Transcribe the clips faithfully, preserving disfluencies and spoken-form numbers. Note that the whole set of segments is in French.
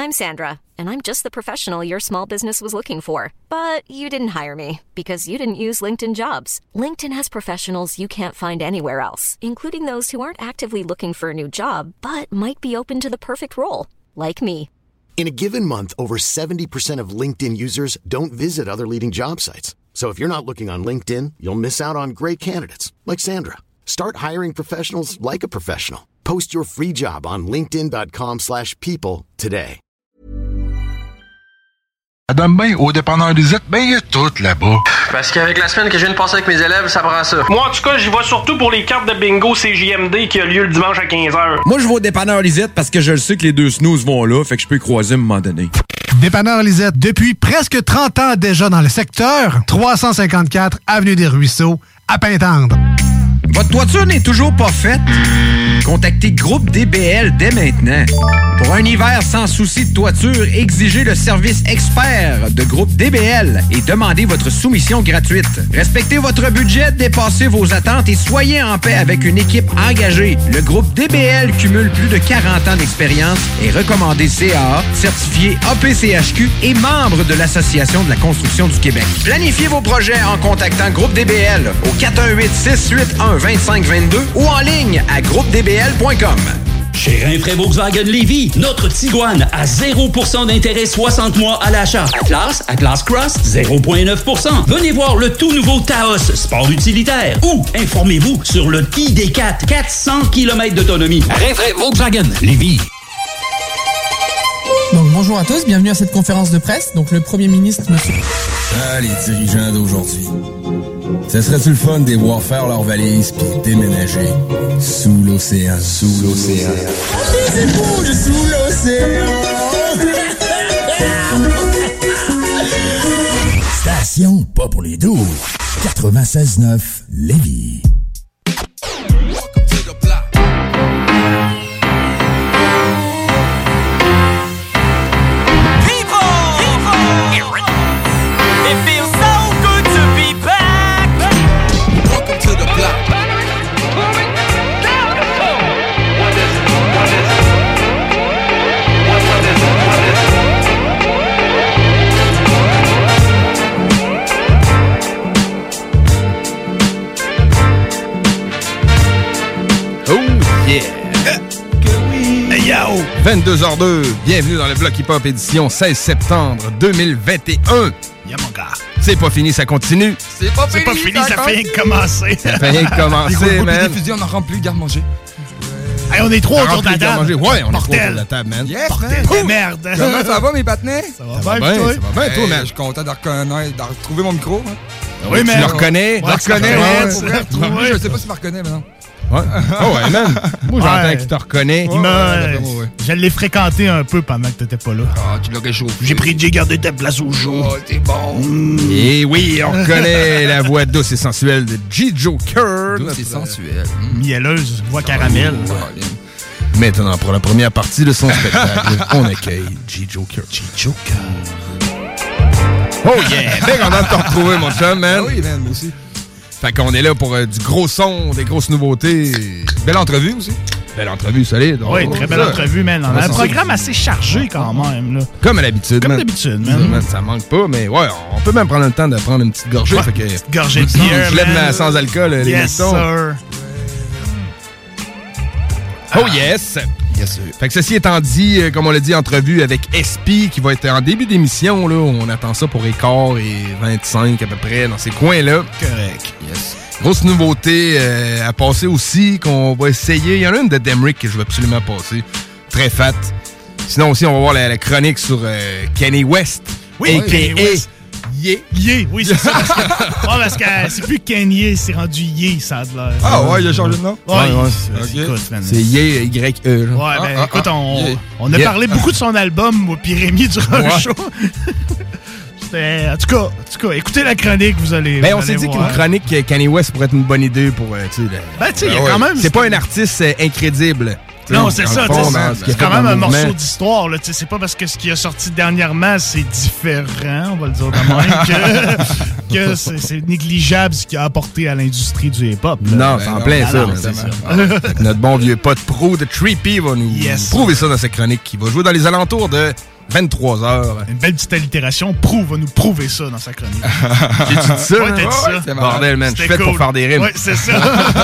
I'm Sandra, and I'm just the professional your small business was looking for. But you didn't hire me because you didn't use LinkedIn Jobs. LinkedIn has professionals you can't find anywhere else, including those who aren't actively looking for a new job, but might be open to the perfect role, like me. In a given month, over seventy percent of LinkedIn users don't visit other leading job sites. So if you're not looking on LinkedIn, you'll miss out on great candidates, like Sandra. Start hiring professionals like a professional. Post your free job on linkedin.com slash people today. Madame, ben, au dépanneur Lisette, ben, il y a tout là-bas. Parce qu'avec la semaine que je viens de passer avec mes élèves, ça prend ça. Moi, en tout cas, j'y vais surtout pour les cartes de bingo C J M D qui a lieu le dimanche à quinze heures. Moi, je vais au dépanneur Lisette parce que je le sais que les deux snooze vont là, fait que je peux y croiser à un moment donné. Dépanneur Lisette, depuis presque trente ans déjà dans le secteur, trois cent cinquante-quatre Avenue des Ruisseaux, à Pintendre. Votre toiture n'est toujours pas faite? Contactez Groupe D B L dès maintenant. Pour un hiver sans souci de toiture, exigez le service expert de Groupe D B L et demandez votre soumission gratuite. Respectez votre budget, dépassez vos attentes et soyez en paix avec une équipe engagée. Le Groupe D B L cumule plus de quarante ans d'expérience et recommandé C A A, certifié A P C H Q et membre de l'Association de la construction du Québec. Planifiez vos projets en contactant Groupe D B L au quatre un huit, six huit un, deux cinq deux deux ou en ligne à groupe d b l point com. Chez Rinfraie Volkswagen Lévis, notre Tiguan à zéro pour cent d'intérêt soixante mois à l'achat. Atlas, Atlas Cross, zéro virgule neuf pour cent. Venez voir le tout nouveau Taos, sport utilitaire. Ou informez-vous sur le I D quatre, quatre cents kilomètres d'autonomie. Rinfraie Volkswagen Lévis. Donc bonjour à tous, bienvenue à cette conférence de presse. Donc le premier ministre, monsieur... Ah, les dirigeants d'aujourd'hui. Ce serait-tu le fun de les voir faire leurs valises puis déménager sous l'océan, sous l'océan. C'est bouge sous l'océan. Station pas pour les doux. quatre-vingt-seize neuf Lévis. vingt-deux heures deux, bienvenue dans le Bloc Hip-Hop édition seize septembre deux mille vingt et un. Yeah, mon gars. C'est pas fini, ça continue. C'est pas fini, pas fini ça fait rien que commencer. Ça fait rien que commencer, man. Des fusils, on en remplit, garde-manger. Hey, on est trois autour de la table. Ouais, on est trois autour de la table, man. Yes, Portel de merde. Comment ça va, mes patinets? Ça va bien, toi? Ça va bien, toi, man. Je suis content de reconnaître, de retrouver mon micro. Oui, mais tu le reconnais? Ouais, tu le reconnais? Je sais pas s'il me reconnaît, mais non. Ouais. Oh ouais, man. Moi, j'entends ouais. qu'il te reconnaît. Il m'a... Ouais, ouais. Je l'ai fréquenté un peu pendant que t'étais pas là. Ah, tu l'as réchauffé. J'ai pris j'ai gardé ta place au jour. Oh, t'es bon. Mm. Et oui, on reconnaît la voix douce et sensuelle de G-Joker. Douce et sensuelle. Mm. Mielleuse, voix caramel. Oh, maintenant, pour la première partie de son spectacle, on accueille G-Joker. G-Joker. Oh yeah! Bien content de te retrouver, mon chum, man. Ah oui, man, moi aussi. Fait qu'on est là pour euh, du gros son, des grosses nouveautés. Belle entrevue aussi. Belle entrevue, solide. Oui, très belle ça. entrevue, man. On a un programme assez chargé quand même, là. Comme à l'habitude, Comme man. d'habitude, man. man. Ça manque pas, mais ouais, on peut même prendre le temps de prendre une petite gorgée. Ouais, fait que, une petite gorgée de bière, je lève ma sans alcool, les yes, mistons. sir. Oh yes! Yes, sir. Fait que ceci étant dit, euh, comme on l'a dit, entrevue avec S P qui va être en début d'émission, là. On attend ça pour Écart et vingt-cinq à peu près, dans ces coins-là. Correct. Yes. Grosse nouveauté euh, à passer aussi, qu'on va essayer. Il y en a une de Demrick que je veux absolument passer. Très fat. Sinon aussi, on va voir la, la chronique sur euh, Kanye West. Oui, a k a. Kanye West. Yeah. Yeah, oui, c'est ça. Parce que, ouais, parce que c'est plus Kanye, c'est rendu Ye, ça a de l'air. Ah ouais, il a changé de nom? Ouais, ouais, ouais. C'est, okay. écoute, man. C'est Ye, Y E. Ouais, ah, ben ah, écoute, on, yeah. on a yeah. parlé beaucoup de son album, moi puis Rémi, durant ouais. le show. C'était, en tout cas, en tout cas, écoutez la chronique, vous allez Ben, vous on allez s'est voir. dit qu'une chronique Kanye West pourrait être une bonne idée pour, euh, tu sais... Ben, tu sais, il y a ouais. quand même... C'est pas un artiste euh, incrédible. Non, c'est ça, fond, ben, c'est quand même un mouvement. morceau d'histoire. Là, c'est pas parce que ce qui a sorti dernièrement, c'est différent, on va le dire de même, que, que c'est, c'est négligeable ce qu'il a apporté à l'industrie du hip-hop. Là. Non, ben c'est en non, plein non, ça. non, là, c'est ça. Ah, notre bon vieux pote pro de Trippy va nous yes. prouver ça dans sa chronique qui va jouer dans les alentours de vingt-trois heures. Une belle petite allitération. Prouve va nous prouver ça dans sa chronique. J'ai dit ça? Ouais, t'as dit ouais, ça. Bordel, man. Je suis fait cool. pour faire des rimes. Ouais, c'est ça.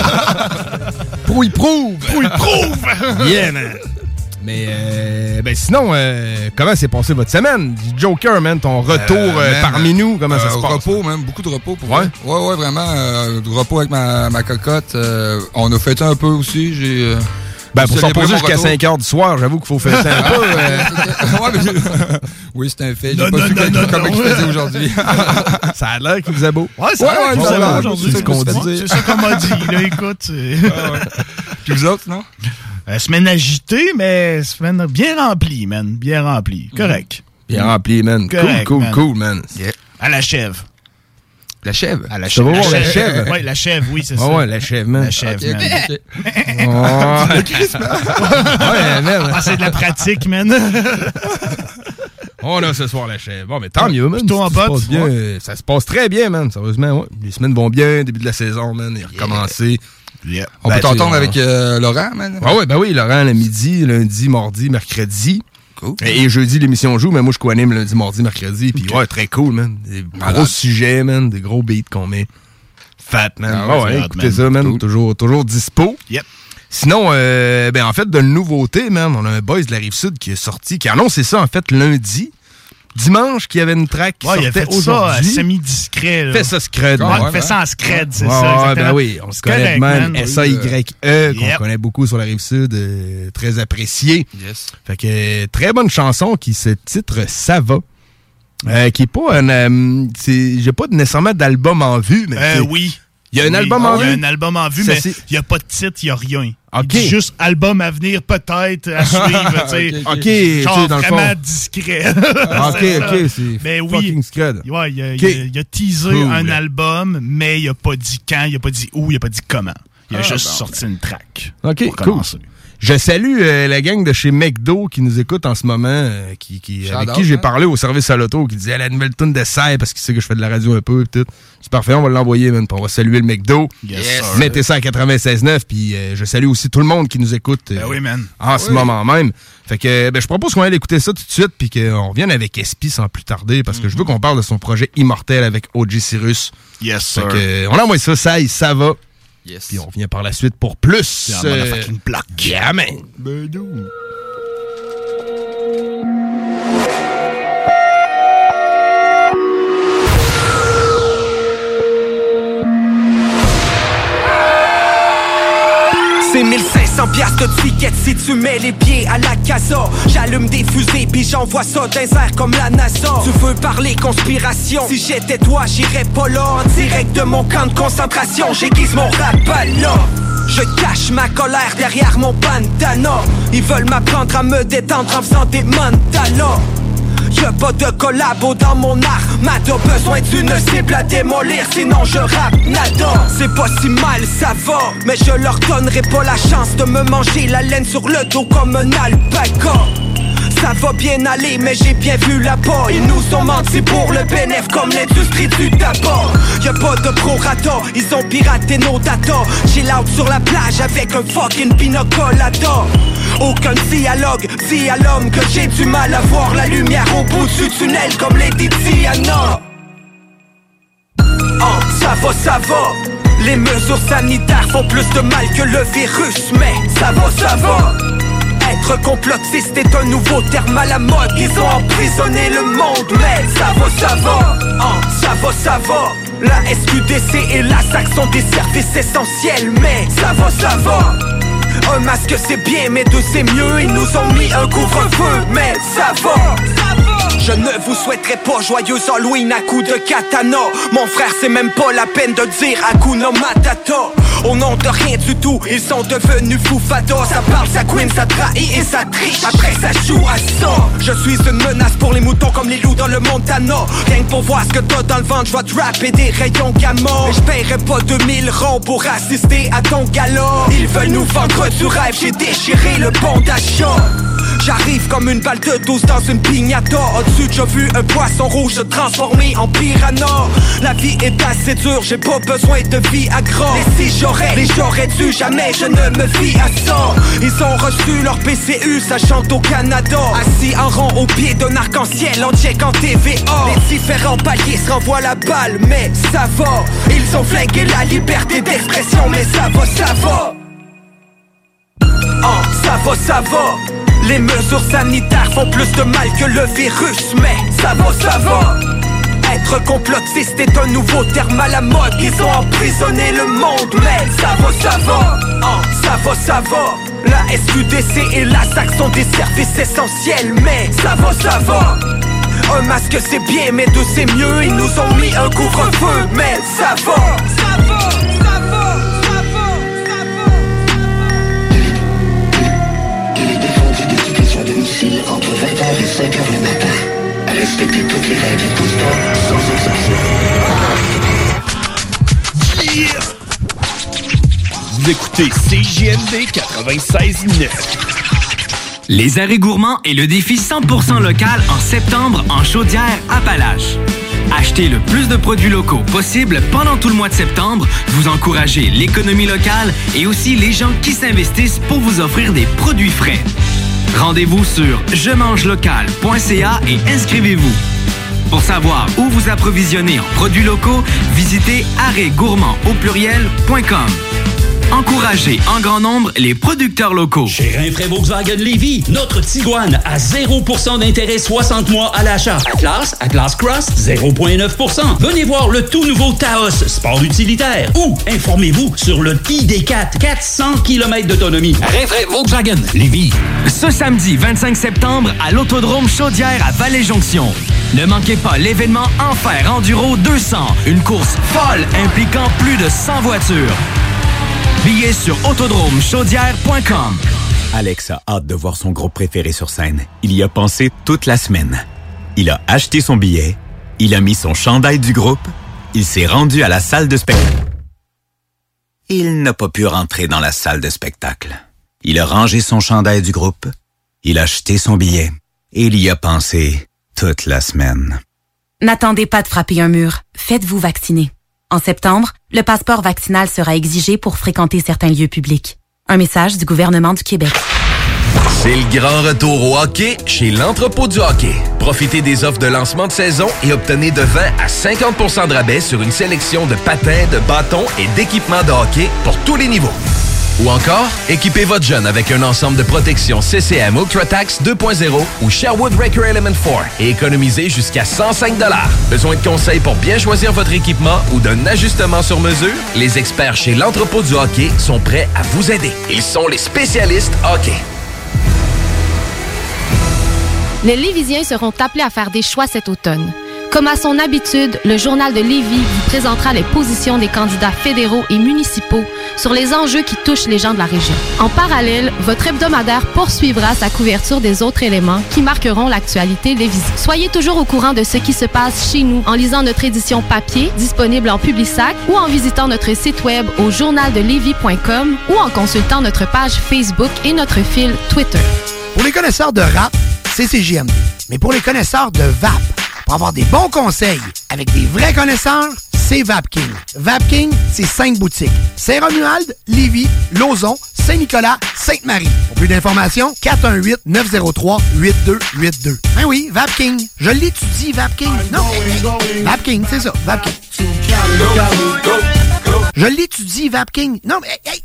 Prouille prouve! Prouille prouve! Yeah, man. Mais, euh, ben sinon, euh, comment s'est passée votre semaine? Joker, man, ton retour euh, Euh, man, parmi nous, comment euh, ça se passe? Repos, même, beaucoup de repos. Pour Ouais? vrai. Ouais, ouais, vraiment. Euh, de repos avec ma, ma cocotte. Euh, on a fêté un peu aussi. J'ai... Euh, Ben, pour s'en célébré poser mon jusqu'à retour. cinq heures du soir, j'avoue qu'il faut faire ça un peu. Euh... ouais, mais j'ai- oui, c'est un fait. J'ai Non, pas non, su non, comment non, comment non. je faisais aujourd'hui. Ça a l'air qu'il faisait beau. Ouais, ça Ouais, a l'air ouais, qu'il ça faisait a beau l'air. aujourd'hui. C'est ce qu'on dit. C'est ça qu'on m'a dit. Là, écoute. c'est- Puis vous autres, non? Euh, semaine agitée, mais semaine bien remplie, man. Bien remplie. Correct. Bien rempli, man. Correct, cool, cool, man. cool, man. Yeah. À la chèvre. La chèvre? À la Ça va voir la chèvre? Oui, la chèvre, oui, c'est Ah ça. ouais, la chèvre, man. La chèvre, Ok, man. ok, ok. Oh. Ouais, man. Ah, c'est de la pratique, man. On a ce soir la chèvre. Bon, mais tant mieux, man. Plutôt en Ça se botte, passe bien. Ça se passe très bien, man. Sérieusement, ouais. Les semaines vont bien. Début de la saison, man. Il a recommencé. Yeah. On Ben, peut tu sais, t'entendre on- avec euh, Laurent, man? Ah ouais, ben oui, Laurent, le midi, lundi, mardi, mercredi. Cool. Et, et jeudi, l'émission joue, mais moi, je co-anime lundi, mardi, mercredi. Puis ouais, très cool, man. Des Malade. gros sujets, man. Des gros beats qu'on met. Fat, man. Ah Ah ouais, ouais, c'est hot, écoutez man. ça, man. Cool. Toujours, toujours dispo. Yep. Sinon, euh, ben en fait, de nouveautés, man, on a un boys de la Rive-Sud qui est sorti, qui a annoncé ça, en fait, lundi. Dimanche, qu'il y avait une track qui Ouais, il a sortait fait ça aujourd'hui. semi-discret. là. Fait ça scred, Ouais, man. il fait ça en scred, c'est Ouais, ça. ouais, exactement. ben oui, on se C'est connaît correct, man. man. S A Y E, qu'on Yep. connaît beaucoup sur la Rive-Sud, euh, très apprécié. Yes. Fait que, euh, très bonne chanson qui se titre Ça va. Euh, qui est pas un... euh, c'est- j'ai pas nécessairement d'album en vue, mais... Euh, tu sais, oui. Il y a un Oui. album en Il y a vue? un album en vue, Ça, mais c'est- il n'y a pas de titre, il n'y a rien. Ok. Il dit juste album à venir, peut-être, à suivre. tu sais. Ok, tu Genre sais, dans le fond. vraiment discret. Ah, ok, C'est ça. ok, c'est Mais oui. fucking scred. Ouais, il a, Ok. il a- il a teasé Cool. un album, mais il a pas dit quand, il a pas dit où, il a pas dit comment. Il a Ah, juste bon. sorti une track. Ok, pour cool. commencer. Je salue euh, la gang de chez McDo qui nous écoute en ce moment, euh, qui, qui, Shout avec out, qui j'ai hein? parlé au service à l'auto, qui disait la nouvelle tune de Sai parce qu'il sait que je fais de la radio un peu et tout. C'est parfait, on va l'envoyer, man, puis on va saluer le McDo. Yes, Yes. sir. Mettez ça à quatre-vingt-seize neuf, puis euh, je salue aussi tout le monde qui nous écoute euh, Ben oui, man. en ce Oui. moment même. Fait que ben, je propose qu'on aille écouter ça tout de suite, puis qu'on revienne avec S P sans plus tarder, parce que je veux qu'on parle de son projet Immortel avec O G Cyrus. Yes, Fait sir. que, euh, on envoie ça, Sai, ça va. Yes. Puis on revient par la suite pour plus. C'est un motherfucking block. Yeah, man. C'est mille cinq cents piastres de ticket si tu mets les pieds à la casa. J'allume des fusées puis j'envoie ça dans les airs comme la NASA. Tu veux parler conspiration? Si j'étais toi, j'irais pas là. En direct de mon camp de concentration, j'aiguise mon rap à là. Je cache ma colère derrière mon bandana. Ils veulent m'apprendre à me détendre en faisant des mandalas. Y'a pas de collabo dans mon art. Mad a besoin d'une cible à démolir, sinon je rappe nada. C'est pas si mal, ça va, mais je leur donnerai pas la chance de me manger la laine sur le dos comme un alpaca. Ça va bien aller, mais j'ai bien vu là-bas. Ils nous ont menti pour le bénéf comme l'industrie du tabac. Y'a pas de prorata, ils ont piraté nos data. Chill out sur la plage avec un fucking pina colada. Aucun dialogue, dis à l'homme que j'ai du mal à voir la lumière au bout du tunnel comme Lady Diana. Oh, ça va, ça va. Les mesures sanitaires font plus de mal que le virus, mais ça va, ça va. Être complotiste est un nouveau terme à la mode. Ils ont emprisonné le monde, mais ça va, ça va. Oh, ça va, ça va. La S Q D C et la S A C sont des services essentiels, mais ça va, ça va. Un masque c'est bien, mais deux c'est mieux. Ils nous ont mis un couvre-feu, mais ça va. Je ne vous souhaiterais pas joyeux Halloween à coups de katana. Mon frère c'est même pas la peine de dire Hakuna Matata. Au nom de rien du tout, ils sont devenus foufada. Ça parle, ça queen, ça trahit et ça triche. Après ça joue à ça. Je suis une menace pour les moutons comme les loups dans le Montana. Rien que pour voir ce que t'as dans le ventre, je vais te rapper des rayons gamma. Mais je paierai pas deux mille ronds pour assister à ton gala. Ils veulent nous vendre du rêve, j'ai déchiré le bon d'achat. J'arrive comme une balle de douze dans une piñata. Au-dessus, j'ai vu un poisson rouge se transformer en piranha. La vie est assez dure, j'ai pas besoin de Viagra. Et si j'aurais, mais j'aurais dû, jamais je ne me fie à ça. Ils ont reçu leur P C U, ça chante au Canada. Assis en rond au pied d'un arc-en-ciel, en check en T V A. Les différents paliers se renvoient la balle, mais ça va. Ils ont flingué la liberté d'expression, mais ça va, ça va. Oh, ça va, ça va. Les mesures sanitaires font plus de mal que le virus, mais ça va, ça va. Être complotiste est un nouveau terme à la mode. Ils ont emprisonné le monde, mais ça va, ça va. Oh, ça va, ça va. La S Q D C et la S A C sont des services essentiels, mais ça va, ça va. Un masque c'est bien, mais deux c'est mieux. Ils nous ont mis un couvre-feu, mais ça va. Ça va, ça va, ça va, ça va. Il est défendu d'éducation à domicile entre vingt heures et cinq heures le matin. À respecter toutes les règles et tout le temps, sans exception. Yeah. Vous écoutez C J M D quatre-vingt-seize neuf. Les arrêts gourmands et le défi cent pour cent local en septembre en Chaudière-Appalaches. Achetez le plus de produits locaux possible pendant tout le mois de septembre. Vous encouragez l'économie locale et aussi les gens qui s'investissent pour vous offrir des produits frais. Rendez-vous sur je mange local point c a et inscrivez-vous. Pour savoir où vous approvisionner en produits locaux, visitez arrêt gourmand au pluriel point com. Encouragez en grand nombre les producteurs locaux. Chez Rinfraie Volkswagen Lévis, notre Tiguan à zéro pour cent d'intérêt soixante mois à l'achat. Atlas, Atlas Cross, zéro virgule neuf pour cent. Venez voir le tout nouveau Taos, sport utilitaire. Ou informez-vous sur le I D quatre, quatre cents kilomètres d'autonomie. Rinfraie Volkswagen Lévis. Ce samedi vingt-cinq septembre à l'Autodrome Chaudière à Vallée-Jonction. Ne manquez pas l'événement Enfer Enduro deux cents, une course folle impliquant plus de cent voitures. Billets sur autodrome chaudière point com. Alex a hâte de voir son groupe préféré sur scène. Il y a pensé toute la semaine. Il a acheté son billet, il a mis son chandail du groupe, il s'est rendu à la salle de spectacle. Il n'a pas pu rentrer dans la salle de spectacle. Il a rangé son chandail du groupe, il a acheté son billet et il y a pensé toute la semaine. N'attendez pas de frapper un mur. Faites-vous vacciner. En septembre, le passeport vaccinal sera exigé pour fréquenter certains lieux publics. Un message du gouvernement du Québec. C'est le grand retour au hockey chez l'Entrepôt du hockey. Profitez des offres de lancement de saison et obtenez de vingt à cinquante pour cent de rabais sur une sélection de patins, de bâtons et d'équipements de hockey pour tous les niveaux. Ou encore, équipez votre jeune avec un ensemble de protection C C M UltraTax deux point zéro ou Sherwood Record Element quatre et économisez jusqu'à cent cinq dollars. Besoin de conseils pour bien choisir votre équipement ou d'un ajustement sur mesure? Les experts chez l'Entrepôt du hockey sont prêts à vous aider. Ils sont les spécialistes hockey. Les Lévisiens seront appelés à faire des choix cet automne. Comme à son habitude, le Journal de Lévis vous présentera les positions des candidats fédéraux et municipaux sur les enjeux qui touchent les gens de la région. En parallèle, votre hebdomadaire poursuivra sa couverture des autres éléments qui marqueront l'actualité lévisienne. Soyez toujours au courant de ce qui se passe chez nous en lisant notre édition papier, disponible en Publisac, ou en visitant notre site web au journal de lévis point com ou en consultant notre page Facebook et notre fil Twitter. Pour les connaisseurs de rap, c'est C J M D. Mais pour les connaisseurs de V A P, pour avoir des bons conseils avec des vrais connaisseurs, c'est Vapking. Vapking, c'est cinq boutiques. Saint-Romuald, Lévis, Lauson, Saint-Nicolas, Sainte-Marie. Pour plus d'informations, quatre un huit, neuf zéro trois, huit deux huit deux. Ben oui, Vapking. Je l'étudie, Vapking. Non, Vapking, c'est ça, Vapking. Je l'étudie, Vapking. Non, mais... Hey.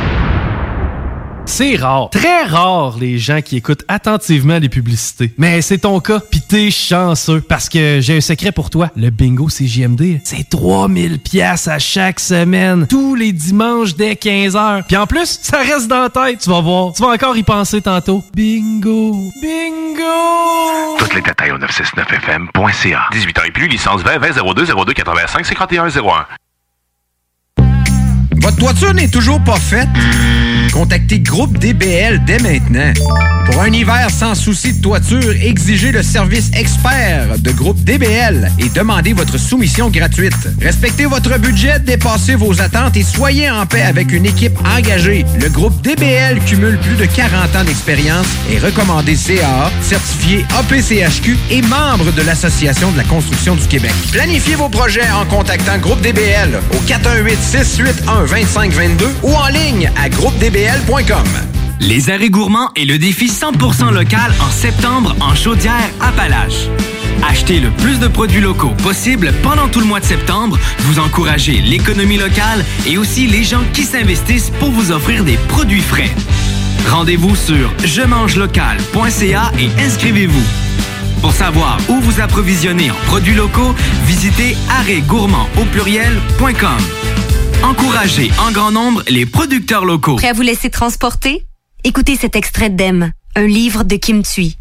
C'est rare, très rare les gens qui écoutent attentivement les publicités. Mais c'est ton cas, pis t'es chanceux. Parce que j'ai un secret pour toi. Le bingo C J M D, c'est trois mille piastres à chaque semaine. Tous les dimanches dès quinze heures. Puis en plus, ça reste dans la tête, tu vas voir. Tu vas encore y penser tantôt. Bingo! Bingo! Tous les détails au neuf cent soixante-neuf F M point C A. dix-huit ans et plus, licence vingt vingt zéro deux zéro deux quatre-vingt-cinq cinquante et un zéro un. Votre toiture n'est toujours pas faite? Contactez Groupe D B L dès maintenant. Pour un hiver sans souci de toiture, exigez le service expert de Groupe D B L et demandez votre soumission gratuite. Respectez votre budget, dépassez vos attentes et soyez en paix avec une équipe engagée. Le Groupe D B L cumule plus de quarante ans d'expérience, est recommandé C A A, certifié A P C H Q et membre de l'Association de la construction du Québec. Planifiez vos projets en contactant Groupe D B L au quatre un huit, six huit un, deux cinq deux deux ou en ligne à groupe d b l point com. Les arrêts gourmands et le défi cent pour cent local en septembre en Chaudière-Appalaches. Achetez le plus de produits locaux possible pendant tout le mois de septembre. Vous encouragez l'économie locale et aussi les gens qui s'investissent pour vous offrir des produits frais. Rendez-vous sur je mange local point c a et inscrivez-vous. Pour savoir où vous approvisionner en produits locaux, visitez arrêt gourmand au pluriel point com. Encouragez en grand nombre les producteurs locaux. Prêt à vous laisser transporter? Écoutez cet extrait d'Em, un livre de Kim Thuy.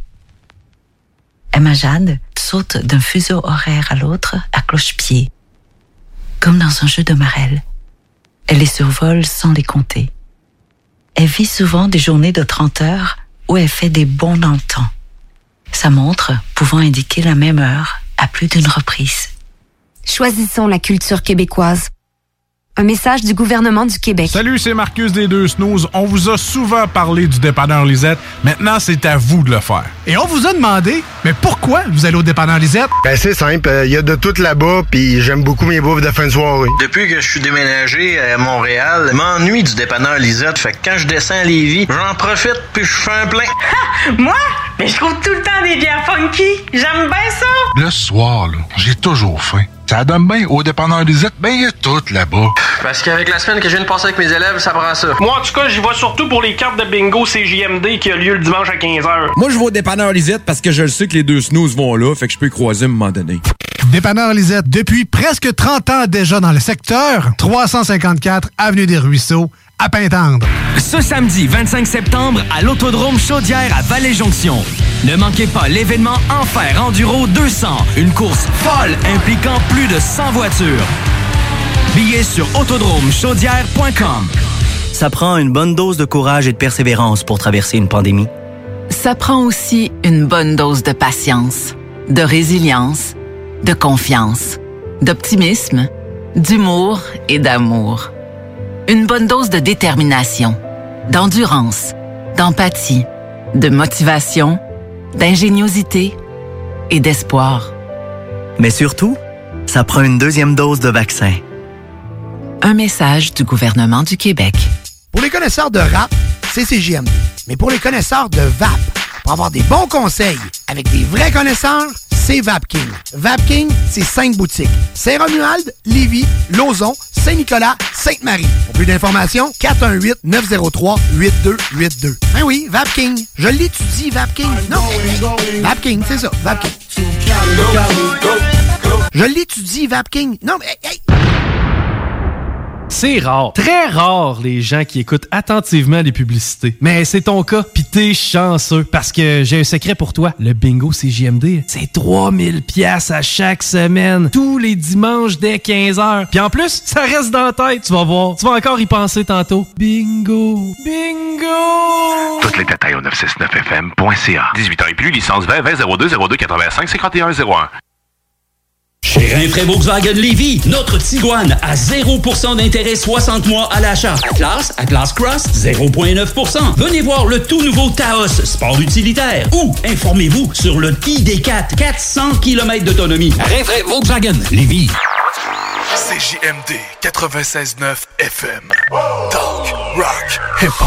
Emma Jade saute d'un fuseau horaire à l'autre à cloche-pied, comme dans un jeu de marelle. Elle les survole sans les compter. Elle vit souvent des journées de trente heures où elle fait des bonds dans le temps. Sa montre pouvant indiquer la même heure à plus d'une reprise. Choisissons la culture québécoise. Un message du gouvernement du Québec. Salut, c'est Marcus des Deux Snooze. On vous a souvent parlé du dépanneur Lisette. Maintenant, c'est à vous de le faire. Et on vous a demandé, mais pourquoi vous allez au dépanneur Lisette? Ben, c'est simple. Il y a de tout là-bas, puis j'aime beaucoup mes bouffes de fin de soirée. Depuis que je suis déménagé à Montréal, je m'ennuie du dépanneur Lisette. Fait que quand je descends à Lévis, j'en profite, puis je fais un plein. Ha! Moi? Mais je trouve tout le temps des bières funky. J'aime bien ça. Le soir, là, j'ai toujours faim. Ça donne bien. Au dépanneur Lisette, ben, il y a tout là-bas. Parce qu'avec la semaine que je viens de passer avec mes élèves, ça prend ça. Moi, en tout cas, j'y vais surtout pour les cartes de bingo C J M D qui a lieu le dimanche à quinze heures. Moi, je vais au dépanneur Lisette parce que je le sais que les deux snooze vont là, fait que je peux y croiser à un moment donné. Dépanneur Lisette, depuis presque trente ans déjà dans le secteur, trois cent cinquante-quatre Avenue des Ruisseaux, à Pintendre. Ce samedi vingt-cinq septembre à l'Autodrome Chaudière à Vallée-Jonction. Ne manquez pas l'événement Enfer Enduro deux cents, une course folle impliquant plus de cent voitures. Billets sur autodrome chaudière point com. Ça prend une bonne dose de courage et de persévérance pour traverser une pandémie. Ça prend aussi une bonne dose de patience, de résilience, de confiance, d'optimisme, d'humour et d'amour. Une bonne dose de détermination, d'endurance, d'empathie, de motivation, d'ingéniosité et d'espoir. Mais surtout, ça prend une deuxième dose de vaccin. Un message du gouvernement du Québec. Pour les connaisseurs de rap, c'est C J M D. Mais pour les connaisseurs de V A P, pour avoir des bons conseils avec des vrais connaisseurs, c'est Vapking. Vapking, c'est cinq boutiques. Saint-Romuald, Lévis, Lauson, Saint-Nicolas, Sainte-Marie. Pour plus d'informations, quatre un huit, neuf zéro trois, huit deux huit deux. Ben oui, Vapking. Je l'étudie, Vapking. Non, Vapking, c'est ça, Vapking. Je l'étudie, Vapking. Non, mais hey! C'est rare, très rare, les gens qui écoutent attentivement les publicités. Mais c'est ton cas, pis t'es chanceux, parce que j'ai un secret pour toi. Le bingo C J M D, c'est trois mille piastres à chaque semaine, tous les dimanches dès quinze heures. Puis en plus, ça reste dans la tête, tu vas voir. Tu vas encore y penser tantôt. Bingo, bingo! Toutes les détails au neuf cent soixante-neuf F M point C A. dix-huit ans et plus, licence vingt vingt zéro deux zéro deux quatre-vingt-cinq cinquante et un zéro un. Chez Rinfraie Volkswagen Lévis, notre Tiguan à zéro pour cent d'intérêt soixante mois à l'achat. Atlas, Atlas Cross, zéro virgule neuf pour cent. Venez voir le tout nouveau Taos, sport utilitaire. Ou informez-vous sur le I D quatre, quatre cents kilomètres d'autonomie. Rinfraie Volkswagen Lévis. C J M D quatre-vingt-seize neuf F M. Talk, rock, hip-hop.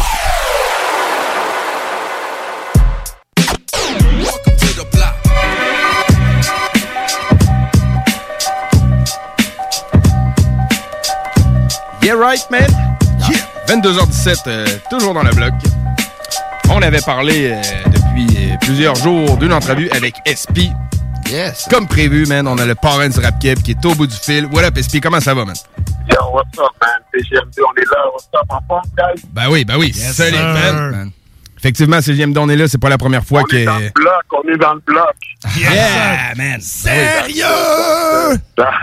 Yeah right, man! Yeah. vingt-deux heures dix-sept, euh, toujours dans le bloc. On avait parlé euh, depuis euh, plusieurs jours d'une entrevue avec S P. Yes! Comme prévu, man, on a le parrain du Rap Keb qui est au bout du fil. What up, S P? Comment ça va, man? Yo, what's up, man? C J M D, on est là. What's up, en forme, guys? Ben oui, ben oui. Yes, solide, sir. man. man. Effectivement, C J M D, on est là. C'est pas la première fois on que... On est dans le bloc, on est dans le bloc. Yeah, man. Sérieux?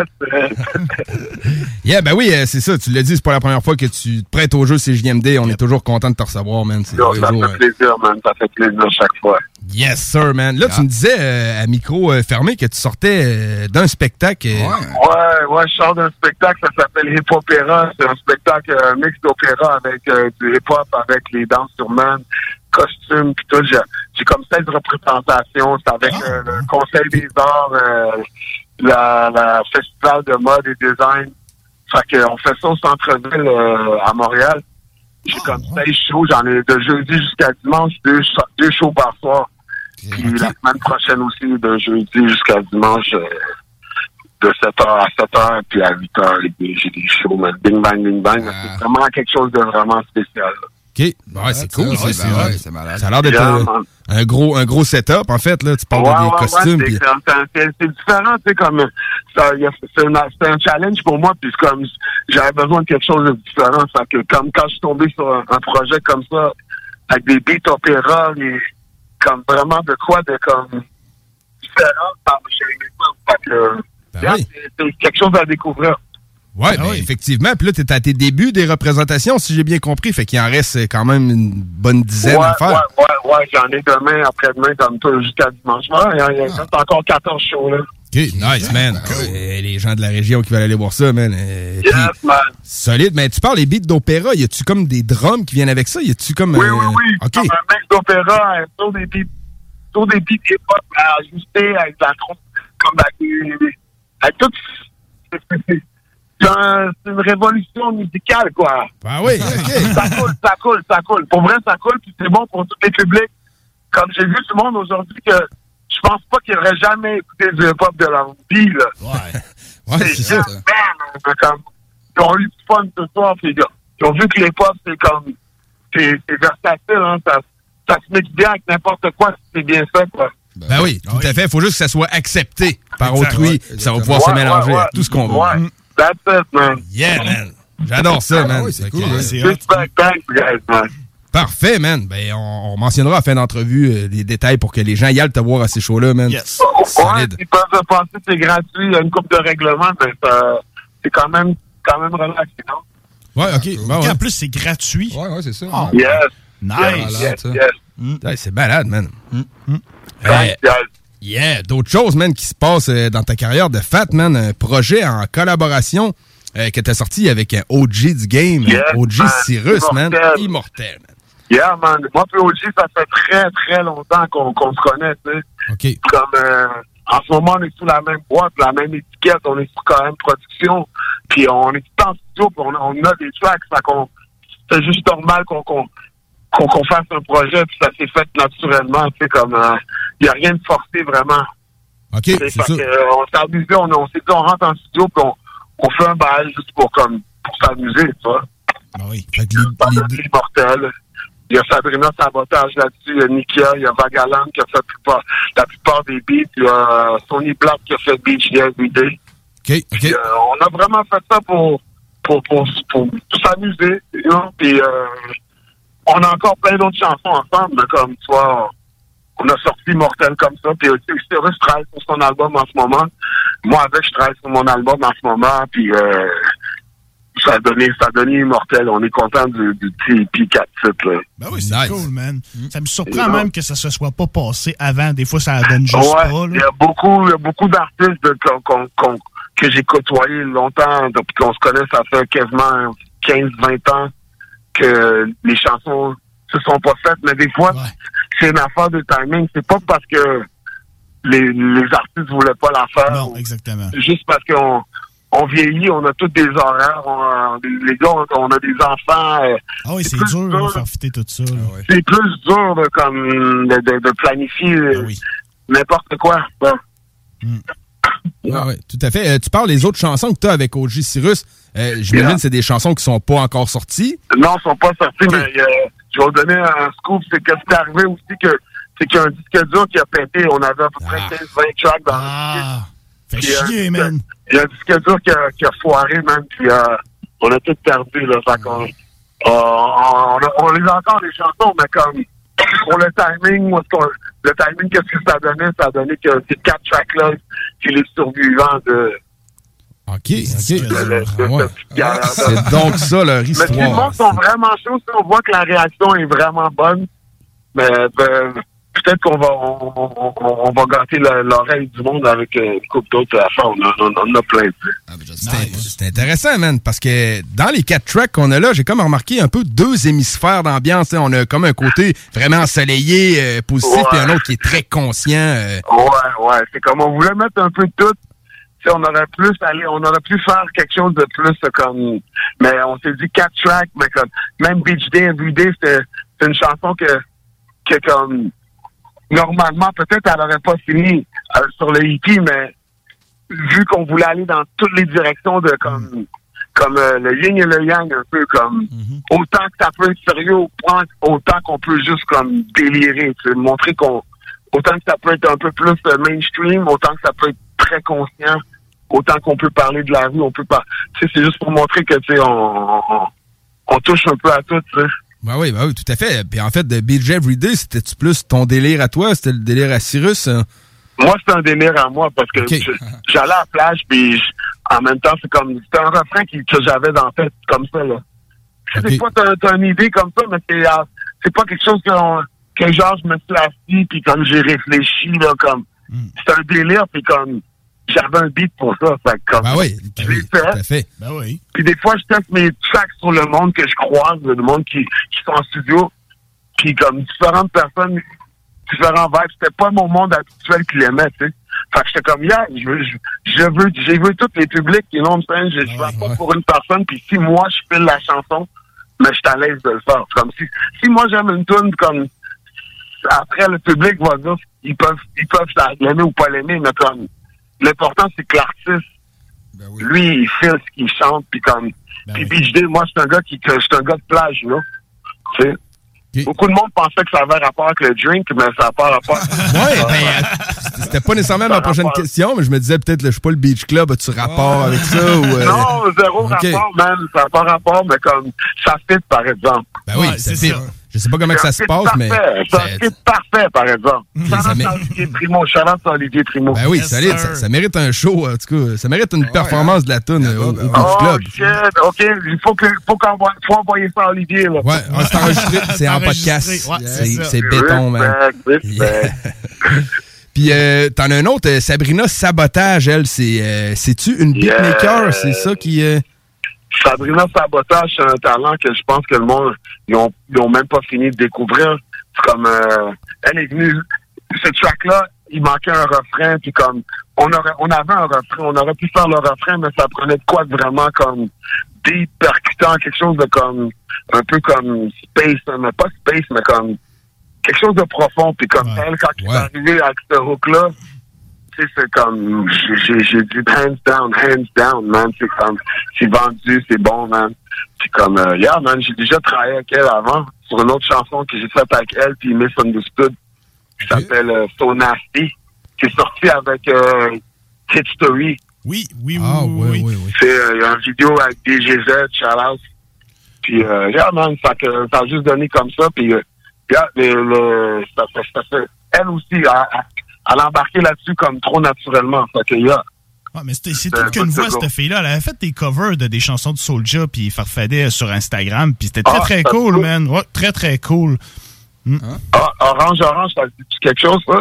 Yeah, ben oui, euh, c'est ça. Tu l'as dit, c'est pas la première fois que tu te prêtes au jeu C J M D. On est toujours content de te recevoir, man. C'est Yo, ça toujours, fait plaisir, man. Ça fait plaisir chaque fois. Yes, sir, man. Là, Yeah. tu me disais euh, à micro euh, fermé que tu sortais euh, d'un spectacle. euh, Ouais, ouais, je sors d'un spectacle, ça s'appelle Hip Opéra. C'est un spectacle euh, mix d'opéra avec euh, du hip-hop, avec les danses sur man, costumes, pis tout. J'ai, j'ai comme seize représentations. C'est avec euh, le Conseil des Arts, euh, la, la Festival de mode et design. Fait qu'on fait ça au centre-ville euh, à Montréal. J'ai comme seize shows. J'en ai de jeudi jusqu'à dimanche, deux, deux shows par soir. Puis la semaine prochaine aussi, de jeudi jusqu'à dimanche, euh, de sept heures à sept heures, puis à huit heures, j'ai des shows, man. Bing, bang, bing, bang. C'est vraiment quelque chose de vraiment spécial. Là. OK. Ouais, c'est cool. ouais, ça, c'est c'est vrai, hot. c'est malade. Ça a l'air d'être Yeah, euh, man. un gros un gros setup, en fait. Là. Tu parles Ouais, de des ouais, costumes. ouais, puis- c'est, c'est, c'est, c'est différent, tu sais, comme, ça, y a, c'est, un, c'est un challenge pour moi, puis c'est comme, j'avais besoin de quelque chose de différent, fait que comme quand je suis tombé sur un, un projet comme ça, avec des beats opéra, et comme vraiment de quoi, de comme, différent, ça me gênait pas, fait que, yeah, oui. c'est, c'est quelque chose à découvrir. Ouais, ben, effectivement. Puis là, t'es à tes débuts des représentations, si j'ai bien compris. Fait qu'il en reste euh, quand même une bonne dizaine ouais, à faire. Ouais, ouais, ouais, j'en ai demain, après-demain, comme toi, jusqu'à dimanche. Ouais, il y a- il y a reste encore quatorze shows, là. OK, nice, man. Euh, les gens de la région qui veulent aller voir ça, man. Euh, Yes, puis, man. solide. Mais tu parles des beats d'opéra. Y a-tu comme des drums qui viennent avec ça? Y a-tu comme... Oui, euh, oui, oui. OK. Comme un mix d'opéra, euh, sur des beats, sur des beats hip-hop à ajuster avec la trompe, comme avec, des- avec tout. C'est, c'est, c'est, un- c'est une révolution musicale, quoi. Ah oui, OK. Ça coule, ça coule, ça coule. Pour vrai, ça coule, puis c'est bon pour tous les publics. Comme j'ai vu tout le monde aujourd'hui que je pense pas qu'ils auraient jamais écouté du hip-hop de leur vie, là. Ouais. Ouais, c'est ça. Man, c'est comme, ils ont eu du fun ce soir, puis ils ont vu que l'hip-hop, c'est comme, c'est, c'est versatile, hein, ça, ça se mixe bien avec n'importe quoi si c'est bien fait, quoi. Ben oui, tout à fait. Il faut juste que ça soit accepté par Exact, autrui. ouais, puis ça va pouvoir ouais, se mélanger ouais, à tout ce qu'on veut. ouais. Mm. That's it, man. Yeah, man. J'adore ça, man. Ah oui, c'est Fait cool, que, hein. euh, C'est hot. Thanks, guys, man. Parfait, man. Ben, on, on mentionnera à la fin d'entrevue euh, les détails pour que les gens y aillent te voir à ces shows-là, man. Ouais, ils peuvent se passer, c'est gratuit, il y a une coupe de règlement, mais ça, c'est quand même, quand même relax, non? Ouais, OK. Ben, ouais. En plus, c'est gratuit. Ouais, ouais, c'est ça. Oh. Yes. Nice. Yes, yes, yes. Mm. Ouais, c'est malade, man. Mm. Thanks, Euh, yeah, d'autres choses, man, qui se passent euh, dans ta carrière de Fat, man. Un projet en collaboration euh, que t'as sorti avec un O G du game, Yes, O G man. Cyrus, man. Immortel. Immortel, man. Yeah, man. Moi, puis O G, ça fait très, très longtemps qu'on, qu'on se connaît, tu sais. OK. Comme, euh, en ce moment, on est sous la même boîte, la même étiquette, on est sur quand même production, puis on est tout en studio, puis on, on a des tracks, ça qu'on, c'est juste normal qu'on, qu'on, qu'on, qu'on fasse un projet, puis ça s'est fait naturellement, tu sais, comme, il n'y a rien de forcé, vraiment. OK, T'sais, c'est fait ça. que, euh, on s'est amusé, on, on s'est dit, on rentre en studio, puis on, on fait un bail juste pour, comme, pour s'amuser, tu vois. Ah oui. Fait que les, les... Immortel. Il y a Sabrina Sabotage là-dessus, il y a Nikia, il y a Vagaland qui a fait la plupart, la plupart des beats, il y a Sony Black qui a fait Beach Day Everyday. OK, OK. Puis, euh, on a vraiment fait ça pour, pour, pour, pour, pour s'amuser, you know? Puis euh, on a encore plein d'autres chansons ensemble, mais comme tu vois, on a sorti Mortel comme ça, puis aussi Cyrus travaille sur son album en ce moment. Moi avec, je travaille sur mon album en ce moment, puis euh, ça a donné, ça a donné Immortel. On est content du, du petit E P quatre titres, là. Ben oui, c'est Nice. cool, man. Ça me surprend C'est même bon. que ça se soit pas passé avant. Des fois, ça donne juste Ouais, pas. il y Là. a beaucoup, il y a beaucoup d'artistes de- qu'on, qu'on, qu'on- que j'ai côtoyés longtemps, depuis qu'on se connaît, ça fait quasiment quinze vingt ans que les chansons se sont pas faites, mais des fois, c'est une affaire de timing. C'est pas parce que les, les artistes voulaient pas la faire. Non, exactement. C'est juste parce qu'on on vieillit, on a tous des horaires, on a- les gars, on, on a des enfants. euh, Ah oui, c'est plus dur de faire fitter tout ça. là. C'est plus dur de, comme, de, de, de planifier euh, n'importe quoi. ça. Ouais, ouais, tout à fait. Euh, tu parles des autres chansons que tu as avec O G Cyrus. Euh, J'imagine Yeah. que c'est des chansons qui sont pas encore sorties. Non, ils sont pas sortis, mais euh, je vais vous donner un scoop. C'est que c'est arrivé aussi que c'est qu'il y a un disque dur qui a pété. On avait à peu près quinze vingt tracks dans Ah, le fait disque. Puis, chier, euh, man. Il y a un disque dur qui a, qui a foiré, man. Puis euh, on a tout perdu, là. Fait qu'on, euh, on, a- on les a encore, les chansons, mais comme pour le timing, moi, ce qu'on- le timing, qu'est-ce que ça donnait? Ça a donné que ces quatre tracks-là, c'est les survivants de... OK, OK. de- de- Ah ouais. de- de- C'est donc ça, leur Mais si le histoire. monde sont vraiment chauds, si on voit que la réaction est vraiment bonne, mais ben, peut-être qu'on va on, on, on, on va gâter la- l'oreille du monde avec euh, une couple d'autres affaires. On, en- on en a plein. C'est c'est intéressant, man, parce que dans les quatre tracks qu'on a là, j'ai comme remarqué un peu deux hémisphères d'ambiance. Hein. On a comme un côté vraiment ensoleillé, euh, positif, Ouais. puis un autre qui est très conscient. euh. Ouais, ouais. C'est comme on voulait mettre un peu de tout. Tu sais, on aurait plus allé, on aurait pu faire quelque chose de plus euh, comme, mais on s'est dit quatre tracks, mais comme même Beach Day, Everyday, c'est c'est une chanson que que comme normalement peut-être elle aurait pas fini euh, sur le E P, mais vu qu'on voulait aller dans toutes les directions de comme comme euh, le yin et le yang un peu comme autant que ça peut être sérieux, autant autant qu'on peut juste comme délirer, tu sais, montrer qu'on autant que ça peut être un peu plus euh, mainstream, autant que ça peut être très conscient, autant qu'on peut parler de la vie, on peut pas. Tu sais, c'est juste pour montrer que tu sais, on, on, on touche un peu à tout, tu sais. Ben oui, ben oui, tout à fait. Puis en fait, de Beach Everyday, c'était-tu plus ton délire à toi? C'était le délire à Cyrus? hein? Moi, c'est un délire à moi parce que je- j'allais à la plage puis je- en même temps, c'est comme c'était un refrain qui, que j'avais dans la tête comme ça là. Tu sais, Des fois, t'as, t'as une idée comme ça, mais c'est, euh, c'est pas quelque chose que, on- que genre je me suis assis puis comme j'ai réfléchi là, comme c'est un délire puis comme j'avais un beat pour ça, fait que comme Ben oui, je l'ai fait. tout à fait. Ben oui. Puis des fois, je teste mes tracks sur le monde que je croise, le monde qui, qui sont en studio, puis comme différentes personnes, différents vibes. C'était pas mon monde habituel qui l'aimait, tu sais. Fait que j'étais comme, yeah, je veux, je, je veux, j'ai vu tous les publics, you know what I'm saying? Je, je fais pas pour une personne, puis si moi, je file la chanson, mais je suis à l'aise de le faire. Comme si, si moi, j'aime une tune comme, après, le public va dire, ils peuvent, ils peuvent l'aimer ou pas l'aimer, mais comme, l'important, c'est que l'artiste, lui, il fait ce qu'il chante, puis comme, puis Beach Day, moi, je suis un gars qui, que je suis un gars de plage, you know? Tu sais? Beaucoup de monde pensait que ça avait rapport avec le drink, mais ça n'a pas rapport. Ouais, ben, c'était pas nécessairement ma prochaine question, mais je me disais peut-être, le- je sais pas, le Beach Club, as-tu rapport avec ça? Ou, euh, Non, zéro ok. rapport, man. Ça n'a pas rapport, mais comme, ça fit, par exemple. Ben oui, ça fit. Je sais pas comment que ça se passe, mais... Parfait. Ça fit parfait, par exemple. ça Shout-out met- à Olivier Primo. Shout-out à Olivier Primo. Ben oui, solide, ça, ça mérite un show, en tout cas. Ça mérite une performance de la toune au, au Beach Oh, Club. shit. OK, il faut que, faut qu'on voie- faut envoyer ça à Olivier, là. Ouais, on s'est enregistré, c'est en podcast. C'est c'est béton, man. Respect, Puis, euh, t'en as un autre, euh, Sabrina Sabotage, elle, c'est, euh, c'est-tu une beatmaker? Yeah. C'est ça qui... euh, Sabrina Sabotage, c'est un talent que je pense que le monde, ils ont, ils ont même pas fini de découvrir. C'est comme, euh, elle est venue, ce track-là, il manquait un refrain, puis comme, on aurait, on avait un refrain, on aurait pu faire le refrain, mais ça prenait de quoi de vraiment comme, deep, percutant, quelque chose de comme, un peu comme space, hein, mais pas space, mais comme, quelque chose de profond, puis comme elle, quand il est arrivé avec ce hook-là, tu sais, c'est comme, j'ai, j'ai, j'ai dit hands down, hands down, man. C'est comme, c'est vendu, c'est bon, man. Puis comme, euh, yeah, man, j'ai déjà travaillé avec elle avant, sur une autre chanson que j'ai faite avec elle, puis Misunderstood, qui s'appelle euh, So Nasty, qui est sorti avec euh, Hit Story. Oui, oui, oui, Ah, oui, oui. C'est, euh, il y a une vidéo avec D G Z, shout-out. Puis, euh, yeah, man, ça, que, ça a juste donné comme ça, puis, euh, yeah, le, le, ça, fait, ça fait, elle aussi, elle, elle, elle a embarqué là-dessus comme trop naturellement. Fait que, yeah. Ouais, mais c'est, c'est toute qu'une voix, cette fille-là. Elle avait fait des covers de des chansons de Soulja puis Farfadet sur Instagram, puis c'était très, Ah, très ça cool, peut. man. Ouais, très, très cool. Hmm. Ah, Orange, Orange, ça dit quelque chose, ça?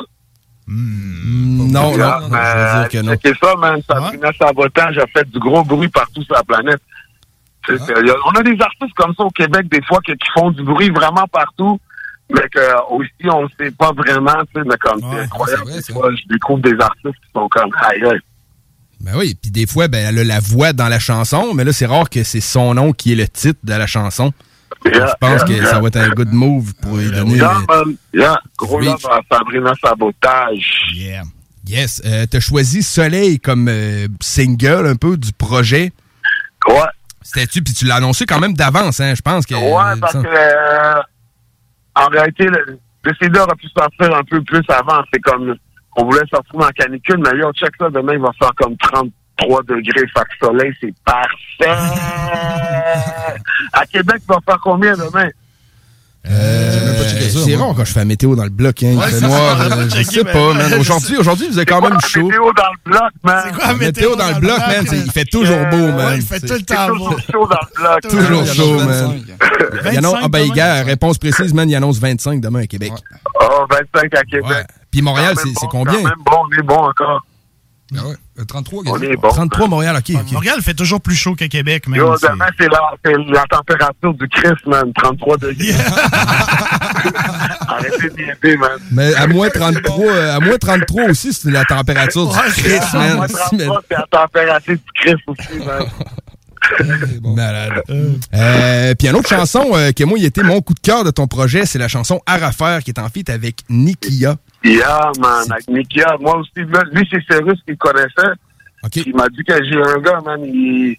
Non, Yeah, non, non, mais, je veux dire que non. C'est ça, man. Sabrina Sabotage a fait du gros bruit partout sur la planète. C'est- c'est- y a- on a des artistes comme ça au Québec, des fois, que- qui font du bruit vraiment partout, mais que aussi, on ne sait pas vraiment, tu sais, mais comme, c'est incroyable. des fois, je découvre des artistes qui sont comme, aïe, aïe. Ben oui, puis des fois, ben, elle a la voix dans la chanson, mais là, c'est rare que c'est son nom qui est le titre de la chanson. Yeah, je pense yeah, que yeah. ça va être un good move pour lui donner... Yeah, euh, man. Yeah, gros reach. love à Sabrina Sabotage. Yeah. Yes. Euh, t'as choisi Soleil comme euh, single un peu du projet. Ouais. C'était-tu, puis tu l'as annoncé quand même d'avance, hein, je pense que... Ouais, parce ça- que, euh, en réalité, le, le C D aurait pu sortir un peu plus avant. C'est comme, on voulait sortir en canicule, mais yo, check ça, demain, il va faire comme trente-trois degrés. Fait que soleil, c'est parfait. À Québec, il va faire combien demain? Euh, c'est rare quand je fais la météo dans le bloc, hein. Ouais, il fait c'est noir. ça, euh, je checké, sais ben, pas, ben, man. je Aujourd'hui, sais. aujourd'hui, il faisait quand même chaud. Météo dans le bloc, man. C'est quoi la météo dans le bloc, man? c'est- Il fait toujours beau, man. Ouais, il fait C'est- tout le temps beau. Toujours chaud dans le bloc. Toujours chaud, man. Il annonce, ah ben, demain. gars, réponse précise, man, il annonce vingt-cinq demain à Québec. Oh, vingt-cinq à Québec. Puis Montréal, Quand c'est même c'est bon, combien? Quand même bon, on est bon encore. Ah ouais, euh, trente-trois, On est bon. trente-trois Montréal, ok. ok. Montréal fait toujours plus chaud que Québec, man. Yo, C'est- demain, c'est la, c'est la température du Christ, man. trente-trois degrés. Arrêtez de niaiser, man. Mais à moins trente-trois, euh, à moins trente-trois aussi, c'est la température du Christ, man. Moi, trente-trois, c'est la température du Christ aussi, man. Malade. Euh, puis une autre chanson euh, que moi, il était mon coup de cœur de ton projet, c'est la chanson Arafère qui est en feat avec Nikia. Yeah, man, avec Nikia. Moi aussi, là, lui, c'est Cyrus qui le connaissait. Il m'a dit que j'ai un gars, man, il,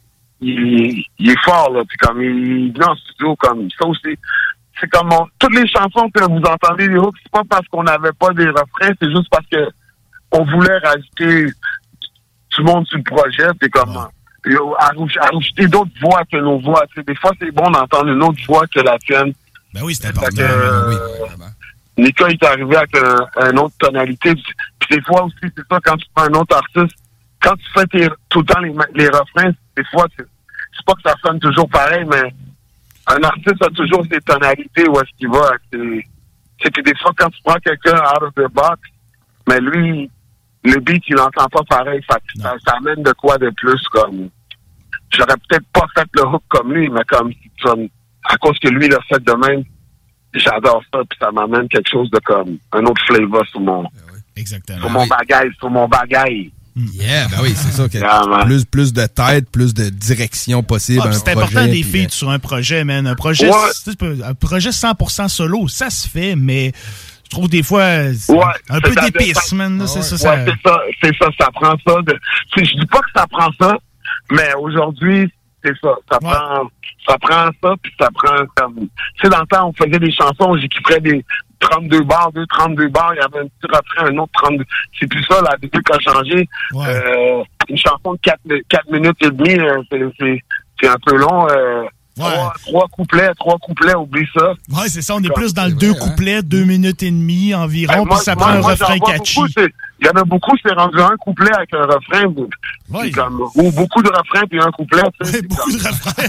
il, il est fort, là. Puis comme il vient en studio, comme ça aussi. C'est comme on- toutes les chansons que vous entendez, les hooks, c'est pas parce qu'on n'avait pas des refrains, c'est juste parce que on voulait rajouter tout le monde sur le projet, puis comme puis, euh, arrou- rajouter d'autres voix que nos voix. Tu sais, des fois, c'est bon d'entendre une autre voix que la tienne. Ben oui, c'est Fait important. que, euh, Nika est arrivé avec un, une autre tonalité. Puis des fois aussi, c'est ça, quand tu prends un autre artiste, quand tu fais tes, tout le temps les, les refrains, des fois, c'est, c'est pas que ça sonne toujours pareil, mais un artiste a toujours ses tonalités où est-ce qu'il va. C'est, c'est que des fois, quand tu prends quelqu'un out of the box, mais lui, le beat, il l'entend pas pareil. Fait que ça, ça amène de quoi de plus, comme... J'aurais peut-être pas fait le hook comme lui, mais comme, comme à cause que lui l'a fait de même, j'adore ça, puis ça m'amène quelque chose de comme un autre flavor sur mon, Exactement. sur mon bagage, sur mon bagage. Yeah, ben oui, c'est ça. Que Yeah, man. plus, plus de tête, plus de direction possible Ah, à un c'est projet. important des puis, feats sur un projet, man. Un projet, Ouais. c'est- un projet cent pour cent solo, ça se fait, mais je trouve des fois c'est Ouais, un peu c'est ça, d'épices, ça- man. là, c'est ouais, ça, ça- ouais, c'est ça, c'est ça, ça prend ça. De, tu sais, je dis pas que ça prend ça, mais aujourd'hui, c'est ça. Ça prend, ça prend ça, puis ça prend comme, tu sais, dans le temps, on faisait des chansons, j'écrivais des trente-deux bars, deux trente-deux bars, il y avait un petit refrain, un autre trente-deux. C'est plus ça, la depuis qu'a changé. Euh, une chanson de quatre minutes et demie, euh, c'est, c'est, c'est un peu long. Euh, trois, trois couplets, trois couplets, oublie ça. Ouais, c'est ça, on est plus dans le deux couplets, deux minutes et demie environ, Ben, puis moi, ça moi, prend un moi, refrain j'en vois catchy. beaucoup, c'est- Il y en a beaucoup, c'est rendu un couplet avec un refrain. vous- c'est Comme, ou beaucoup de refrains puis un couplet. Tu sais, beaucoup de refrains.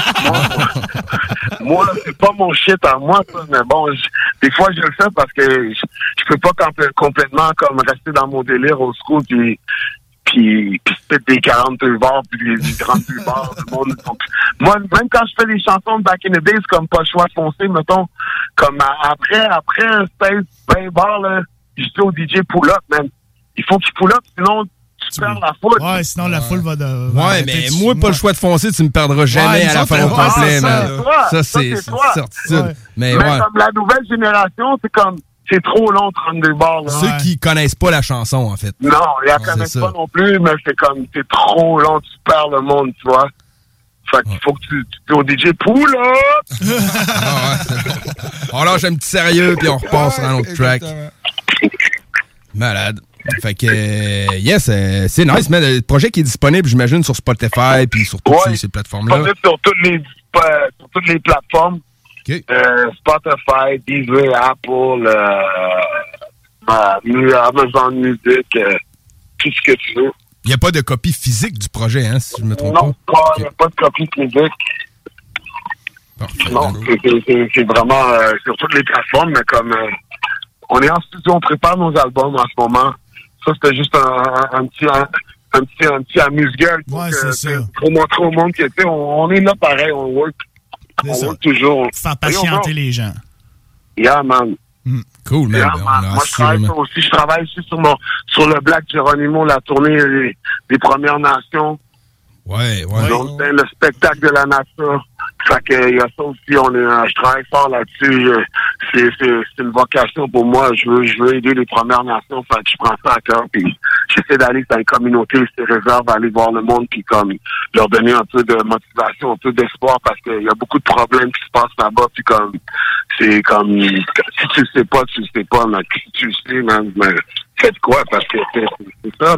moi, là, c'est pas mon shit à moi, ça, mais bon, j- des fois, je le fais parce que je, je peux pas compl- complètement comme rester dans mon délire au school puis puis puis spit des quarante-deux bars puis des trente-deux bars du monde. Donc, moi, même quand je fais des chansons de back in the days comme Pas le choix de foncer, mettons, comme à- après, après un seize, vingt bars, là, je dis au D J pull up, man. Il faut qu'il pull up, sinon tu perds la foule. Ouais, sinon la foule va de. va Ouais, arrêter mais de- moi, pas le choix de foncer, tu me perdras jamais Ouais, à la nous fin au autres, ouais, complet, c'est man. C'est toi, Ça, c'est c'est c'est toi. certitude. Ouais. Mais Mais ouais. comme la nouvelle génération, c'est comme, c'est trop long, trente-deux bars. Là. Ceux qui connaissent pas la chanson, en fait. Non, ils la Ouais, connaissent c'est pas ça. non plus, mais c'est comme, c'est trop long, tu perds le monde, tu vois. Fait qu'il faut que tu, tu dis au D J, pull up! On lâche un petit sérieux, puis on repasse sur un autre track. Malade. Fait que, euh, yes, euh, c'est nice, mais le projet qui est disponible, j'imagine, sur Spotify, puis sur toutes ces, ces plateformes-là. Disponible sur toutes les, euh, sur toutes les plateformes. Euh, Spotify, Deezer, Apple, euh, euh, Amazon Music, euh, tout ce que tu veux. Il n'y a pas de copie physique du projet, hein, si je me trompe Non, pas. il n'y a pas de copie physique. Non, c'est- c'est- c'est c'est vraiment euh, sur toutes les plateformes, mais comme euh, on est en studio, on prépare nos albums en ce moment. Ça, c'était juste un, un, un petit un, un petit un petit amuse-gueule pour, Ouais, que- c'est ça. pour montrer au monde que tu sais, on, on est là pareil, on work. C'est On ça. work toujours. Faire patienter les gens. Yeah, man. Cool, man. Yeah, Ben, man. on a Moi, je travaille assurément- sur- aussi, je travaille aussi sur mon sur le Black Geronimo, la tournée des, des Premières Nations. Ouais, ouais. Donc, c'est le spectacle de la nature. Fait que, il y a ça aussi, on est, euh, je travaille fort là-dessus. Euh, C'est, c'est, c'est une vocation pour moi. Je veux, je veux aider les Premières Nations. Fait que je prends ça à cœur. Puis, j'essaie d'aller dans les communautés, ces réserves, aller voir le monde, puis comme, leur donner un peu de motivation, un peu d'espoir, parce qu'il y a beaucoup de problèmes qui se passent là-bas. Puis comme, c'est comme, si tu le sais pas, tu le sais pas, mais si tu le sais, man, mais faites quoi? Parce que c'est, c'est, c'est ça, man.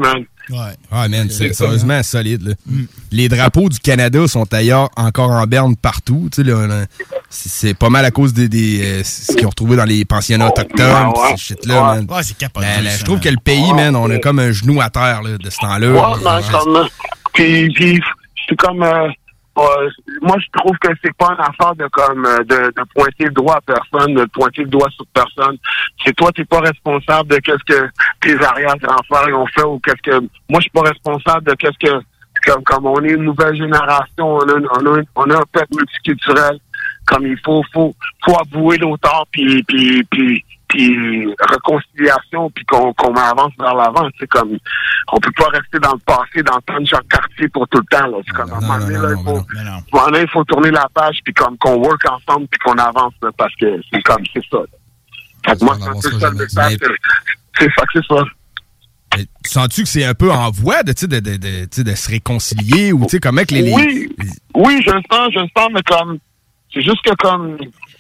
Ouais. Ah, man, c'est sérieusement solide, là. Mm. Les drapeaux du Canada sont ailleurs encore en berne partout. Tu sais, là, là, c'est pas mal à cause des, des euh, ce qu'ils ont retrouvé dans les pensionnats autochtones, ouais, ouais. ces shit-là, man. Ouais, c'est capoté. Ben, là, je trouve que le pays, man, on a comme un genou à terre, là, de ce temps-là. Ouais, ben, comme, puis, puis c'est comme... Euh, euh, moi, je trouve que c'est pas une affaire de comme de, de pointer le doigt à personne, de pointer le doigt sur personne. C'est toi, t'es pas responsable de qu'est-ce que tes arrière-grands-frères ont fait ou qu'est-ce que... Moi, je suis pas responsable de qu'est-ce que... Comme, comme on est une nouvelle génération, on a, on a, on a un peuple multiculturel. Comme il faut, faut, faut avouer l'auteur, puis, puis, puis, puis réconciliation, puis qu'on, qu'on avance vers l'avant. C'est comme, on peut pas rester dans le passé, dans le temps de Jacques Cartier pour tout le temps. Là. C'est comme, à un moment donné, là, il faut, à un moment donné, il faut tourner la page, puis comme qu'on work ensemble, puis qu'on avance, là, parce que c'est comme, c'est ça. Là. Fait que moi, c'est un peu ça le message. C'est ça, c'est ça. Mais sens-tu que c'est un peu en voie de, de, de, de, de se réconcilier ou comment que les... Oui, les... oui, je le sens, je le sens, mais comme... C'est juste que comme...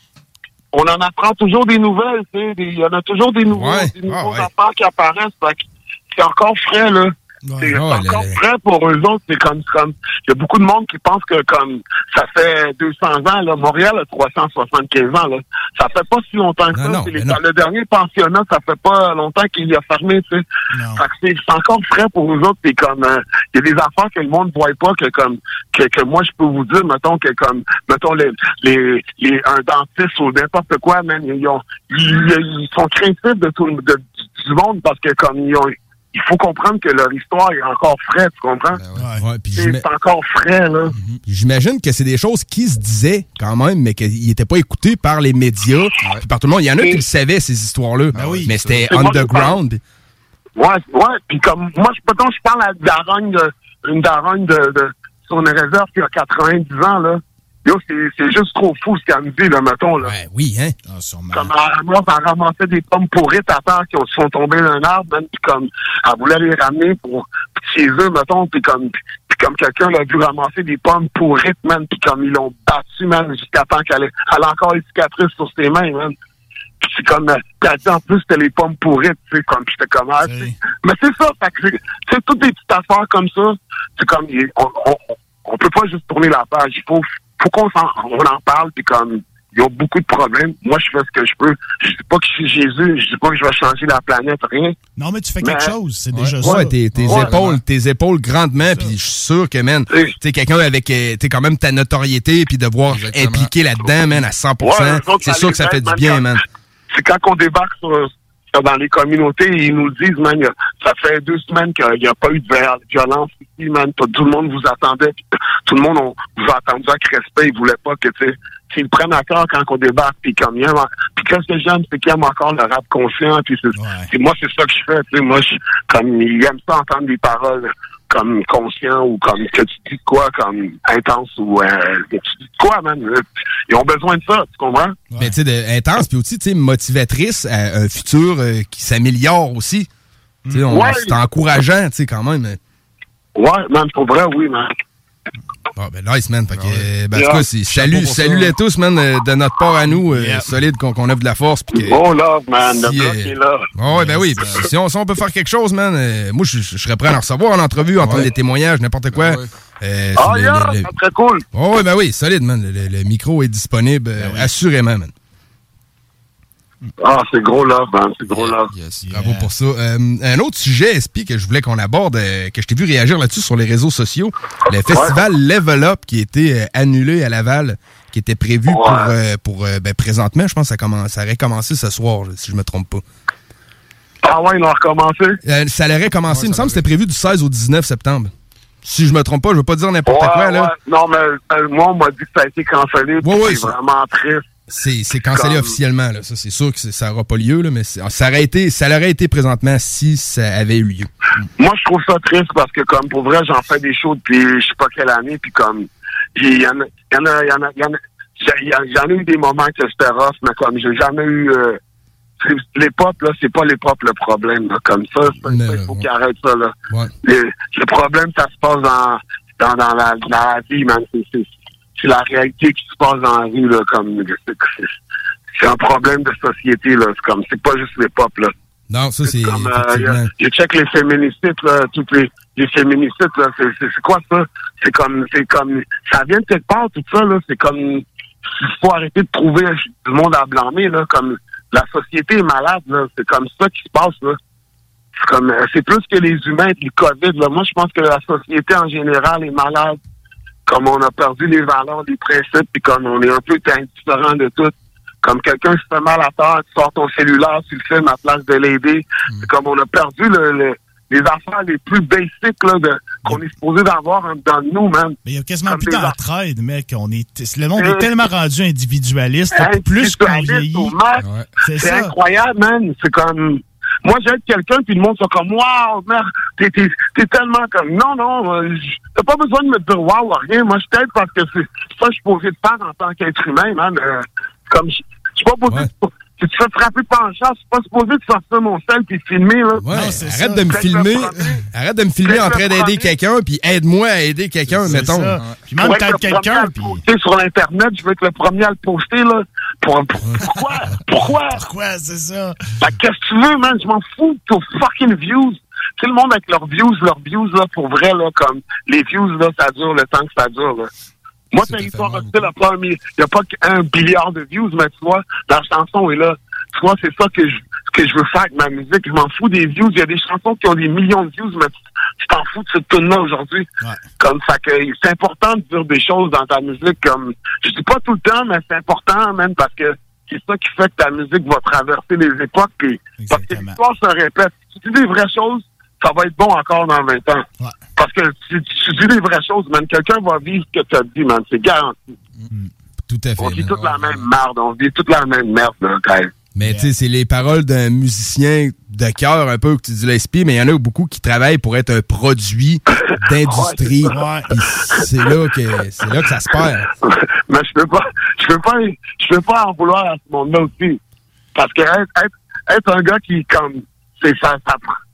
On en apprend toujours des nouvelles, tu sais. Il y en a toujours des nouveaux, ouais. des nouveaux ah, ouais. affaires qui apparaissent. Fait que c'est encore frais, là. Ouais, c'est oh, encore le... frais pour eux autres. C'est comme... comme il y a beaucoup de monde qui pense que comme ça fait deux cents ans, là. Montréal a trois cent soixante-quinze ans, là. Ça fait pas si longtemps que non, ça. Non, les, le dernier pensionnat, ça fait pas longtemps qu'il a fermé, tu sais. Fait que c'est, c'est encore frais pour eux autres. C'est comme... Il euh, y a des affaires que le monde ne voit pas, que comme... Que, que moi, je peux vous dire, mettons, que comme... Mettons, les, les, les un dentiste ou n'importe quoi, man, ils, ont, ils, ils sont craintifs de tout de, du monde parce que comme ils ont... Il faut comprendre que leur histoire est encore fraîche, tu comprends? Ben ouais. Ouais, puis c'est encore frais, là. Mm-hmm. J'imagine que c'est des choses qui se disaient quand même, mais qu'ils n'étaient pas écoutés par les médias, ouais. puis par tout le monde. Il y en a et... qui le savaient, ces histoires-là, ben oui, mais c'était c'est underground. Ouais, ouais, puis comme, moi, je, mettons, je parle à une daronne, de, une daronne de, de, sur une réserve qui a quatre-vingt-dix ans, là. Yo, c'est, c'est juste trop fou ce qu'elle me dit, là, mettons, là. Ouais, oui, hein? Ah, comme elle, moi, elle ramassait des pommes pourrites à terre qui ont, sont tombées d'un arbre, même, puis comme, elle voulait les ramener pour, chez eux, mettons, puis comme, puis comme quelqu'un l'a dû ramasser des pommes pourrites, man, puis comme ils l'ont battu, man, jusqu'à temps qu'elle ait, elle a encore une cicatrice sur ses mains, man. Puis c'est comme, t'as dit en plus, c'était les pommes pourrites, tu sais, comme, pis j'étais comme, ah, tu sais. Mais c'est ça, fait que c'est, c'est toutes des petites affaires comme ça, c'est comme, on, on, on peut pas juste tourner la page, il faut, faut qu'on s'en, on en parle, puis comme, il y a beaucoup de problèmes. Moi, je fais ce que je peux. Je dis pas que je suis Jésus, je dis pas que je vais changer la planète, rien. Non, mais tu fais mais, quelque chose, c'est ouais, déjà ouais, ça. Ouais, tes, tes ouais, épaules, ouais. tes épaules grandement, puis je suis sûr que, man, tu sais, quelqu'un avec, tu sais, quand même ta notoriété, puis devoir impliquer là-dedans, man, à cent pour cent, ouais, c'est sûr que ça fait du bien, man. C'est quand on débarque sur, dans les communautés, ils nous disent, man, ça fait deux semaines qu'il n'y a pas eu de violence ici, man. Tout le monde vous attendait, tout le monde on, vous a attendu avec respect, ils voulaient pas que, tu sais, qu'ils prennent à cœur quand on débarque, puis comme il y a, puis qu'est-ce que j'aime, c'est qu'ils aiment encore le rap conscient, puis c'est, ouais. c'est moi, c'est ça que je fais, tu sais, moi, je, comme, ils aiment ça entendre des paroles comme conscient ou comme que tu dis quoi, comme intense ou euh, que tu dis quoi, man. Ils ont besoin de ça, tu comprends? Ouais. Mais tu sais, intense, puis aussi, tu sais, motivatrice à un futur euh, qui s'améliore aussi. Tu sais, ouais. c'est encourageant, tu sais, quand même. Ouais, man, pour vrai, oui, man. Ah, ben nice, man. Fait que, ouais. ben, en tout cas, c'est, salut, salut les tous, man, de notre part à nous, euh, yeah. solide, qu'on, qu'on ait de la force. Pis que, oh, love, man, si, le bloc euh, est là. Oh, ouais, ben oui, si on, si on peut faire quelque chose, man, euh, moi, je, je serais prêt à en recevoir en entrevue, entendre ouais. des témoignages, n'importe quoi. Ah, ouais. euh, oh, le, yeah, le, le, c'est très cool. Oh, ouais, ben oui, solide, man. Le, le micro est disponible, ben oui. assurément, man. Ah, c'est gros love, man. C'est gros love. Yes, yeah. Bravo pour ça. Euh, un autre sujet, S P, que je voulais qu'on aborde, euh, que je t'ai vu réagir là-dessus sur les réseaux sociaux, le festival ouais. Level Up qui a été euh, annulé à Laval, qui était prévu ouais. pour, euh, pour euh, ben, présentement, je pense que ça, commence, ça aurait commencé ce soir, si je me trompe pas. Ah ouais, ils ont recommencé? Euh, ça aurait commencé, ouais, il me semble que c'était prévu du seize au dix-neuf septembre. Si je me trompe pas, je veux pas dire n'importe ouais, quoi, là. Ouais. Non, mais euh, moi, on m'a dit que ça a été cancellé, ouais, ouais, c'est vraiment triste. C'est, c'est cancellé comme... officiellement, là. Ça, c'est sûr que c'est, ça n'aura pas lieu, là, mais c'est, ça aurait été, ça aurait été présentement si ça avait eu lieu. Moi, je trouve ça triste parce que, comme, pour vrai, j'en fais des shows depuis je sais pas quelle année, puis comme, il y en a, il y en a, il y en a, il y en a, j'en ai eu des moments que c'était rough, mais comme, j'ai jamais eu, euh, les pop, là, c'est pas les pop le problème, là, comme ça, il faut ouais. qu'ils arrêtent ça, là. Ouais. Les, le problème, ça se passe dans, dans, dans la, dans la vie, man, c'est, c'est c'est la réalité qui se passe dans la rue, là, comme, c'est, c'est un problème de société, là, c'est comme, c'est pas juste les pop, là. Non, ça, c'est... Comme, euh, je check les féminicides, là, toutes les, les féminicides, là, c'est, c'est, c'est quoi ça? C'est comme, c'est comme, ça vient de quelque part, tout ça, là, c'est comme, il faut arrêter de trouver du monde à blâmer, là, comme, la société est malade, là, c'est comme ça qui se passe, là. C'est comme, c'est plus que les humains et le COVID, là. Moi, je pense que la société, en général, est malade. Comme on a perdu les valeurs, les principes, puis comme on est un peu indifférent de tout. Comme quelqu'un se fait mal à terre, tu sors ton cellulaire, tu le filmes à place de l'aider. Mm. C'est comme on a perdu le, le, les affaires les plus basiques là, de, qu'on est supposé d'avoir dans nous, man. Mais il y a quasiment plus d'entraide, mec. On est, le monde euh, est tellement rendu individualiste, plus qu'on vieillit. Ouais. C'est, c'est incroyable, man. C'est comme... Moi, j'aide quelqu'un, puis le monde sont comme « Wow, merde, t'es, t'es, t'es tellement comme... » Non, non, euh, t'as pas besoin de me dire « Wow » ou rien. Moi, je t'aide parce que c'est ça que je suis posé de faire en tant qu'être humain, man. Euh, comme, je suis pas posé... Ouais. Si tu fais frapper par un chat, je suis pas supposé de sortir mon sel puis filmer, là. Ouais, non, c'est arrête ça. de me filmer. Arrête de me filmer en train d'aider quelqu'un, puis aide-moi à aider quelqu'un, c'est mettons. Ouais. Puis même t'aides quelqu'un, puis... sur l'Internet, je veux être le premier à le poster, là. Pour, pour, pourquoi? Pourquoi? Pourquoi, c'est ça? Fait qu'est-ce que tu veux, man? Je m'en fous de tes fucking views. Tout le monde avec leurs views, leurs views, là, pour vrai, là, comme les views, là, ça dure le temps que ça dure, là. Moi, Territoire Hostile, il n'y a pas qu'un billiard de views, mais tu vois, la chanson est là. Tu vois, c'est ça que je, que je veux faire avec ma musique. Je m'en fous des views. Il y a des chansons qui ont des millions de views, mais tu, tu t'en fous de cette tune-là aujourd'hui. Ouais. Comme ça que c'est important de dire des choses dans ta musique. Comme je dis pas tout le temps, mais c'est important, même, parce que c'est ça qui fait que ta musique va traverser les époques. Puis, parce que l'histoire se répète. Si tu dis des vraies choses, ça va être bon encore dans vingt ans. Ouais. Parce que si tu dis des vraies choses, man, quelqu'un va vivre ce que tu as dit, man. C'est garanti. Mmh. Tout à fait. On vit toute la même merde. On vit toute la même merde, là, quand même. Mais tu sais, c'est les paroles d'un musicien de cœur un peu que tu dis l'esprit, mais il y en a beaucoup qui travaillent pour être un produit d'industrie. Ouais, c'est là que c'est là que ça se perd. Mais je peux pas je peux pas je peux pas en vouloir à ce monde-là aussi. Parce que être, être, être un gars qui comme c'est ça, ça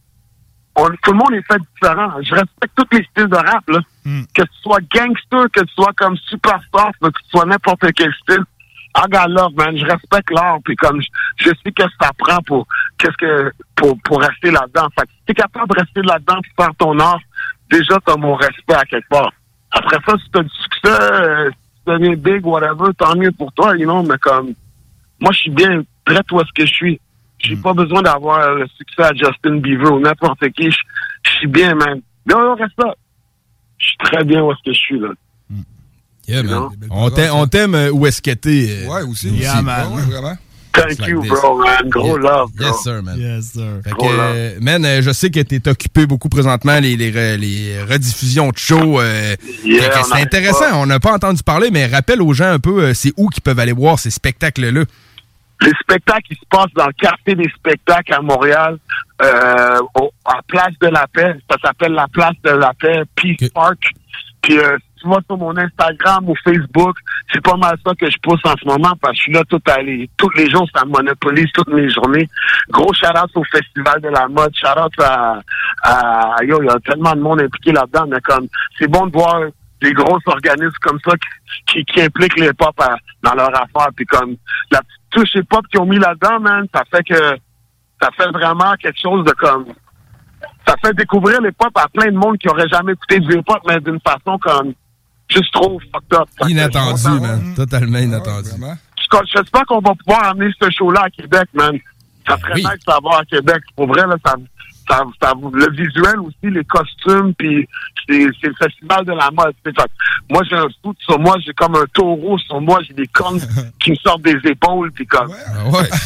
on, tout le monde est fait différent. Je respecte tous les styles de rap, là. Mm. Que tu sois gangster, que tu sois comme superstar, que tu sois n'importe quel style. I got love, man. Je respecte l'art, puis comme je, je sais qu'est-ce que ça prend pour qu'est-ce que pour pour rester là-dedans. Fait que si t'es capable de rester là-dedans et faire ton art, déjà t'as mon respect à quelque part. Après ça, si t'as du succès, euh, si tu deviens big, whatever, tant mieux pour toi, you know, mais comme moi je suis bien prêt où est-ce que je suis. J'ai mm. pas besoin d'avoir le succès à Justin Bieber ou n'importe qui. Je suis bien, man. Non, reste là. Je suis très bien où est-ce que je suis, là. Yeah, man. On t'aime, on t'aime euh, où est-ce que t'es. Euh, ouais, aussi. Yeah, aussi. man. Ouais, vraiment. Thank like you, this. Bro, man. Gros yeah. love, bro. Yes, sir, man. Yes, sir. Fait que, euh, man, euh, je sais que t'es occupé beaucoup présentement, les, les, les rediffusions de shows. Euh, yeah, que, c'est intéressant. Pas. On n'a pas entendu parler, mais rappelle aux gens un peu, euh, c'est où qu'ils peuvent aller voir ces spectacles-là. Les spectacles, ils se passent dans le quartier des spectacles à Montréal, euh, au, à Place de la Paix. Ça s'appelle la Place de la Paix, Peace okay. Park. Puis, euh, tu vois sur mon Instagram ou Facebook, c'est pas mal ça que je pousse en ce moment parce que je suis là tout à les, tous les jours, ça monopolise toutes mes journées. Gros shout-out au Festival de la mode, shout-out à, à, yo, il y a tellement de monde impliqué là-dedans, mais comme, c'est bon de voir des gros organismes comme ça qui, qui, qui impliquent les pop à, dans leur affaire, puis comme, la petite touche hip-hop qu'ils ont mis là-dedans, man, ça fait que, ça fait vraiment quelque chose de comme, ça fait découvrir les pop à plein de monde qui aurait jamais écouté du hip-hop, mais d'une façon comme, juste trop fucked up. Inattendu, man. Mmh. Totalement inattendu. Ah, j'espère qu'on va pouvoir amener ce show-là à Québec, man. Ça serait nice de l'avoir à Québec. Pour vrai, là, ça, ça, ça, le visuel aussi, les costumes, puis c'est, c'est le festival de la mode. Fait, moi, j'ai un foot sur moi, j'ai comme un taureau sur moi, j'ai des cornes qui me sortent des épaules, puis comme... Ouais. ouais.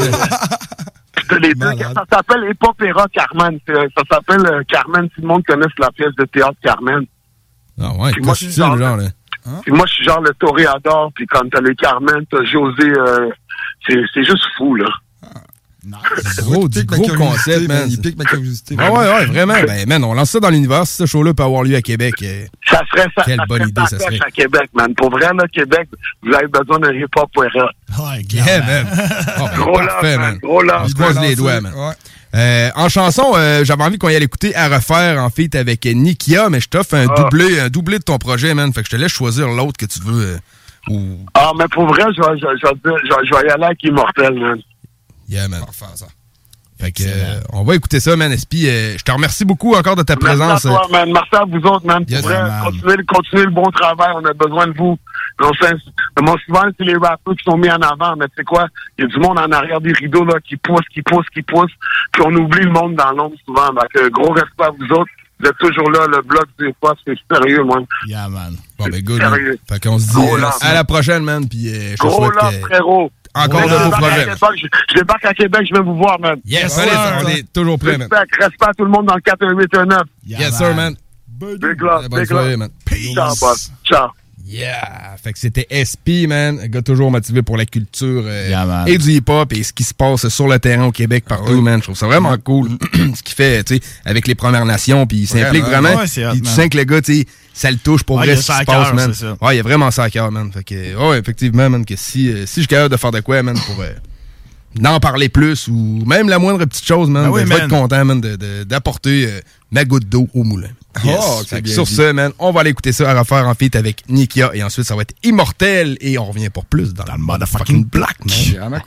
Les deux, ça s'appelle Épopéra Carmen. Ça s'appelle euh, Carmen, si le monde connaisse la pièce de théâtre Carmen. Ah ouais, puis moi, je suis genre, genre là. Hein? Puis moi, je suis genre le toréador, puis quand t'as les Carmen, t'as José, euh, c'est, c'est juste fou, là. C'est gros, du gros concept, man. Il pique ma curiosité. Ah ouais, ouais, vraiment. Ben, man, on lance ça dans l'univers. Si ce show-là peut avoir lieu à Québec, euh, ça serait ça. Quelle ça bonne serait idée, ça serait. À Québec, man. Pour vrai, là, Québec, vous avez besoin d'un hip-hop era. Ouais, yeah, man. Oh, ben, gros parfait, love, man. Gros love. On se croise les doigts, man. Ouais. Euh, en chanson, euh, j'avais envie qu'on y aille écouter à refaire en feat avec Nikia, mais je t'offre un ah. doublé, un doublé de ton projet, man. Fait que je te laisse choisir l'autre que tu veux. Euh, ou... Ah, mais pour vrai, je vais, je, je, je, je vais y aller avec Immortel, man. Yeah, man. On va refaire ça. Fait que, euh, on va écouter ça, man. S P, euh, je te remercie beaucoup encore de ta Merci présence. à toi, man. Merci à vous autres, man. Yes, Pour vrai, man. continuez, continuez le bon travail. On a besoin de vous. Non, c'est, moi, souvent, c'est les rappeurs qui sont mis en avant. Mais tu sais quoi? Il y a du monde en arrière des rideaux, là, qui pousse, qui pousse, qui pousse. Puis on oublie le monde dans l'ombre, souvent. Donc, euh, gros respect à vous autres. Vous êtes toujours là. Le bloc des fois, c'est sérieux, moi. Yeah, man. Bon, ben, good. Sérieux. Man. Fait qu'on se dit Gros euh, love, à la prochaine, man. Puis, euh, je te Gros souhaite love, que- frérot. encore Gros de beaux love. projets. Je, je débarque à Québec, je viens vous voir, man. Yes, allez, on est toujours prêts, man. Respect, respect à tout le monde dans le quatre un huit un neuf. Yes, sir, man. Big love, Bonne big soirée, love. man. Ciao, boss. Ciao. Yeah! Fait que c'était S P, man. Un gars toujours motivé pour la culture euh, Yeah, man. et du hip-hop et ce qui se passe sur le terrain au Québec partout, man. Je trouve ça vraiment cool. Ce qu'il fait, tu sais, avec les Premières Nations, puis il s'implique Vraiment. vraiment. Ouais, c'est hot, Puis tu man. sens que le gars, tu sais, ça le touche pour Ouais, vrai il a ce ça qui à se passe, cœur, man. c'est ça. Ouais, il a vraiment ça à cœur, man. Fait que, ouais, effectivement, man, que si, euh, si je suis capable de faire de quoi, man, pour... euh, d'en parler plus ou même la moindre petite chose, man. Ben oui, ben, je vais man. être content, man, de- de- d'apporter euh, ma goutte d'eau au moulin. Yes. Oh, C'est bien sur dit. ce, man, on va aller écouter ça à refaire en feat avec Nikia et ensuite ça va être immortel et on revient pour plus dans, le motherfucking black, man.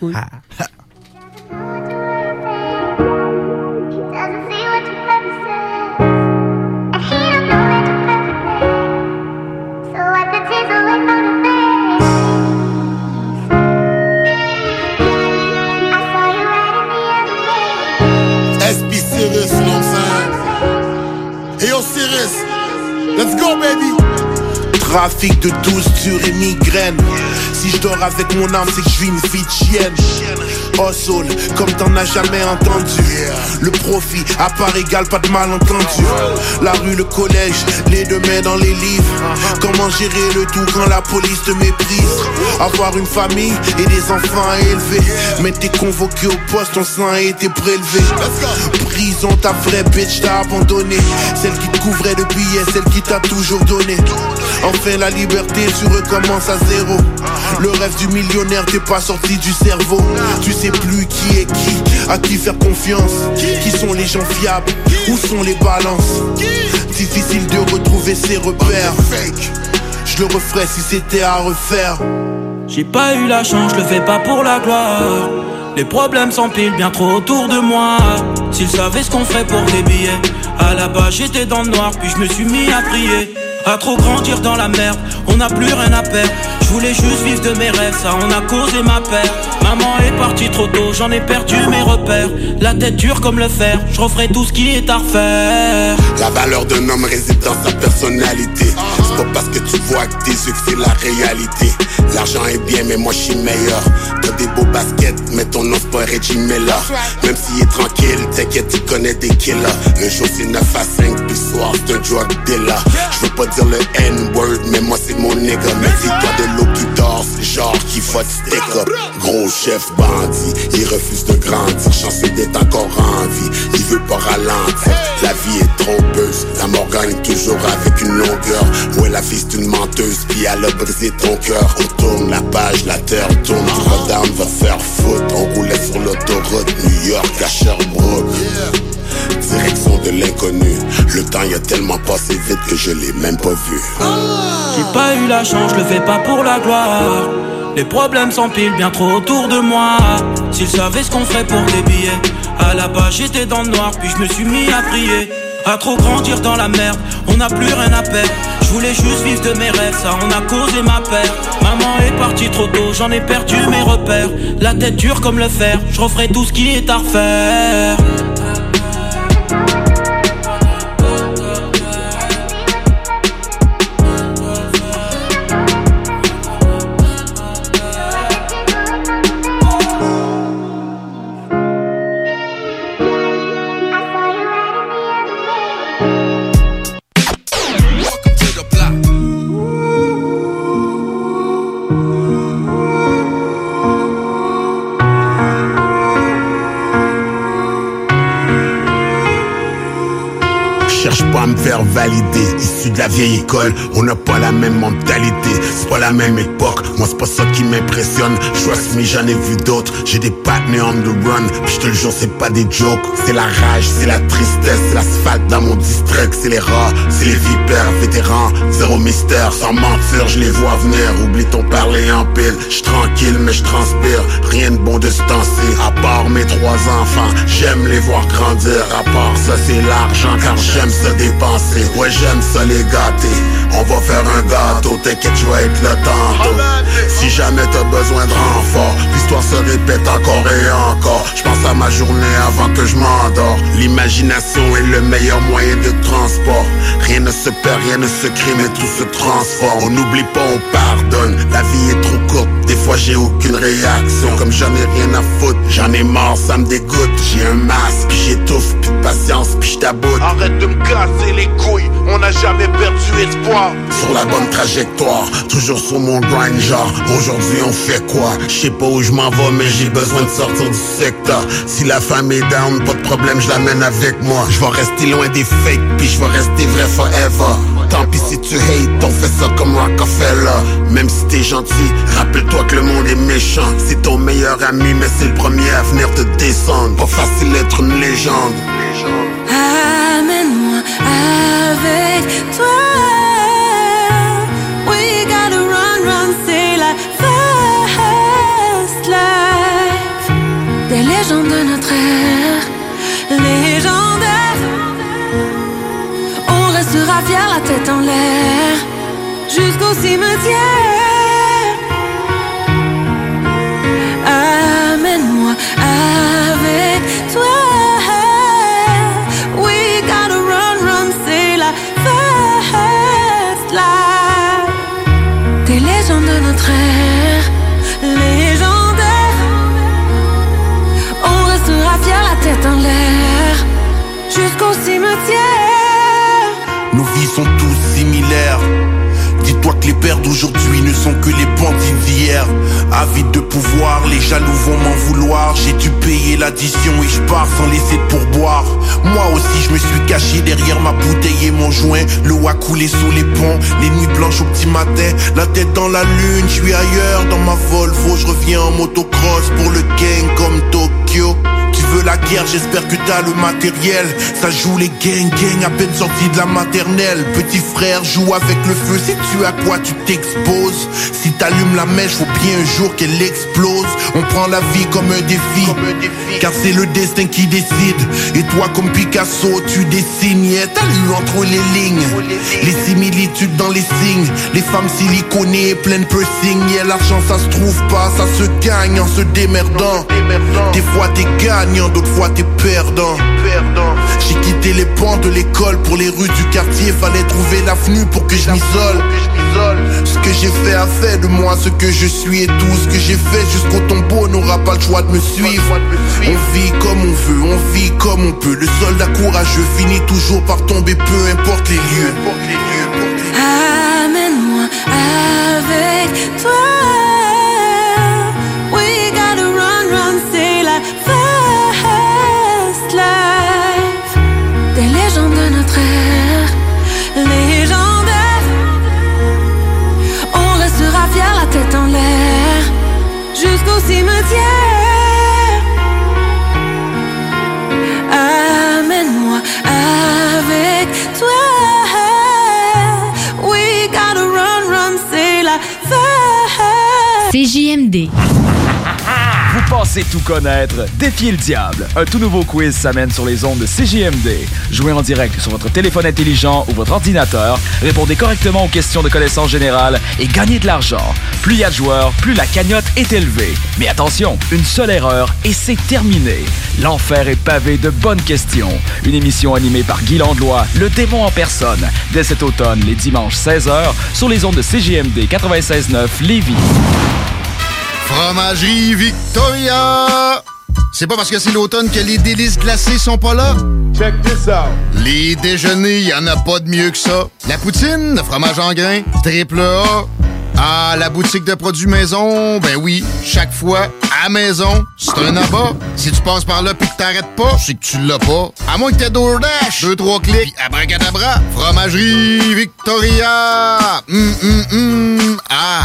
S P Cyrus, you know what I'm saying? Hey yo, Cyrus, let's go, baby! Trafic de douze durs et migraine. Si je dors avec mon arme, c'est que je vis une vie de chienne. Oh soul, comme t'en as jamais entendu. Le profit, à part égal, pas de malentendu. La rue, le collège, les deux mains dans les livres. Comment gérer le tout quand la police te méprise. Avoir une famille et des enfants à élever. Mais t'es convoqué au poste, ton sang a été prélevé. Prison, ta vraie bitch t'a abandonné. Celle qui te couvrait de billets, celle qui t'a toujours donné. Enfin la liberté, tu recommences à zéro. Le rêve du millionnaire, t'es pas sorti du cerveau. Tu sais plus qui est qui, à qui faire confiance. Qui sont les gens fiables, où sont les balances. Difficile de retrouver ses repères. Je le referais si c'était à refaire. J'ai pas eu la chance, je le fais pas pour la gloire. Les problèmes s'empilent bien trop autour de moi. S'ils savaient ce qu'on ferait pour des billets. À la base j'étais dans le noir, puis je me suis mis à prier. À trop grandir dans la merde, on n'a plus rien à perdre. Je voulais juste vivre de mes rêves, ça en a causé ma perte. Maman est partie trop tôt, j'en ai perdu mes repères. La tête dure comme le fer, je referai tout ce qui est à refaire. La valeur d'un homme réside dans sa personnalité. C'est pas parce que tu vois que tes yeux que c'est la réalité. L'argent est bien mais moi je suis meilleur. T'as des beaux baskets mais ton nom c'est pas Reggie Miller. Même s'il est tranquille, t'inquiète tu connais des killers. Le jour c'est neuf à cinq puis le soir c'est un drug dealer. Je veux pas dire le N-word mais moi c'est mon nigga. Mais si toi de l'eau qui dort c'est genre qui faut te stick up. Gros chef bandit, il refuse de grandir. Chanceux d'être encore en vie, il veut pas ralentir. La vie est trompeuse, la mort gagne toujours avec une longueur. Ouais la vie c'est une menteuse, puis elle a brisé ton cœur. On tourne la page, la terre tourne. Du Rodam va faire foot. On roulait sur l'autoroute New York à Sherbrooke. Direction de l'inconnu. Le temps y a tellement passé vite que je l'ai même pas vu. J'ai pas eu la chance, je le fais pas pour la gloire. Les problèmes s'empilent bien trop autour de moi. S'ils savaient ce qu'on ferait pour des billets. À la base j'étais dans le noir, puis je me suis mis à prier. À trop grandir dans la merde, on n'a plus rien à perdre. Je voulais juste vivre de mes rêves, ça en a causé ma perte. Maman est partie trop tôt, j'en ai perdu mes repères. La tête dure comme le fer, je referai tout ce qui est à refaire. me faire valider. Issu de la vieille école, on n'a pas la même mentalité. C'est pas la même époque, moi c'est pas ça qui m'impressionne. Trust me, j'en ai vu d'autres. J'ai des partenaires on the run, puis je te le jure, c'est pas des jokes. C'est la rage, c'est la tristesse, c'est l'asphalte dans mon district. C'est les rats, c'est les vipères, vétérans, zéro mystère. Sans mentir, je les vois venir. Oublie ton parler en pile. J'suis tranquille, mais je transpire. Rien de bon de ce temps-ci, à part mes trois enfants. J'aime les voir grandir. À part ça, c'est l'argent, car j'aime ça dépenser. Ouais, j'aime ça les gâter. On va faire un gâteau, t'inquiète, je vais être là tantôt. Si jamais t'as besoin de renfort, l'histoire se répète encore et encore. Je pense à ma journée avant que je m'endors. L'imagination est le meilleur moyen de transport. Rien ne se perd, rien ne se crée, mais tout se transforme. On n'oublie pas, on pardonne. La vie est trop courte, des fois j'ai aucune réaction. Comme j'en ai rien à foutre, j'en ai marre, ça me dégoûte. J'ai un masque, puis j'étouffe, puis de patience, puis je t'aboute. Arrête de me casser les couilles, on n'a jamais perdu espoir. Sur la bonne trajectoire, toujours sur mon grind, genre aujourd'hui on fait quoi? Je sais pas où je m'en vais, mais j'ai besoin de sortir du secteur. Si la femme est down, pas de problème, je l'amène avec moi. Je vais rester loin des fakes, puis je vais rester vrai forever. Tant pis si tu hates, on fait ça comme Rockefeller. Même si t'es gentil, rappelle-toi que le monde est méchant. C'est ton meilleur ami, mais c'est le premier à venir te descendre. Pas facile d'être une légende. Amène-moi avec toi. We gotta run, run, c'est la fast life. Des légendes de notre ère, légendaires. On restera fiers, la tête en l'air, jusqu'au cimetière. Amène-moi avec toi. We gotta run, run, c'est la fast life. Des légendes de notre ère, légendaires. On restera fiers, la tête en l'air, jusqu'au cimetière. Nos vies sont tous similaires. Dis-toi que les pères d'aujourd'hui ne sont que les bandits d'hier. Avides de pouvoir, les jaloux vont m'en vouloir. J'ai dû payer l'addition et je pars sans laisser de pourboire. Moi aussi je me suis caché derrière ma bouteille et mon joint. L'eau a coulé sous les ponts, les nuits blanches au petit matin. La tête dans la lune, je suis ailleurs dans ma Volvo. Je reviens en motocross pour le gang comme Tokyo. Tu veux la guerre, j'espère que t'as le matériel. Ça joue les gang gang à peine sorti de la maternelle. Petit frère joue avec le feu, sais-tu à quoi tu t'exposes? Si t'allumes la mèche, faut bien un jour qu'elle explose. On prend la vie comme un défi, comme un défi. Car c'est le destin qui décide. Et toi comme Picasso, tu dessines. Yeah, t'as lu entre les lignes les similitudes dans les signes. Les femmes siliconées, pleines piercing. Yeah, l'argent ça se trouve pas, ça se gagne en se démerdant. Des fois t'es gagnant, d'autres fois t'es perdant. J'ai quitté les bancs de l'école pour les rues du quartier. Fallait trouver l'avenue pour que je m'isole. Ce que j'ai fait a fait de moi ce que je suis. Et tout ce que j'ai fait jusqu'au tombeau n'aura pas le choix de me suivre. On vit comme on veut, on vit comme on peut. Le soldat courageux finit toujours par tomber, peu importe les lieux. Amène-moi avec toi. We gotta run, run, c'est la fast life. Des légendes de notre ère, légendaires. On restera fiers, la tête en l'air, jusqu'au cimetière. Amène-moi avec toi. We gotta run, run, c'est la fast. C J M D. Vous pensez tout connaître? Défiez le diable. Un tout nouveau quiz s'amène sur les ondes de C J M D. Jouez en direct sur votre téléphone intelligent ou votre ordinateur. Répondez correctement aux questions de connaissance générale et gagnez de l'argent. Plus il y a de joueurs, plus la cagnotte est élevée. Mais attention, une seule erreur et c'est terminé. L'enfer est pavé de bonnes questions. Une émission animée par Guy Landlois, le démon en personne. Dès cet automne, les dimanches seize heures, sur les ondes de C J M D quatre-vingt-seize neuf Lévis. Fromagerie Victoria! C'est pas parce que c'est l'automne que les délices glacées sont pas là? Check this out! Les déjeuners, y en a pas de mieux que ça. La poutine, le fromage en grains, triple A. Ah, la boutique de produits maison, ben oui, chaque fois, À la maison, c'est un abat. Si tu passes par là pis que t'arrêtes pas, c'est que tu l'as pas. À moins que t'aies DoorDash. Deux, trois clics, pis abracadabra. Fromagerie Victoria. Hum, hum, hum. Ah!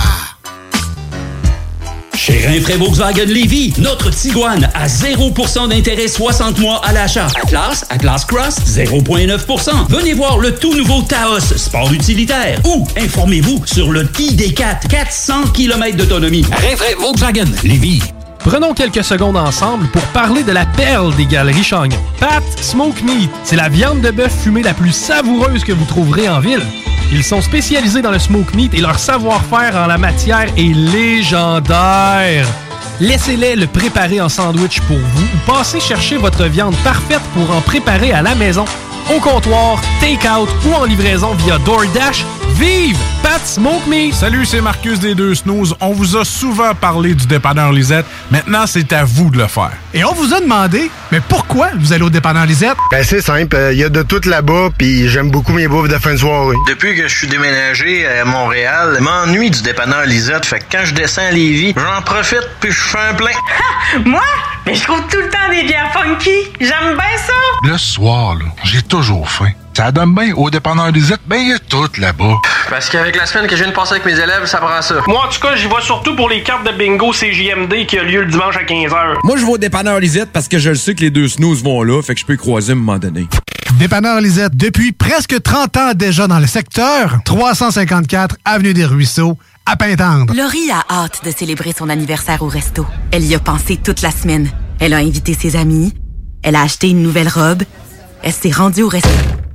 Chez Rinfraie Volkswagen Lévy, notre Tiguan à zéro pour cent d'intérêt soixante mois à l'achat. Atlas, Atlas Cross, zéro virgule neuf pour cent. Venez voir le tout nouveau Taos, sport utilitaire. Ou informez-vous sur le I D quatre, quatre cents kilomètres d'autonomie. Rinfraie Volkswagen Lévy. Prenons quelques secondes ensemble pour parler de la perle des Galeries Chagnon. Pat Smoke Meat, c'est la viande de bœuf fumée la plus savoureuse que vous trouverez en ville. Ils sont spécialisés dans le smoke meat et leur savoir-faire en la matière est légendaire. Laissez-les le préparer en sandwich pour vous ou passez chercher votre viande parfaite pour en préparer à la maison, au comptoir, take-out ou en livraison via DoorDash. Vive Pat Smoke Meat! Salut, c'est Marcus des Deux Snooze. On vous a souvent parlé du dépanneur Lisette. Maintenant, c'est à vous de le faire. Et on vous a demandé, mais pourquoi vous allez au dépanneur Lisette? Ben, c'est simple. Il y a de tout là-bas, puis j'aime beaucoup mes bouffes de fin de soirée. Depuis que je suis déménagé à Montréal, je m'ennuie du dépanneur Lisette. Fait que quand je descends à Lévis, j'en profite puis je fais un plein. Ha! Moi? Mais je trouve tout le temps des bières funky. J'aime bien ça. Le soir, là, j'ai toujours faim. Ça donne bien au dépanneur Lisette, ben il y a tout là-bas. Parce qu'avec la semaine que je viens de passer avec mes élèves, ça prend ça. Moi, en tout cas, j'y vais surtout pour les cartes de bingo C J M D qui a lieu le dimanche à quinze heures. Moi, je vais au dépanneur Lisette parce que je le sais que les deux snooze vont là, fait que je peux y croiser à un moment donné. Dépanneur Lisette, depuis presque trente ans déjà dans le secteur, trois cent cinquante-quatre Avenue des Ruisseaux, à Pintendre. Laurie a hâte de célébrer son anniversaire au resto. Elle y a pensé toute la semaine. Elle a invité ses amis. Elle a acheté une nouvelle robe. Elle s'est rendue au resto.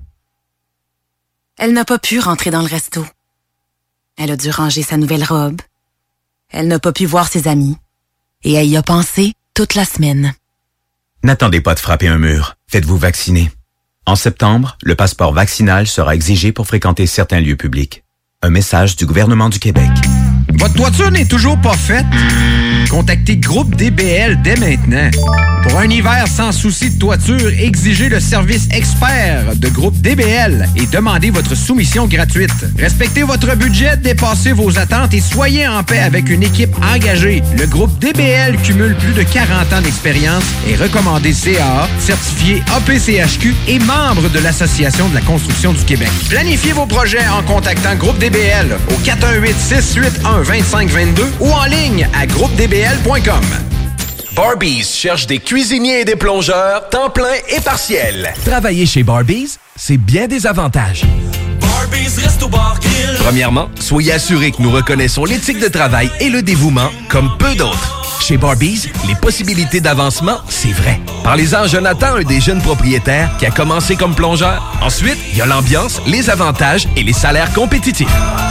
Elle n'a pas pu rentrer dans le resto. Elle a dû ranger sa nouvelle robe. Elle n'a pas pu voir ses amis. Et elle y a pensé toute la semaine. N'attendez pas de frapper un mur. Faites-vous vacciner. En septembre, le passeport vaccinal sera exigé pour fréquenter certains lieux publics. Un message du gouvernement du Québec. Votre toiture n'est toujours pas faite? Contactez Groupe D B L dès maintenant. Pour un hiver sans souci de toiture, exigez le service expert de Groupe D B L et demandez votre soumission gratuite. Respectez votre budget, dépassez vos attentes et soyez en paix avec une équipe engagée. Le Groupe D B L cumule plus de quarante ans d'expérience, est recommandé C A A, certifié A P C H Q et membre de l'Association de la construction du Québec. Planifiez vos projets en contactant Groupe D B L au quatre un huit, six huit un, deux cinq deux deux ou en ligne à groupe d b l point com. Barbies cherche des cuisiniers et des plongeurs, temps plein et partiel. Travailler chez Barbies, c'est bien des avantages. Premièrement, soyez assurés que nous reconnaissons l'éthique de travail et le dévouement comme peu d'autres. Chez Barbies, les possibilités d'avancement, c'est vrai. Parlez-en à Jonathan, un des jeunes propriétaires qui a commencé comme plongeur. Ensuite, il y a l'ambiance, les avantages et les salaires compétitifs.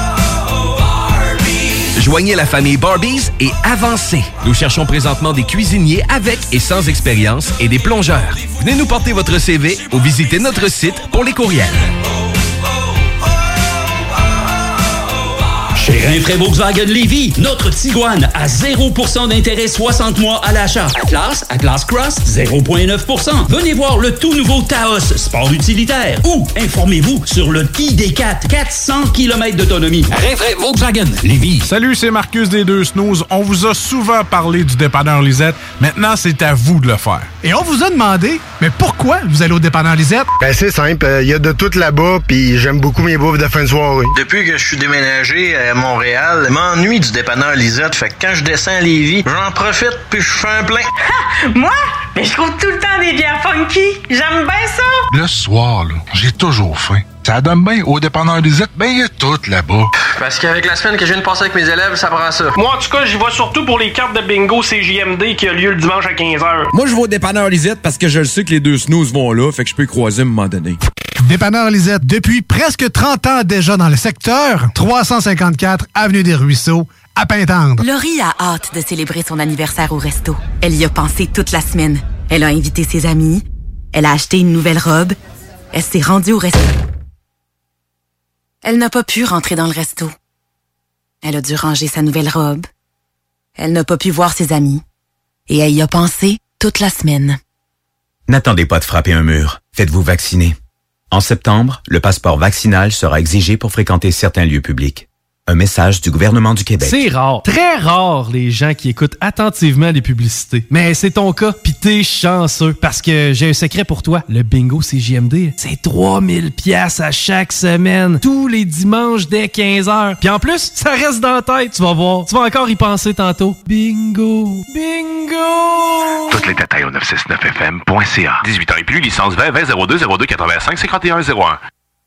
Joignez la famille Barbies et avancez. Nous cherchons présentement des cuisiniers avec et sans expérience et des plongeurs. Venez nous porter votre C V ou visitez notre site pour les courriels. Chez Rinfraie Volkswagen Lévy, notre Tiguan à zéro pour cent d'intérêt soixante mois à l'achat. Atlas, Atlas Cross, zéro virgule neuf pour cent. Venez voir le tout nouveau Taos, sport utilitaire. Ou informez-vous sur le I D quatre, quatre cents kilomètres d'autonomie. Rinfraie Volkswagen Lévy. Salut, c'est Marcus des Deux Snooze. On vous a souvent parlé du dépanneur Lisette. Maintenant, c'est à vous de le faire. Et on vous a demandé, mais pourquoi vous allez au dépanneur Lisette? Ben, c'est simple. Il y a de tout là-bas, puis j'aime beaucoup mes bouffes de fin de soirée. Depuis que je suis déménagé à Montréal, je m'ennuie du dépanneur Lisette. Fait que quand je descends à Lévis, j'en profite puis je fais un plein. Ha! Moi? Mais je trouve tout le temps des bières funky. J'aime bien ça. Le soir, là, j'ai toujours faim. Ça donne bien au dépanneur Lisette, ben il y a tout là-bas. Parce qu'avec la semaine que je viens de passer avec mes élèves, ça prend ça. Moi, en tout cas, j'y vais surtout pour les cartes de bingo C J M D qui a lieu le dimanche à quinze heures. Moi, je vais au dépanneur Lisette parce que je le sais que les deux snooze vont là, fait que je peux y croiser à un moment donné. Dépanneur Lisette, depuis presque trente ans déjà dans le secteur, trois cent cinquante-quatre Avenue des Ruisseaux, à Pintendre. Laurie a hâte de célébrer son anniversaire au resto. Elle y a pensé toute la semaine. Elle a invité ses amis. Elle a acheté une nouvelle robe. Elle s'est rendue au resto. Elle n'a pas pu rentrer dans le resto. Elle a dû ranger sa nouvelle robe. Elle n'a pas pu voir ses amis. Et elle y a pensé toute la semaine. N'attendez pas de frapper un mur. Faites-vous vacciner. En septembre, le passeport vaccinal sera exigé pour fréquenter certains lieux publics. Un message du gouvernement du Québec. C'est rare, très rare, les gens qui écoutent attentivement les publicités. Mais c'est ton cas, pis t'es chanceux. Parce que j'ai un secret pour toi. Le bingo C J M D, c'est trois mille piastres à chaque semaine. Tous les dimanches dès quinze heures. Puis en plus, ça reste dans la tête, tu vas voir. Tu vas encore y penser tantôt. Bingo! Bingo! Toutes les détails au neuf cent soixante-neuf F M point C A. dix-huit ans et plus, licence vingt vingt zéro deux zéro deux quatre-vingt-cinq cinquante et un zéro un.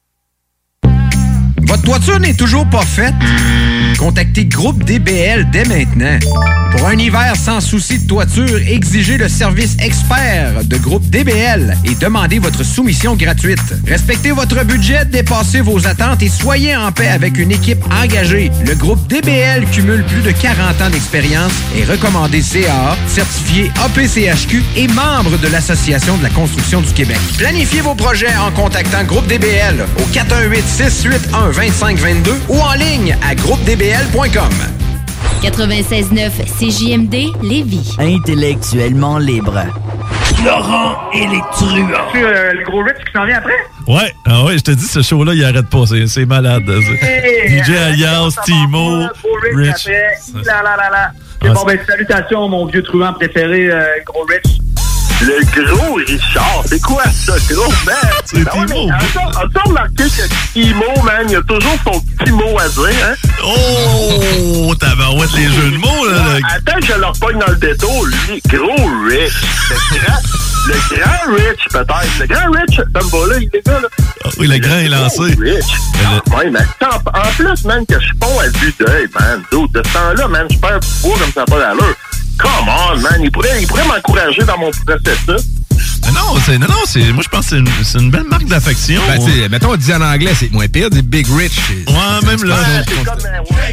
Votre toiture n'est toujours pas faite? Contactez Groupe D B L dès maintenant. Pour un hiver sans souci de toiture, exigez le service expert de Groupe D B L et demandez votre soumission gratuite. Respectez votre budget, dépassez vos attentes et soyez en paix avec une équipe engagée. Le Groupe D B L cumule plus de quarante ans d'expérience, est recommandé C A A, certifié A P C H Q et membre de l'Association de la construction du Québec. Planifiez vos projets en contactant Groupe D B L au quatre un huit, six huit un, vingt-cinq vingt-deux ou en ligne à groupe d b l point com. quatre-vingt-seize neuf C J M D Lévis. Intellectuellement libre. Laurent et les truands. C'est euh, le gros Rich qui s'en vient après? Ouais, ah ouais, je te dis, ce show-là, il arrête pas. C'est, c'est malade. Hey, D J Alias, Timo, Rich. Là, là, là, là. Ah, bon, ben, salutations, mon vieux truand préféré, euh, gros Rich. Le gros Richard, c'est quoi ça, gros, man? C'est Timo. As-tu remarqué que Timo, man, il a toujours son petit mot à dire, hein? Oh, tabarouette, les jeux de mots, là. Ouais, attends que je leur pogne dans le détour, lui, gros Rich. Le grand, le grand Rich, peut-être. Le grand Rich, ça me va là, il est là, là. Oh, oui, le, le grand est lancé. Rich. Le... Ouais, mais en, en plus, man, que je ponds à vue d'œil, man. D'autres, de ce temps-là, man, je perds du poids comme ça pas d'allure. Come on, man, il pourrait, il pourrait m'encourager dans mon processus. Mais non, c'est, non, non, c'est, moi je pense que c'est une, c'est une belle marque d'affection. Ben, tu sais, mettons, on dit en anglais, c'est moins pire, des Big Rich. Ouais, même là. C'est comme, ouais.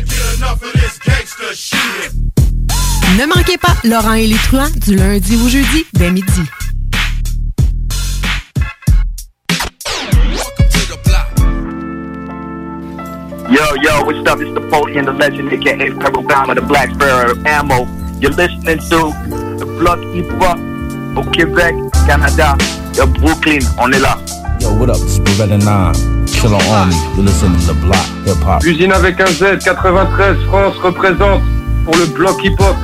Ne manquez pas Laurent et les truands du lundi au jeudi dès midi. Yo, yo, what's up? It's the Podium, the legend, a k a. Purple Bomber, the Black Sparrow, Ammo. You're listening to the Block Hip Hop au Québec, Canada. Yo, Brooklyn, on est là. Yo, what up? It's Beretta nine, Killer Army. You're listening to the Block Hip Hop. Usine avec un Z, quatre-vingt-treize, France représente pour le Block Hip Hop.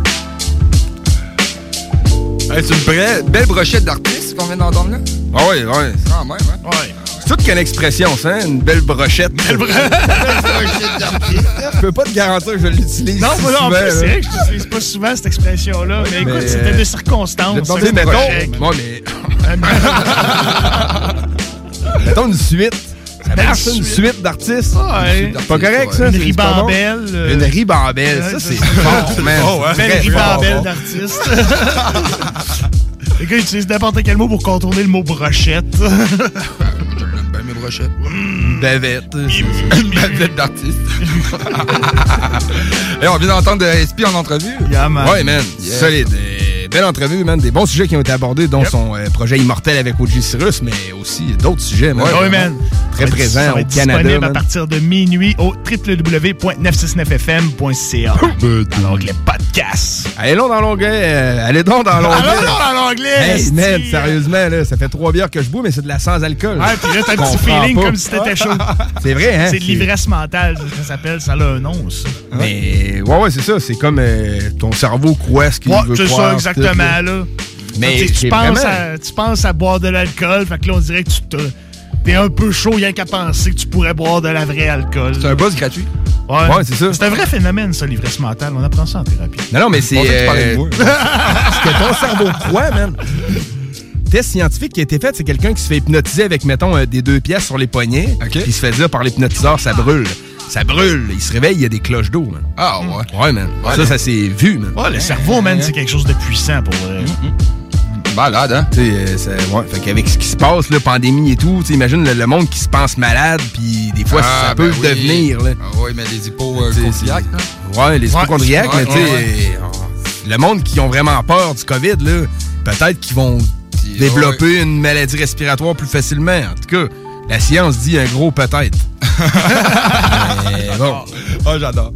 Hey, c'est une vraie, belle brochette d'artistes qu'on vient d'entendre là? Ah oui, oui. Ah, même, hein? Ouais. C'est toute qu'une expression, ça, hein? Une belle brochette. Belle brochette d'artiste. Je peux pas te garantir que je l'utilise. Non, si moi non souvent, plus, c'est là. vrai que je n'utilise pas souvent cette expression-là. Ouais, mais écoute, mais c'était euh, des circonstances. Je vais te demander, mettons. Moi, mais. Mettons une suite. Ça Ben, marche, ça, une suite. suite d'artistes. Ouais. C'est pas correct, ça? Une c'est- c'est pas bon? ribambelle. euh, Une ribambelle. ouais, Ça, c'est c'est ça. fort, man. Oh, ouais. Belle Très ribambelle fort. d'artiste. Les gars, ils utilisent n'importe quel mot pour contourner le mot brochette. Ben, mes brochettes. Mmh, bavette. Une bavette d'artiste. Et on vient d'entendre de S P en entrevue. Yeah, man. Ouais, man. Yeah. Solide. Euh, Belle entrevue, man. Des bons sujets qui ont été abordés, dont yep. son euh, projet immortel avec O G Cyrus, mais aussi d'autres sujets, man. Ouais, ouais, man. Très présent ça va au être Canada. disponible Man. à partir de minuit au w w w point neuf cent soixante-neuf f m point c a. Dans l'onglet podcast. Allez donc dans l'onglet. Euh, allez donc dans l'onglet. Allez donc dans l'onglet. Hey, man, sérieusement, là, ça fait trois bières que je bois, mais c'est de la sans-alcool. Ouais, puis là, t'as un petit feeling comme si t'étais chaud. C'est vrai, hein? C'est de l'ivresse mentale, ça s'appelle. Ça a un nom, ça. Mais, ouais, ouais, c'est ça. C'est comme euh, ton cerveau croit ce qu'il Ouais, veut c'est croire. ça, exactement, tout, là. là. Mais tu, tu, c'est penses vraiment... à, tu penses à boire de l'alcool, fait que là, on dirait que tu te, t'es un peu chaud rien qu'à penser que tu pourrais boire de la vraie alcool. C'est un buzz gratuit. Ouais, ouais c'est ça. C'est un vrai phénomène, ça, l'ivresse mentale. On apprend ça en thérapie. Non, non, mais c'est... Euh... ce que ton cerveau croit, man. Test scientifique qui a été fait, c'est quelqu'un qui se fait hypnotiser avec, mettons, euh, des deux pièces sur les poignets, puis il se fait dire par l'hypnotiseur, ça brûle. Ça brûle. Il se réveille, il y a des cloches d'eau, man. Ah, ouais. Ouais, man. Ouais, ça, ça s'est vu, man. Ouais, le cerveau, man, c'est quelque chose de puissant pour vrai. Malade, hein? Tu sais, euh, c'est- ouais. Fait qu'avec ce qui se passe, là, pandémie et tout, tu sais, imagine le, le monde qui se pense malade, puis des fois, Ah, ça peut ben le oui. devenir, là. Ah oui, mais les hypochondriaques, là. Ouais, les Ouais, hypochondriaques, ouais, mais tu sais, ouais, ouais. euh, le monde qui ont vraiment peur du COVID, là, peut-être qu'ils vont développer une maladie respiratoire plus facilement. En tout cas, la science dit un gros peut-être. Mais bon. Oh, j'adore.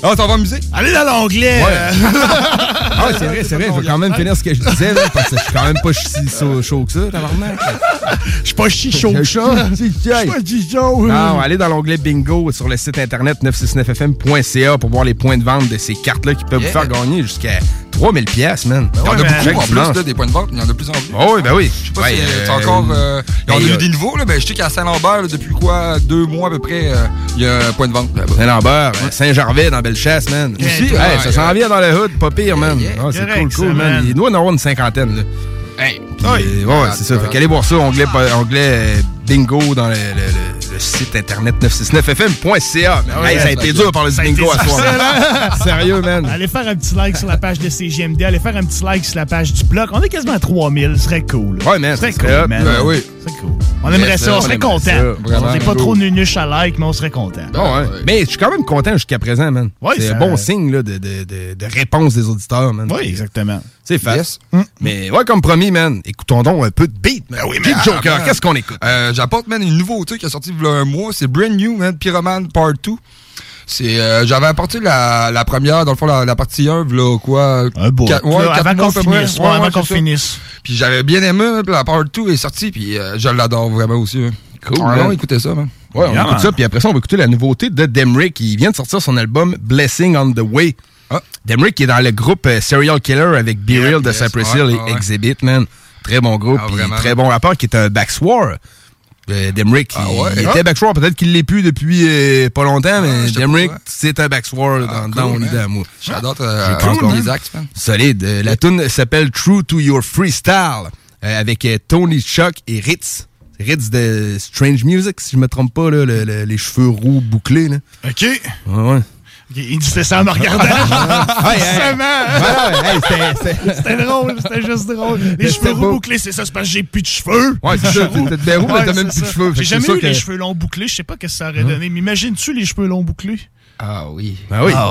Ah, t'en vas amuser? Allez dans l'onglet. Ouais. euh, Ah, c'est vrai, c'est vrai. Il faut quand même finir ce que je disais, là, parce que je suis quand même pas si chaud que ça, tabarnak. Je suis pas si chaud que ça. Je suis pas si chaud. Non, allez dans l'onglet Bingo sur le site internet neuf cent soixante-neuf F M point C A pour voir les points de vente de ces cartes-là qui peuvent Yeah. vous faire gagner jusqu'à trois mille piastres, man. Il y en a Ouais, beaucoup en plus, dimanche. là, des points de vente. Il y en a de plus en plus. Oh, oui, ben oui. Je sais pas Ouais, si euh, c'est encore. Euh, il y en a ben, eu euh, des nouveaux, là. Ben, je sais qu'à Saint-Lambert, là, depuis quoi, deux mois à peu près, euh, il y a un point de vente là-bas. Saint-Lambert, euh, Saint-Gervais dans Bellechasse, man. Yeah, Aussi, yeah, hey, yeah. ça s'en vient dans le hood, pas pire, man. Yeah, yeah. Ah, c'est Correct, cool, cool, ça, man. man. Il doit en avoir une cinquantaine, là. Hey. Puis, euh, ouais, ouais, c'est ça. Fait qu'allez voir ça, onglet, onglet euh, Bingo dans le, le, le, le site internet neuf cent soixante-neuf F M point C A. Mais, ouais, hey, ça a été dur de parler du ça a bingo été à soir. difficile, Sérieux, man. Allez faire un petit like sur la page de C G M D. Allez faire un petit like sur la page du bloc. On est quasiment à trois mille. Ce serait cool. Ouais, man. Ce serait ça cool, serait hot. man. Ben oui. C'est cool. On aimerait Yes, ça. On on serait aimerait content. ça, vraiment. On n'est pas trop nunuche à like, mais on serait content. Bon, ouais. Mais je suis quand même content jusqu'à présent, man. Ouais, c'est ça- un bon signe là, de, de, de, de réponse des auditeurs, man. Oui, exactement. C'est fait. Yes. Mais ouais, comme promis, man, écoutons donc un peu de beat. Ben oui, mais- Joker, ah, qu'est-ce qu'on écoute? Euh, J'apporte, man, une nouveauté qui est sortie il y a un mois. C'est Brand New, man, Pyroman Part deux. C'est, euh, j'avais apporté la, la première, dans le fond, la, la partie un, là, quoi. Un beau. quatre- ouais, Là, quatre avant mois qu'on à peu près. finisse. Ouais, Ouais, ouais, avant c'est qu'on ça. finisse. Puis j'avais bien aimé, puis la Part deux est sortie, puis euh, je l'adore vraiment aussi. Hein. Cool, Ah, man. non, écoutez ça, man. Ouais, on Yeah, écoute man. ça, puis après ça, on va écouter la nouveauté de Demrick. Il vient de sortir son album Blessing on the Way. Ah. Demrick qui est dans le groupe euh, Serial Killer avec B Yeah, Real de yes, Cypress ouais, Hill et ouais, ouais. Exhibit, man. Très bon groupe, Ah, puis vraiment. très bon rappeur qui est un Backswar. Euh, Demrick, Ah, il, ouais. il Ah. était Backswar, peut-être qu'il l'est plus depuis euh, pas longtemps, mais je sais Demrick, pas, ouais. c'est un Backswar là, Ah, dans, cool, dans mon man. idée à moi. J'adore euh, J'ai cool, cool, les man. axes, man. Solide. Euh, La tune s'appelle True to Your Freestyle euh, avec euh, Tony Chuck et Ritz. Ritz de Strange Music, si je me trompe pas, là, le- le- les cheveux roux bouclés. Là. OK. Ouais, ouais. OK, il disait ça en me regardant. Ouais, hey. Forcément. Ouais, ouais, hey, c'était- c'était- C'était drôle, c'était juste drôle. Les Mais cheveux c'était roux beau. bouclés, c'est ça, c'est parce que j'ai plus de cheveux. Ouais, c'est ça. T'as des roux, mais t'as même c'est plus de ça. cheveux. Fait J'ai que jamais c'est eu sûr les que- cheveux longs bouclés, je sais pas ce que ça aurait donné. Mais imagines-tu les cheveux longs bouclés? Ah oui. Ben oui.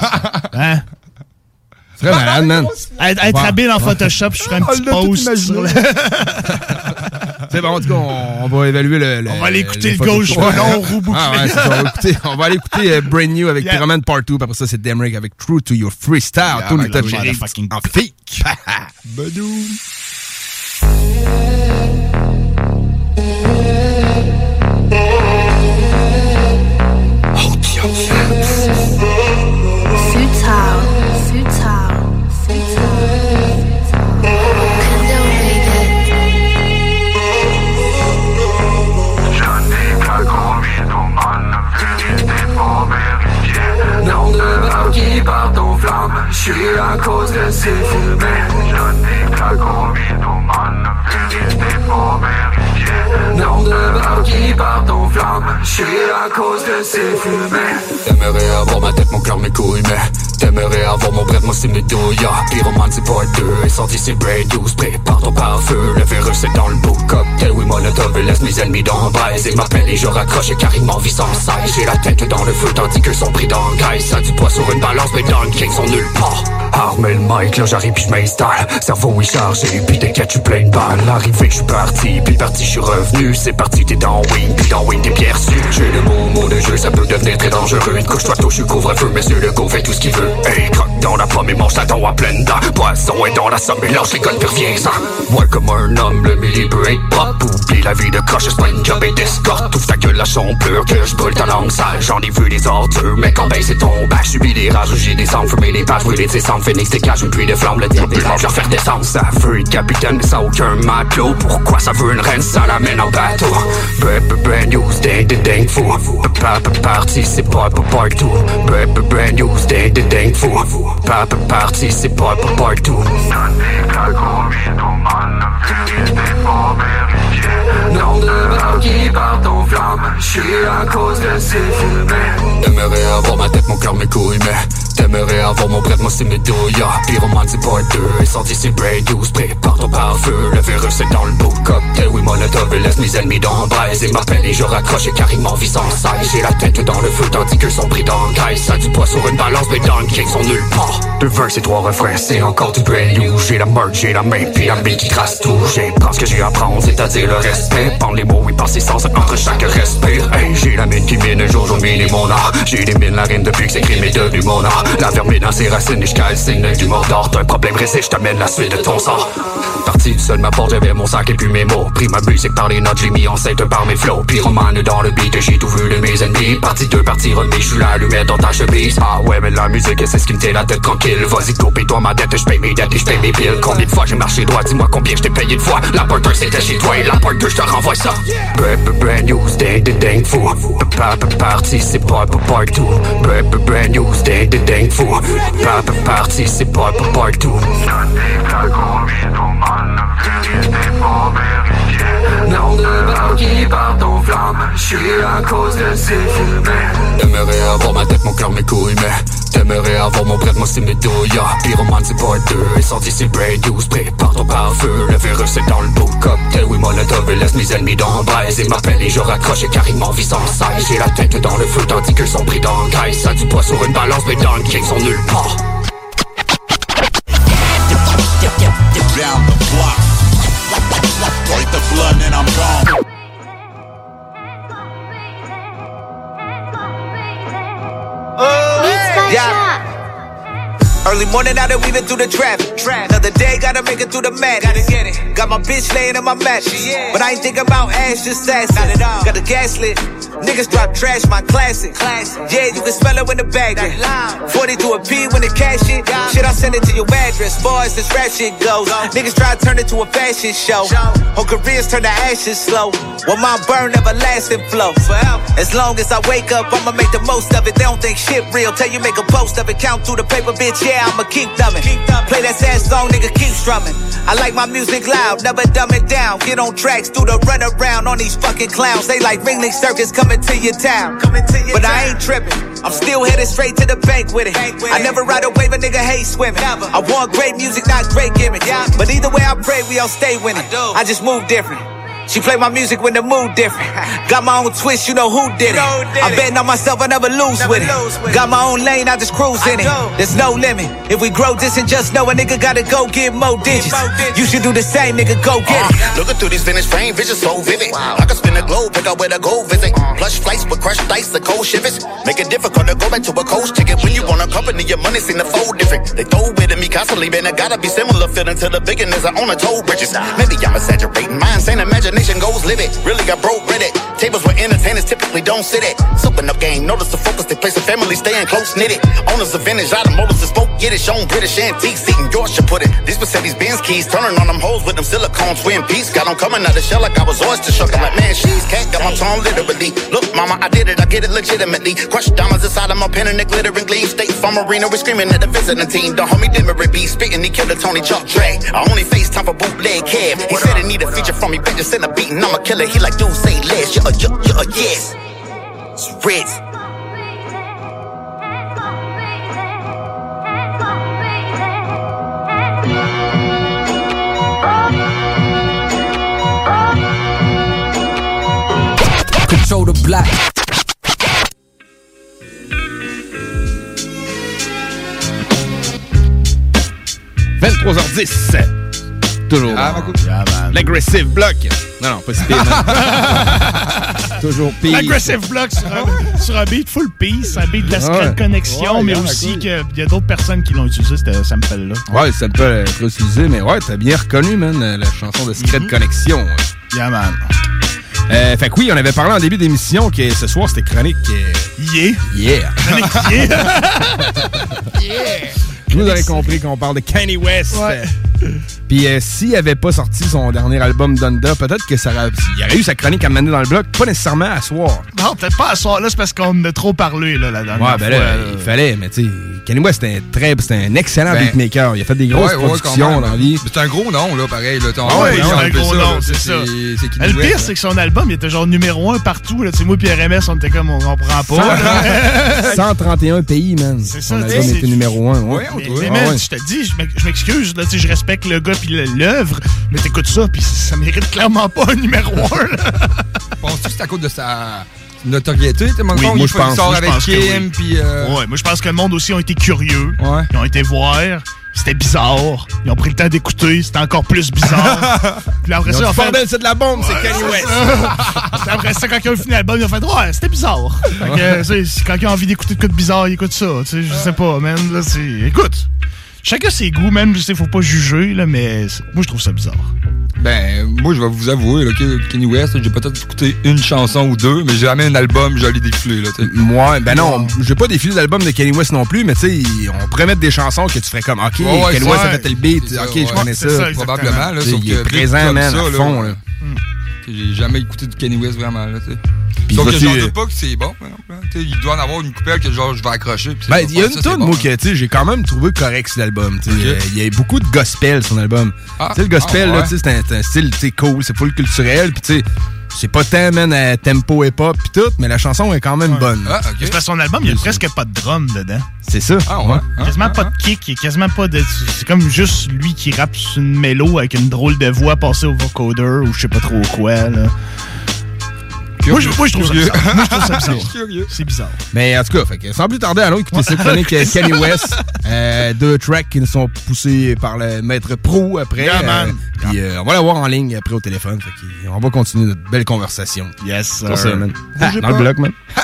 Hein? Très malade, man. Être, être Ouais. habile en Photoshop, je ferais un On petit l'a tout post imaginé. sur le... C'est bon, en tout cas, on, on va évaluer le. le On va aller écouter les le gauche, photos. cheveux longs, roux bouclés. Ah ouais, c'est ça. On va, écouter, on va aller écouter euh, Brand New avec Yeah. Pyroman Part deux. Puis après ça, c'est Demrick avec True to Your Freestyle. Yeah, Tout le man, temps la chéri. motherfucking En fake. Badou. Futile, futile, futile. Nom de barbe qui part en flamme, je suis à cause de ces fumées. Je n'ai qu'à convie man, vérité pour vérifier. Nom de barbe qui part en flamme, je suis à cause de ces fumées. T'aimerais avoir ma tête, mon cœur, mes couilles, mais t'aimerais avoir mon bread, moi c'est mes douilles. Pyroman c'est part deux, et sorti c'est Braid douze. Prépare ton pare-feu, le virus est dans le beau cocktail. Oui, molotov et laisse mes ennemis dans baise. Ils m'appellent et je raccroche car ils m'envient sans cesse. J'ai la tête dans le feu tandis qu'eux sont pris dans le caisse. Ça du poids sur une balance, mais dans le king sont nulle part. Armé le mic, là j'arrive puis je m'installe. Cerveau oui chargé, puis t'es catch plein de balles. Arrivé, je suis parti, puis parti, je suis revenu. C'est parti, t'es dans wing, puis dans wing t'es pierre su. J'ai le beau mot de jeu, ça peut devenir très dangereux. Une couche toi touche, je couvre-feu, monsieur le go fait tout ce qu'il veut. Hey, croque dans la pomme et mange ta dent à pleine dents. Poisson est dans la somme, mélange les gueules, puis reviens-en. Moi comme un homme, le milieu peut être propre. Oublie la vie de croche, c'est pas une job et d'escorte. Ouvre ta gueule, la champlure, que je brûle ta langue sale. J'en ai vu des ordures, mais quand ben c'est ton bac. Subis des rages, j'ai des cendres, fumer les pages, brûler tes cendres. Phoenix, tes cages, une pluie de flammes, le diable des morts, je refaire descendre. Ça veut une capitaine, mais ça a aucun matelot. Pourquoi ça veut une reine, ça l'amène en bateau. Brand news, ding, ding, ding, fou. Papa parti, c'est pas pas partout. Brand news, ding, ding, ding, fou. Papa parti, c'est pas pas partout. Nom de barbe qui part en flamme, je suis à cause de ces fumées. T'aimerais avoir ma tête, mon cœur, mes couilles, mais T'aimerais avoir mon prête, moi c'est Medoya. Pyromane c'est part deux, et sorti c'est Braid Use. Prépare ton pare-feu, le virus est dans le beau cocktail. Oui, Molotov et laisse mes ennemis dans le braise. Et m'appelle et je raccroche et car ils m'envie sans cesse. J'ai la tête dans le feu tandis qu'eux sont pris dans le caisse. Ça du poids sur une balance, mais dans le game sont nulle part. Deux verses et trois refrains, c'est encore du brand new. J'ai la merch, j'ai la main, puis la bille qui trace tout. J'ai prends ce que j'ai à prendre, c'est-à-dire le respect. Prends les mots, oui, passer sans entre chaque respire. Hey, j'ai la mine qui mine, un jour je mine mon art. J'ai des mines, la rime depuis que c'est crime est devenu mon art. La vermine dans ses racines, et j'cale le signe du mordor. T'as un problème résiste, j't'amène la suite de ton sort. Parti du seul ma porte, j'avais mon sac et puis mes mots. Pris ma musique par les notes, j'ai mis enceinte par mes flows. Pyromane dans le beat, j'ai tout vu de mes ennemis. Parti deux, parti remis, j'suis là, allumette dans ta chemise. Ah ouais, mais la musique, c'est ce qui me tient la tête tranquille. Vas-y, copie-toi ma dette, j'paye mes dettes et j'paye mes billes. Combien de fois j'ai marché droit, dis-moi combien j't'ai payé de fois. La part un c'était chez toi et la part deux, j'te renvoie ça. Brand new, ding, ding, ding, fou. Parti, c'est pas pour partout. Brand new, ding, ding, ding, fou. Parti, c'est pas pour partout. Nom de barre qui part en flamme. J'suis à cause de ces fumées. T'aimerais avoir ma tête, mon cœur, mes couilles, mais t'aimerais avoir mon prête, moi c'est Medoya. Pyromane c'est part deux, et sorti c'est Braid Use. Prépare ton pare-feu, le virus est dans le beau cocktail. Oui, Molotov et laisse mes ennemis dans le braise. Et m'appelle et je raccroche et car ils m'envie sans cesse. J'ai la tête dans le feu tandis qu'eux sont pris dans le caisse. Ça du poids sur une balance, mais dans le game sont nulle part. Down the block, wipe the blood and I'm gone. Oh, yeah. Early morning, now that we been through the traffic. Another day, gotta make it through the madness. Gotta get it. Got my bitch laying in my mattress. But I ain't thinking about ass, just ass. Not at all. Got the gas lit. Niggas drop trash, my classic. classic. Yeah, you can smell it when the bag it. forty to a P when the cash it. Yeah. Shit, I send it to your address. Far as this rap shit goes. Go. Niggas try to turn it to a fashion show. show. Whole careers turn to ashes slow. While my burn everlasting flow. Forever. As long as I wake up, I'ma make the most of it. They don't think shit real. Tell you make a post of it. Count through the paper, bitch. Yeah, I'ma keep thumbing. Play that sad song, nigga, keep strumming. I like my music loud, never dumb it down. Get on tracks, do the run around on these fucking clowns. They like Ringling Circus coming to your town. Coming to your but town. I ain't tripping. I'm still headed straight to the bank with it. Bank with I never ride a wave, a nigga hate swimming. Never. I want great music, not great gimmicks. Yeah. But either way I pray, we all stay winning. I, I just move different. She play my music when the mood different. Got my own twist, you know who did it. I'm betting on myself, I never lose never with it. With Got my own lane, I just cruise I in it. Know. There's no limit. If we grow distant, just know a nigga gotta go get more digits. More digits. You should do the same, nigga, go get uh, it. Looking through these finished frame, vision so vivid. Wow. I can spin the globe, pick out where to go visit. Uh, Plush flights with crushed dice, the cold shivers. Make it difficult to go back to a coast ticket. When you want a company, your money seem to fold different. They throw it at me constantly, man, I gotta be similar feeling to the beginners. I own a toll bridges. Maybe I'm exaggerating, my insane imagination goes live it. Really got broke with it. Tables where entertainers typically don't sit at. Soaking up game, notice the focus they place a family staying close knitted. Owners of vintage automotives that spoke Yiddish, shown British antiques, seating Yorkshire put it. These Mercedes Benz keys, turning on them hoes with them silicone twin piece. Got them coming out the shell like I was oyster shuck. I'm like, man, she's cat, got my tongue literally. Look, mama, I did it, I get it legitimately. Crushed diamonds inside of my pen and the glittering gleam. State Farm Arena, we screaming at the visiting team. The homie Dimmery B, spitting, he killed a Tony Chuck Dre. I only FaceTime for bootleg Kev. He said he need a feature from me, bitch, just send a beat and I'm a killer. He like, dude, say less, you're a, you're, you're a yes. It's Ritz. Control the block. vingt-trois heures dix. Toujours. Ah, yeah, l'aggressive block. Non, non, pas si pire. Toujours pire. L'aggressive block sur un, sur un beat full peace, un beat de la Secret Connection, ouais, mais aussi cool. qu'il y a d'autres personnes qui l'ont utilisé, ce sample-là. Ouais, le sample est utilisé, mais ouais, t'as bien reconnu, man, la chanson de Secret mm-hmm. Connection. Yeah, man. Euh, fait que oui, on avait parlé en début d'émission que ce soir, c'était chronique... Euh... Yeah. Yeah. Chronique yeah. Yeah. Vous avez compris qu'on parle de Kanye West. Ouais. Puis euh, s'il avait pas sorti son dernier album Donda, peut-être que ça aurait, il aurait eu sa chronique à mener dans le bloc, pas nécessairement à soir. Non, peut-être pas à soir. Là, c'est parce qu'on en a trop parlé là, la dernière ouais, ben fois. là, euh... il fallait, mais tu sais, Kanye West, c'était un, très, c'était un excellent ben, beatmaker. Il a fait des grosses ouais, productions ouais, dans la vie. C'est un gros nom, là, pareil. Là, ah ouais, c'est un gros ça, nom, c'est ça. C'est, c'est, c'est le pire, c'est que son album, il était genre numéro un partout. Là. Moi et R M S, on était comme, on comprend pas. cent trente et un pays, man. C'est ça. Son album était c'est... numéro un. Ouais, mais, mais man, ah ouais. je te dis, je m'excuse, là, je respecte le gars puis l'œuvre, mais t'écoutes ça, puis ça mérite clairement pas un numéro un. Penses-tu que c'est à cause de sa notoriété? Oui, moi, je pense. Il sort avec Kim, puis... Euh... Ouais, moi, je pense que le monde aussi ont été curieux. Ouais. Ils ont été voir. C'était bizarre. Ils ont pris le temps d'écouter. C'était encore plus bizarre. Puis après ça, fait... bordel, c'est de la bombe, ouais, c'est Kanye West. Après ça, quand ils ont fini l'album, ils ont fait ouais, c'était bizarre. Ouais. Que, quand ils ont envie d'écouter de quoi de bizarre, ils écoutent ça. Je sais pas, man. Là, écoute, chacun ses goûts, même. Je sais, faut pas juger, là, mais moi, je trouve ça bizarre. Ben, moi, je vais vous avouer, là, que Kanye West, j'ai peut-être écouté une chanson ou deux, mais j'ai jamais un album, j'allais défiler, là, tu sais. Moi, ben non, j'ai pas défilé d'album de Kanye West non plus, mais tu sais, on pourrait mettre des chansons que tu ferais comme, OK, ouais, ouais, Kanye West a fait tel beat, OK, ça, je ouais, connais ça. ça probablement, là, sauf il est présent, man, à fond, là. J'ai jamais écouté du Kanye West vraiment, là, tu sais. Sauf que j'en doute pas que c'est bon, par exemple. Il doit en avoir une coupelle que genre je vais accrocher. Ben, il y a une tonne, moi, que j'ai quand même trouvé correct sur l'album. Il okay. y a beaucoup de gospel sur l'album. Ah, le gospel, ah, ouais. c'est un, un style cool, c'est full culturel. Puis tu sais, c'est pas tant, man, à tempo hip-hop pis tout, mais la chanson est quand même ouais. bonne. Ah, okay. C'est parce que son album, il y a presque pas de drum dedans. C'est ça. Ah ouais. Ah, quasiment ah, pas de kick, il y a quasiment pas de... C'est comme juste lui qui rappe sur une mélo avec une drôle de voix passée au vocoder ou je sais pas trop quoi, là. Moi je, moi, je trouve ça bizarre. Moi, je trouve ça bizarre. C'est bizarre. Mais en tout cas, fait que, sans plus tarder, allons écouter cette chronique Kanye West. Euh, deux tracks qui nous sont poussés par le maître pro après. Yeah, man. Euh, puis euh, on va l'avoir en ligne après au téléphone. Fait on va continuer notre belle conversation. Yes, sir. Sur ça, man. Ha, dans pas. Le bloc, man. Ha,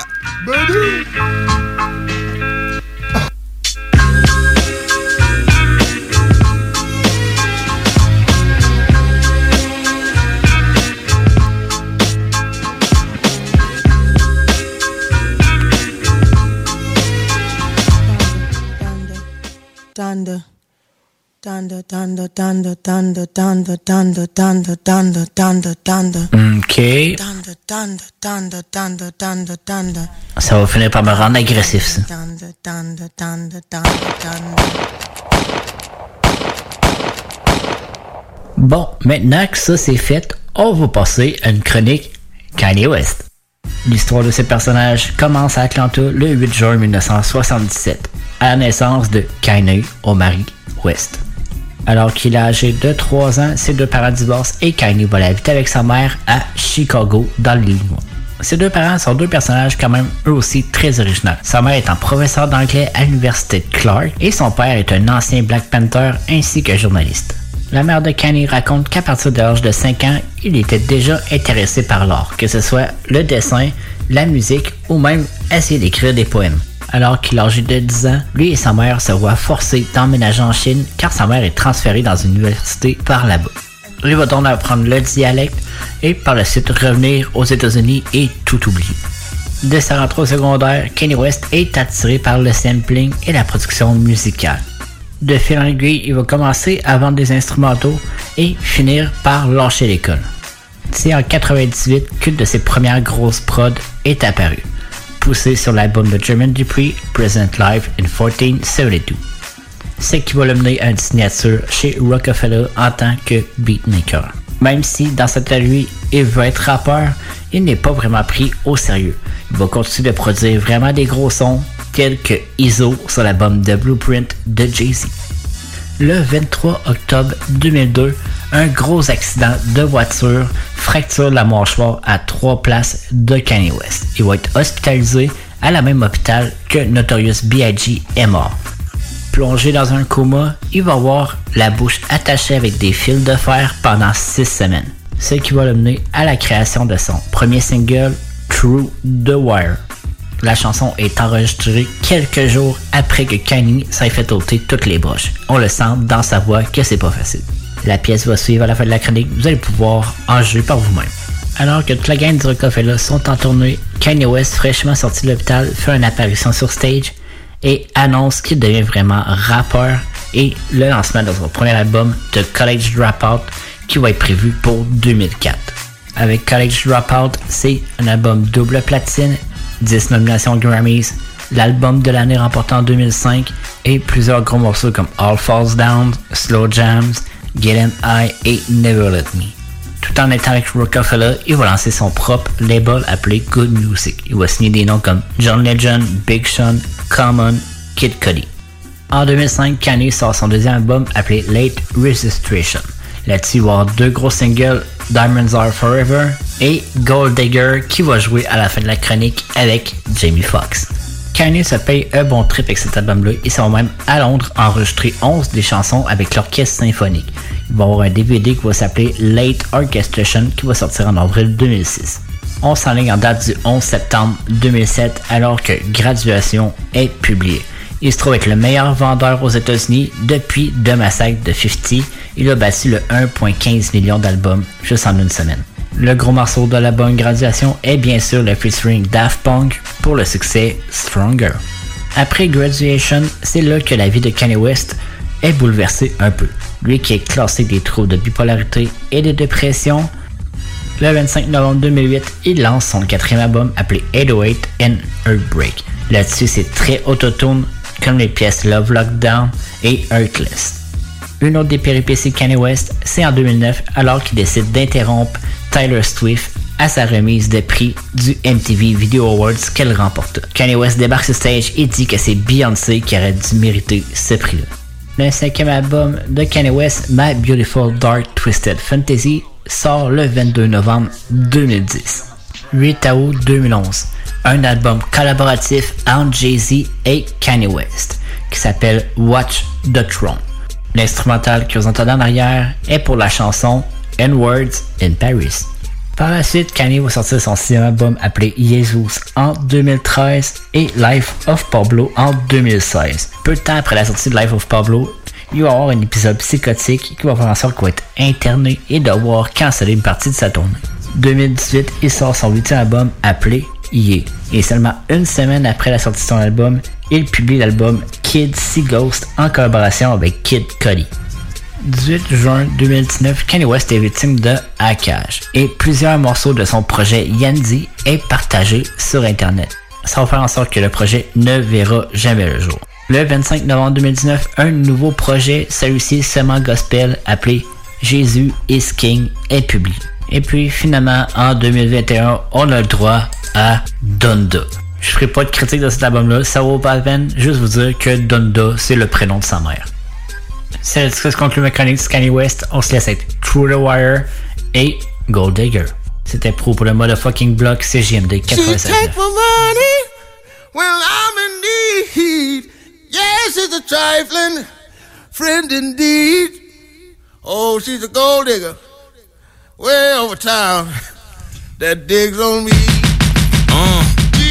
Donda, Donda, Donda, Donda, Donda, Donda, Donda, Donda, Donda, Donda, Donda. OK. Donda, Donda, Donda, Donda, Donda, Donda. Ça va finir par me rendre agressif, ça. Donda, Donda, Donda, Donda, Donda. Bon, maintenant que ça c'est fait, on va passer à une chronique Kanye West. L'histoire de ce personnage commence à Atlanta le huit juin mille neuf cent soixante-dix-sept, à la naissance de Kanye Omari West. Alors qu'il est âgé de trois ans, ses deux parents divorcent et Kanye va habiter avec sa mère à Chicago, dans l'Illinois. Ses deux parents sont deux personnages quand même eux aussi très originaux. Sa mère est un professeur d'anglais à l'université de Clark et son père est un ancien Black Panther ainsi que journaliste. La mère de Kanye raconte qu'à partir de l'âge de cinq ans, il était déjà intéressé par l'art, que ce soit le dessin, la musique ou même essayer d'écrire des poèmes. Alors qu'il est âgé de dix ans, lui et sa mère se voient forcés d'emménager en Chine car sa mère est transférée dans une université par là-bas. Il va donc apprendre le dialecte et par la suite revenir aux États-Unis et tout oublier. Dès sa rentrée au secondaire, Kanye West est attiré par le sampling et la production musicale. De fil en aiguille, il va commencer à vendre des instrumentaux et finir par lâcher l'école. C'est en quatre-vingt-dix-huit qu'une de ses premières grosses prods est apparue, poussée sur l'album de Jermaine Dupri, Present Live in fourteen seventy-two. C'est qui va le mener à une signature chez Rockefeller en tant que beatmaker. Même si dans cette lui, il veut être rappeur, il n'est pas vraiment pris au sérieux. Il va continuer de produire vraiment des gros sons, tels que I S O sur l'album The Blueprint de Jay-Z. Le vingt-trois octobre deux mille deux, un gros accident de voiture fracture la mâchoire à trois places de Kanye West. Il va être hospitalisé à la même hôpital que Notorious B I G est mort. Plongé dans un coma, il va avoir la bouche attachée avec des fils de fer pendant six semaines. Ce qui va le mener à la création de son premier single, Through the Wire. La chanson est enregistrée quelques jours après que Kanye s'ait fait ôter toutes les broches. On le sent dans sa voix que c'est pas facile. La pièce va suivre à la fin de la chronique, vous allez pouvoir en juger par vous-même. Alors que toute la gang du Rockefeller sont en tournée, Kanye West, fraîchement sorti de l'hôpital, fait une apparition sur stage et annonce qu'il devient vraiment rappeur et le lancement de son premier album, The College Dropout, qui va être prévu pour deux mille quatre. Avec College Dropout, c'est un album double platine, dix nominations Grammys, l'album de l'année remporté en deux mille cinq et plusieurs gros morceaux comme All Falls Down, Slow Jams, Getting High et Never Let Me. Tout en étant avec Rockefeller, il va lancer son propre label appelé Good Music. Il va signer des noms comme John Legend, Big Sean, Common, Kid Cudi. En deux mille cinq, Kanye sort son deuxième album appelé Late Registration. Là-dessus, il va y avoir deux gros singles, Diamonds Are Forever et Gold Digger, qui va jouer à la fin de la chronique avec Jamie Foxx. Kanye se paye un bon trip avec cet album-là et s'en va même à Londres enregistrer onze des chansons avec l'orchestre symphonique. Il va y avoir un D V D qui va s'appeler Late Orchestration qui va sortir en avril deux mille six. On s'enligne en date du onze septembre deux mille sept alors que Graduation est publié. Il se trouve être le meilleur vendeur aux États-Unis depuis The Massacre de cinquante. Il a battu le un virgule quinze million d'albums juste en une semaine. Le gros morceau de l'album Graduation est bien sûr le featuring Daft Punk pour le succès Stronger. Après Graduation, c'est là que la vie de Kanye West est bouleversée un peu. Lui qui est classé des troubles de bipolarité et de dépression, le vingt-cinq novembre deux mille huit, il lance son quatrième album appelé eight oh eight and Heartbreak. Là-dessus, c'est très autotune comme les pièces Love Lockdown et Heartless. Une autre des péripéties de Kanye West, c'est en deux mille neuf, alors qu'il décide d'interrompre Taylor Swift à sa remise de prix du M T V Video Awards qu'elle remporta. Kanye West débarque sur stage et dit que c'est Beyoncé qui aurait dû mériter ce prix-là. Le cinquième album de Kanye West, My Beautiful Dark Twisted Fantasy, sort le vingt-deux novembre deux mille dix. huit août deux mille onze, un album collaboratif entre Jay-Z et Kanye West qui s'appelle Watch the Throne. L'instrumental que vous entendez en arrière est pour la chanson N-Words in Paris. Par la suite, Kanye va sortir son sixième album appelé Jesus en deux mille treize et Life of Pablo en deux mille seize. Peu de temps après la sortie de Life of Pablo, il va y avoir un épisode psychotique qui va faire en sorte qu'il va être interné et devoir canceller une partie de sa tournée. deux mille dix-huit, il sort son huitième album appelé Yeah. Et seulement une semaine après la sortie de son album, il publie l'album Kid See Ghost en collaboration avec Kid Cudi. dix-huit juin deux mille dix-neuf, Kanye West est victime de hackage et plusieurs morceaux de son projet Yandy est partagé sur Internet. Ça va faire en sorte que le projet ne verra jamais le jour. Le vingt-cinq novembre deux mille dix-neuf, un nouveau projet, celui-ci seulement gospel, appelé Jésus is King, est publié. Et puis finalement, en deux mille vingt et un, on a le droit à Donda. Je ferai pas de critique de cet album-là, ça vaut pas la peine, juste vous dire que Donda, c'est le prénom de sa mère. C'est ce que conclut ma chronique de Kanye West. On se laisse avec Through the Wire et Gold Digger. C'était pro pour le motherfucking block C J M D quatre-vingt-seize neuf. Take my money when I'm in need. Yes, it's a trifling friend indeed. Oh, she's a gold digger. Way over town that digs on me. Uh.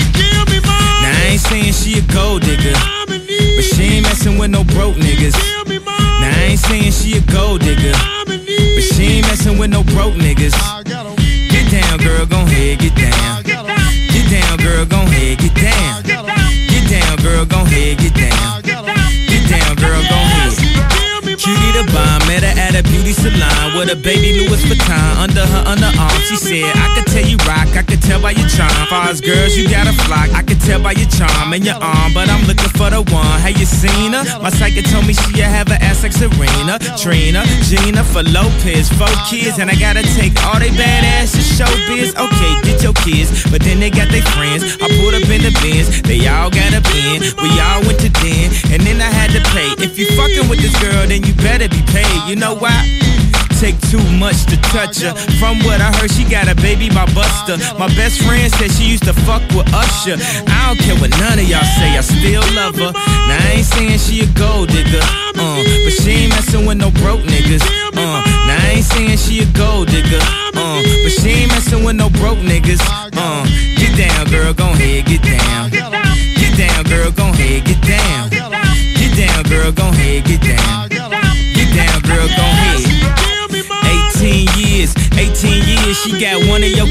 Now I ain't saying she a gold digger, but she ain't messing with no broke niggas. Now I ain't saying she a gold digger, but she ain't messing with no broke niggas. Get down, girl, gon' head, get down. Get down, girl, gon' head, get down. Get down, girl, gon' head, get down. Get down, girl, gon' head. Cutie the bomb, met her at a beauty salon with a baby Louis Vuitton under her underarm. She said, I could tell you rock, I could tell by your charm. Far as girls, you got a flock, I could tell by your charm and your arm, but I'm looking for the one. Have you seen her? My psychic told me she'll have an ass like Serena, Trina, Gina for Lopez, four kids, and I gotta take all they badass to showbiz. Okay, get your kids, but then they got their friends. I pulled up in the Benz, they all got a bin. We all went to den, and then I had to pay. If you fucking with this girl, then you better be paid. You know why? Take too much to touch her. From what I heard, she got a baby by Buster. My best friend said she used to fuck with Usher. I don't care what none of y'all say, I still love her. Now I ain't saying she a gold digger, uh, but she ain't messing with no broke niggas. Uh, now I ain't saying she a gold digger, uh, but she ain't messing with no broke niggas. Uh, get down, girl, gon' head, get down. Get down, girl, gon' head, get down. Get down, girl, gon' head, get down. Get down, girl, gon' head. eighteen years, eighteen years, she got one of your kids,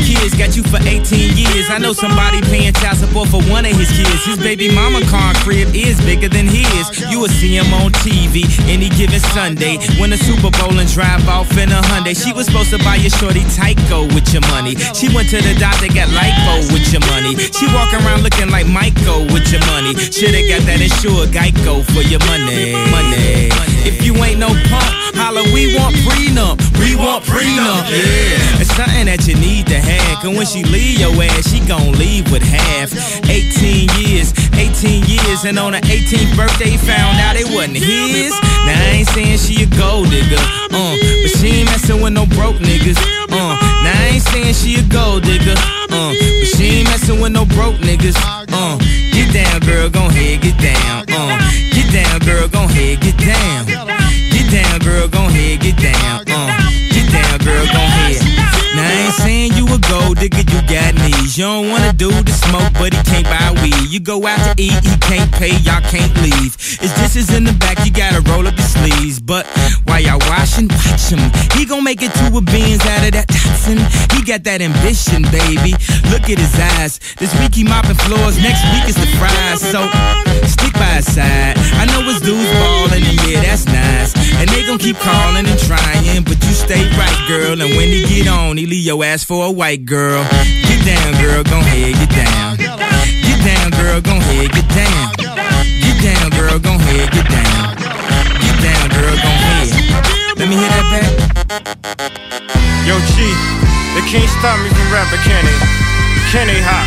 got you for eighteen years. I know somebody paying child support for one of his kids. His baby mama car crib is bigger than his. You will see him on T V any given Sunday. Win a Super Bowl and drive off in a Hyundai. She was supposed to buy your shorty Tyco with your money. She went to the doctor, got lipo with your money. She walk around looking like Michael with your money. Shoulda got that insured Geico for your money. Money. If you ain't no punk, holla, we want prenup. We want prenup. Yeah. It's something that you need to have. Cause when she leave your ass, she gon' leave with half. eighteen years, eighteen years. And on her eighteenth birthday, found out it wasn't his. Now I ain't saying she a gold digger, uh, but she ain't messin' with no broke niggas, uh. Now I ain't saying she a gold digger, uh, but she ain't messin' with no broke niggas, uh. Get down, girl, gon' head, get down, uh. Get down, girl, gon' head, get down. Get down, girl, gon' head, get down, uh. Get down, girl, gon' head. Now I ain't saying you a gold digger, you got knees. You don't want a dude to smoke, but he can't buy weed. You go out to eat, he can't pay, y'all can't leave. His dishes in the back, you gotta roll up your sleeves. But while y'all washing, watch him. He gon' make it to a beans out of that Datsun. He got that ambition, baby. Look at his eyes. This week he mopping floors, next week is the fries. So stick by his side. I know his dudes ballin', and yeah, that's nice. And they gon' keep calling and trying, but you stay right, girl. And when he get on, he leave your ass for a white girl. Get down, girl, gon' head, get down. Get down, girl, gon' head, get down. Get down, girl, gon' head, get down. Get down, girl, gon' head. Let me hear that back. Yo, Chief, they can't stop me from rapping, can they? Can they, hot?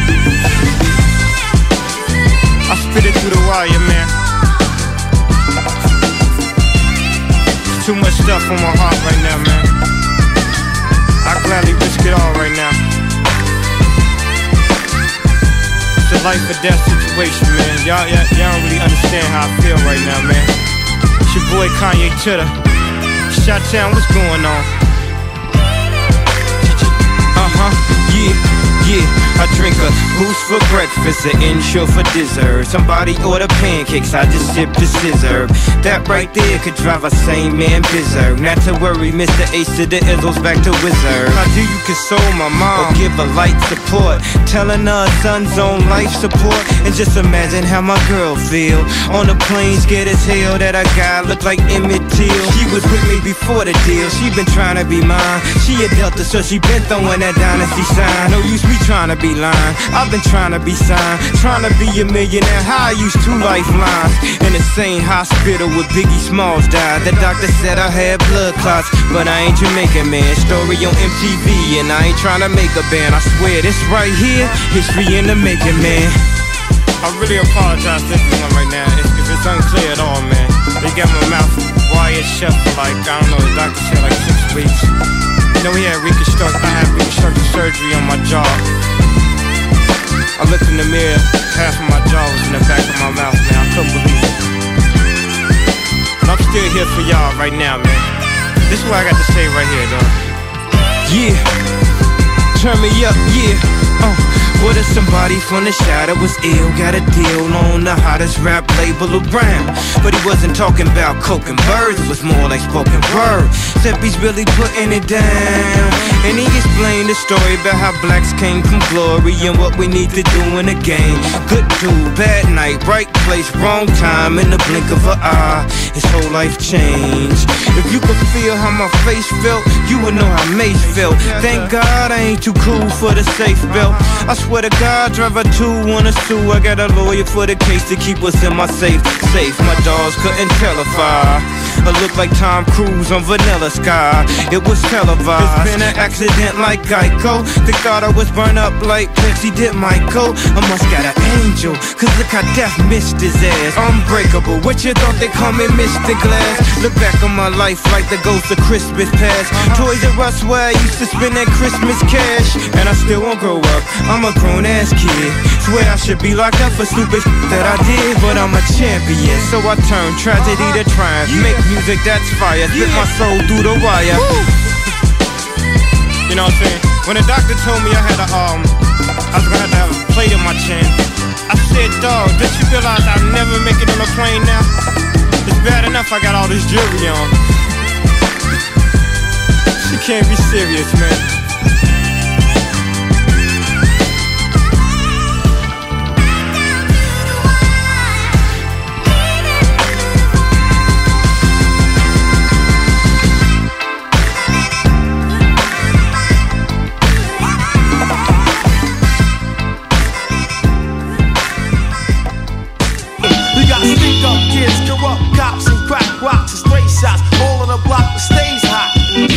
I spit it through the wire, man. Too much stuff on my heart right now, man. I gladly risk it all right now. It's a life or death situation, man. Y'all, y'all, y'all don't really understand how I feel right now, man. It's your boy Kanye Chitter. Shot-town, what's going on? Uh-huh, yeah, yeah. I drink a boost for breakfast, an insure for dessert. Somebody order pancakes, I just sip the scissor. That right there could drive a sane man berserk. Not to worry, Mister Ace to the Izzles back to Wizard. How do you console my mom or give her light support? Telling her son's on life support. And just imagine how my girl feel on the plane, scared as hell that a guy look like Emmett Till. She was with me before the deal, she been trying to be mine. She a Delta, so she been throwing that dynasty sign. No use me trying to be lying, I've been trying to be signed. Trying to be a millionaire, how I used two lifelines. In the same hospital where Biggie Smalls died. The doctor said I had blood clots, but I ain't Jamaican, man. Story on M T V, and I ain't trying to make a band. I swear this right here, history in the making, man. I really apologize to everyone right now if, if it's unclear at all, man. They got my mouth wired shut for like, I don't know, the doctor said like six weeks. You know, we had reconstruct, I had reconstructive surgery on my jaw. I looked in the mirror, half of my jaw was in the back of my mouth, man. I couldn't believe it. But I'm still here for y'all right now, man. This is what I got to say right here, though. Yeah, turn me up, yeah. Uh. What if somebody from the shadow was ill? Got a deal on the hottest rap label around. But he wasn't talking about coke and birds, it was more like spoken word. Except he's really putting it down. And he explained the story about how blacks came from glory and what we need to do in the game. Good dude, bad night, right place, wrong time. In the blink of an eye, his whole life changed. If you could feel how my face felt, you would know how Mace felt. Thank God I ain't too cool for the safe belt. I swear to God, driver two wanna sue. I got a lawyer for the case to keep us in my safe. Safe, my dogs couldn't tell if I I look like Tom Cruise on Vanilla Sky. It was televised. It's been an accident like Geico. They thought I was burned up like Pepsi did Michael. I must got an angel, cause look how death missed his ass. Unbreakable, what you thought they call me Mister Glass? Look back on my life like the ghost of Christmas past. Toys R Us where I used to spend that Christmas cash. And I still won't grow up, I'm a grown ass kid. Swear I should be locked up for stupid that I did. But I'm a champion, so I turn tragedy to triumph. Make music that's fire, spit my soul through the wire. You know what I'm saying? When the doctor told me I had a, um, I was gonna have to have a plate in my chin, I said, dog, did you realize I'll never make it on a plane now? It's bad enough I got all this jewelry on. She can't be serious, man. Fuck cops and crack rocks and stray shots. All on the block that stays hot.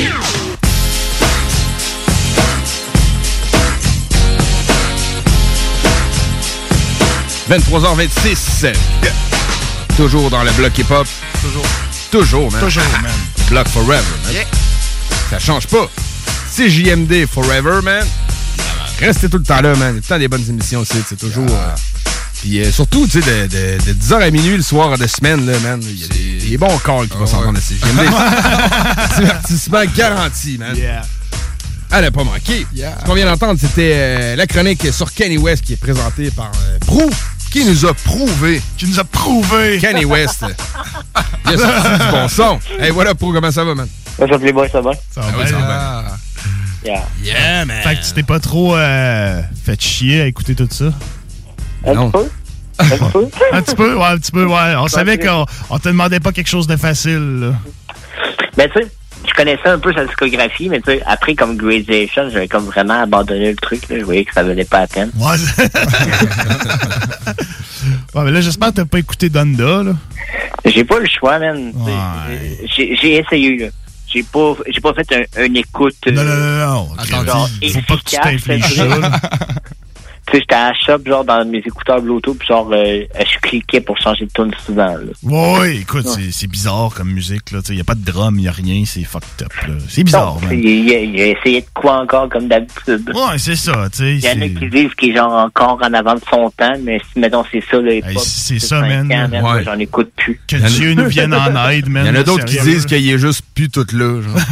vingt-trois heures vingt-six. Toujours dans le bloc hip-hop. Toujours. Toujours, man. Toujours, man. Block forever, man. Yeah. Ça change pas. C J M D forever, man. Restez tout le temps là, man. Il y a tout le temps des bonnes émissions aussi. C'est toujours... Euh... Puis euh, surtout, tu sais, de, de, de dix heures à minuit le soir de semaine, là, man. Il y a des, des bons calls qui vont s'entendre à C J M D. Divertissement garanti, man. Yeah. Elle n'a pas manqué. Yeah. Ce qu'on vient d'entendre, c'était euh, la chronique sur Kanye West qui est présentée par euh, Prou, qui nous a prouvé. Qui nous a prouvé. Kanye West. Il a sorti du bon son. Hey, voilà, Prou, comment ça va, man? Ça va, Playboy, ça va? Ça va ah, bien. oui, ça va bien. Yeah. Yeah, man. Fait que tu t'es pas trop euh, fait chier à écouter tout ça? Un non. petit peu? Un petit peu? un petit peu, ouais, un petit peu, ouais. On savait qu'on on te demandait pas quelque chose de facile, là. Ben, tu sais, je connaissais un peu sa discographie, mais tu sais, après, comme Graduation, j'avais comme vraiment abandonné le truc, là. Je voyais que ça valait pas la peine. Ouais, ouais, mais là, j'espère que t'as pas écouté Donda, là. J'ai pas le choix, man. Ouais. J'ai, j'ai essayé, là. J'ai pas, j'ai pas fait un, une écoute. Non, non, non, non. Attends, genre, faut pas que tu t'infliges ça, là. Tu sais, j'étais à la shop, genre, dans mes écouteurs Bluetooth, puis genre, euh, je cliquais pour changer de tune souvent, là. Ouais, écoute, ouais. C'est, c'est bizarre comme musique, là. Tu sais, y a pas de drum, y a rien, c'est fucked up, là. C'est bizarre, man. Il a, il a essayé de quoi encore, comme d'habitude. Ouais, c'est ça, tu sais. Il y en a qui disent qu'il est genre encore en avant de son temps, mais si, mettons, c'est ça, là. Hey, c'est ça, man. Ans, man ouais. moi, j'en écoute plus. Que Dieu nous vienne en aide, man. Il y en a d'autres qui disent qu'il est juste plus tout là, genre.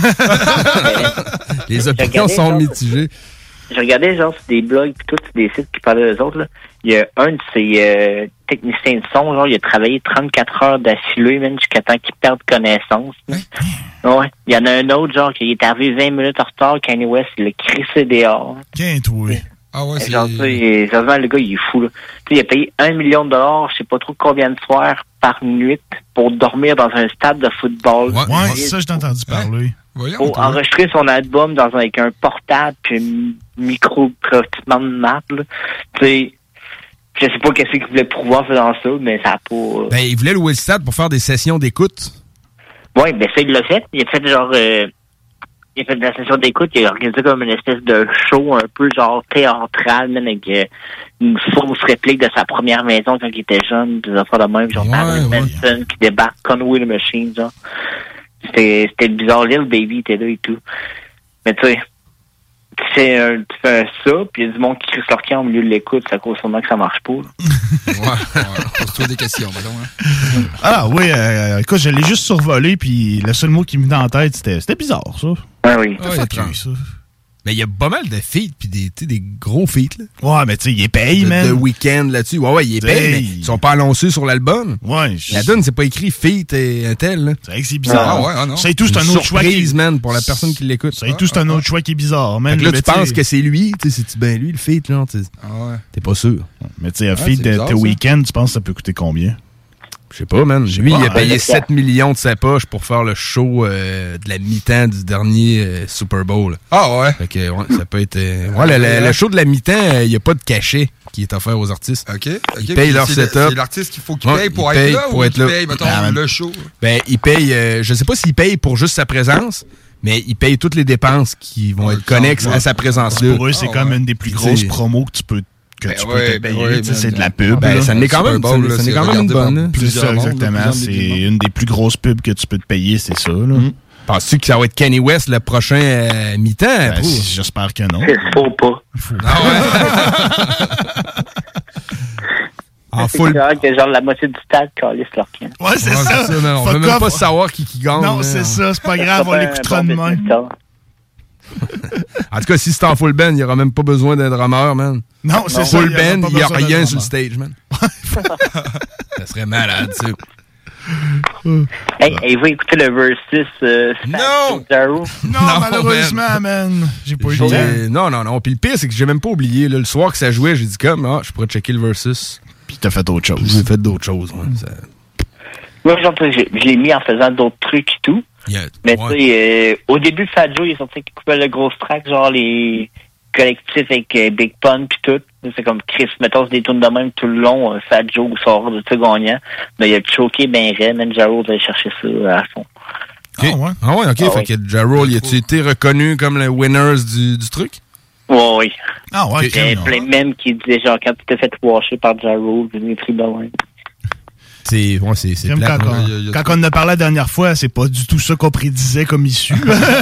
Les opinions sont mitigées. Je regardais, genre, sur des blogs pis tout, sur des sites qui parlaient d'eux autres, là. Il y a un de ces euh, techniciens de son, genre, il a travaillé trente-quatre heures d'affilée, même, jusqu'à temps qu'il perde connaissance. Hein? Ouais. Il y en a un autre, genre, qui est arrivé vingt minutes en retard, Kanye West, il l'a crissé dehors. Quinte, oui. Ah ouais, c'est... Genre, ça, il, ça, le gars, il est fou, là. Tu sais, il a payé un million de dollars, je sais pas trop combien de soirs par nuit, pour dormir dans un stade de football. Ouais, ouais ça, j'ai entendu parler. Voyons, pour enregistrer son album dans un, avec un portable puis un micro traitement de marde, là. Tu sais, je sais pas qu'est-ce qu'il voulait prouver dans ça, mais ça a pas... Euh... Ben, il voulait louer le stade pour faire des sessions d'écoute. Ouais, ben ça, il l'a fait. Il a fait genre... Euh, il a fait de la session d'écoute, il a organisé comme une espèce de show un peu genre théâtral, même avec euh, une fausse réplique de sa première maison quand il était jeune, des affaires de même, genre Marilyn ouais, Manson ouais. qui débarque, Conway the Machine, genre. C'était, c'était bizarre, Lil Baby était là et tout. Mais tu sais, tu fais, un, tu fais un ça, puis il y a du monde qui crie leur camp au milieu de l'écoute, c'est à cause sûrement que ça marche pas. ouais, ouais, pose-toi des questions, maintenant. Hein. Ah oui, euh, écoute, je l'ai juste survolé, puis le seul mot qui me venait en tête, c'était, c'était bizarre, ça. Ah oui. Ah, c'est étrange, ça. Mais il y a pas mal de feats, puis des, des gros feats, là. Ouais, mais tu sais, il est payé, man. De week-end là-dessus. Ouais, ouais, il est payé, mais ils sont pas annoncés sur l'album. Ouais. Je... La donne, c'est pas écrit feat et un tel, là. C'est vrai que c'est bizarre. Ah, ouais, ah, non. C'est tout, c'est un autre choix. Surprise, man, pour la personne qui l'écoute. C'est tout, c'est un autre choix qui est bizarre, man. Là, tu penses que c'est lui, tu sais, c'est bien lui, le feat, là. Ah ouais. T'es pas sûr. Mais tu sais, un feat de The Weeknd, tu penses que ça peut coûter combien? Je sais pas, man. Lui, il a payé sept millions de sa poche pour faire le show euh, de la mi-temps du dernier euh, Super Bowl. Ah ouais? Fait que, ouais, ça peut être... Euh, ouais, le, le, le show de la mi-temps, il euh, n'y a pas de cachet qui est offert aux artistes. OK. okay. Ils payent leur c'est setup. Le, c'est l'artiste qu'il faut qu'il paye ouais, pour il être paye là pour ou être qu'il là. paye, mettons, ben, le show? Ben, il paye... Euh, je sais pas s'il paye pour juste sa présence, mais il paye toutes les dépenses qui vont ouais, être connexes à sa présence-là. Pour eux, c'est ah, comme ouais. une des plus grosses promos que tu peux que ben tu ouais, peux te payer, ouais, ben c'est de la pub. Ben, ça n'est quand même, Bowl, ça, là, ça n'est quand même une bonne. C'est ça, exactement. C'est une des plus grosses pubs que tu peux te payer, c'est ça. Là. Mm. Penses-tu que ça va être Kanye West le prochain euh, mi-temps? Ben, j'espère que non. Faut pas. Faut pas. Ah ouais? En full. C'est que genre la moitié du stade calisse leur camp. Ouais, c'est ouais, ça. ça non, on veut même pas savoir qui, qui gagne. Non, là. c'est ça. C'est pas grave, on l'écoutera demain. En tout cas, si c'est en full band, il n'y aura même pas besoin d'un drummer, man. Non, c'est ça. Full band, il n'y a rien sur le stage, man. Ça serait malade, ça. Hey, hey, vous écoutez le versus euh, non! non! Non, malheureusement, man. man. J'ai pas eu le temps. Non, non, non. Puis le pire, c'est que j'ai même pas oublié. Là, le soir que ça jouait, j'ai dit comme, ah, je pourrais checker le versus. Puis t'as fait autre chose. J'ai fait d'autres choses, ouais. Ça... Moi, genre, je, je l'ai mis en faisant d'autres trucs et tout. Yeah. Mais ouais. tu sais, euh, au début, Fat Joe, il est sorti qu'il coupait le gros track, genre les collectif avec euh, Big Pun puis tout. C'est comme Chris, mettons, c'est des tunes de même tout le long. Euh, Fat Joe sort de tout gagnant. Mais il a choqué ben raide. Même Ja Rule allait chercher ça à fond. Okay. Ah ouais? Ah ouais, ok. Ah fait ouais. que Ja Rule, a-tu été reconnu comme le winners du, du truc? Ouais, oui. Ah ouais, il y a plein même qui disaient genre quand tu t'es fait washer par Ja Rule, Dimitri Bellin. C'est, ouais, c'est, c'est plate. Quand, on, quand on en a parlé la dernière fois, c'est pas du tout ça qu'on prédisait comme issue.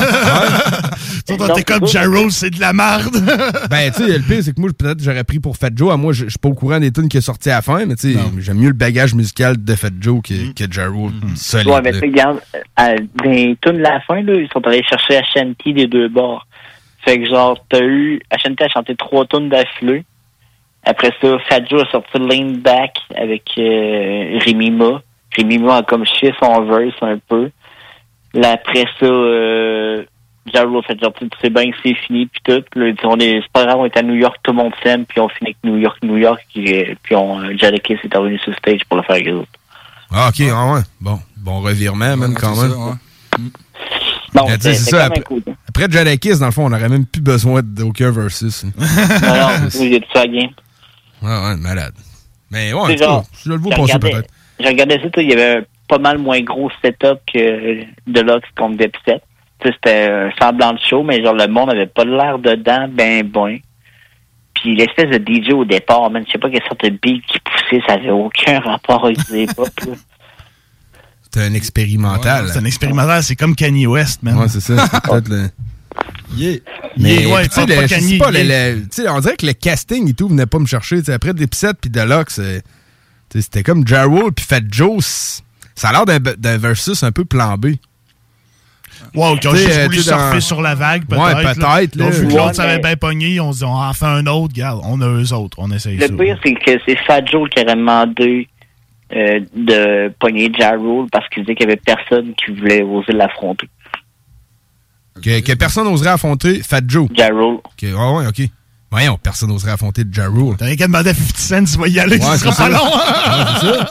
On était comme Ja Rule, c'est de la merde. Ben, tu sais, le pire, c'est que moi, peut-être, j'aurais pris pour Fat Joe. À moi, je suis pas au courant des tunes qui est sorti à la fin, mais tu sais, j'aime mieux le bagage musical de Fat Joe que, mm. que Ja Rule. Mm. Solide. Ouais, mais tu regarde, dans les tunes de la fin, là, ils sont allés chercher Ashanti des deux bords. Fait que genre, t'as eu, Ashanti a chanté trois tunes d'affilée. Après ça, Fat Joe a sorti Lean Back avec euh, Rémi Ma. Rémi Ma a comme chié son verse un peu. Là, après ça, euh, Ja Rule a fait genre, tu sais bien que c'est fini, puis tout. Là, on est, c'est pas grave, on est à New York, tout le monde s'aime, puis on finit avec New York, New York, puis, puis on, euh, Jadakiss est revenu sur stage pour le faire avec eux autres. Ah, ok, ah ouais. Bon, bon revirement, même, quand même. Ça, ouais. Non, c'est, c'est, c'est ça. Après, coup, après Jadakiss, dans le fond, on n'aurait même plus besoin d'aucun versus. non, non, j'ai tout ça à game. Ouais, ouais, malade. Mais ouais, tu vois, je le vois passer peut-être. J'ai regardé ça, il y avait un pas mal moins gros setup que Deluxe contre Dipset. C'était un semblant de show, mais genre le monde avait pas l'air dedans, ben bon. Puis l'espèce de D J au départ, man, je sais pas quelle sorte de beat qui poussait, ça avait aucun rapport avec les pop. C'était un expérimental. Ouais, c'est un expérimental, c'est comme Kanye West, man. Ouais, c'est ça, c'est peut-être le... Yeah. Mais yeah, ouais, tu sais, pas, le, le, le, on dirait que le casting et tout venait pas me chercher. T'sais, après Dipset puis Deluxe, c'était comme Ja Rule puis Fat Joe. Ça a l'air d'un, d'un versus un peu plan B. Wow, qui ont juste voulu surfer dans... sur la vague, peut-être. Ouais, peut-être. Là. Là. Vu que l'autre s'avait bien pogné, on se dit, on en fait un autre, regarde, on a eux autres, on essaye le ça. Le pire, c'est que c'est Fat Joe qui aurait demandé euh, de pogner Ja Rule parce qu'il disait qu'il y avait personne qui voulait oser l'affronter. Que, que personne n'oserait affronter Fat Joe. Ja Rule. Okay, ah ouais, OK. Voyons, personne n'oserait affronter Ja Rule. T'as rien qu'à demander à fifty Cent s'il va y aller, ouais, ce sera pas long. Ouais, c'est ça.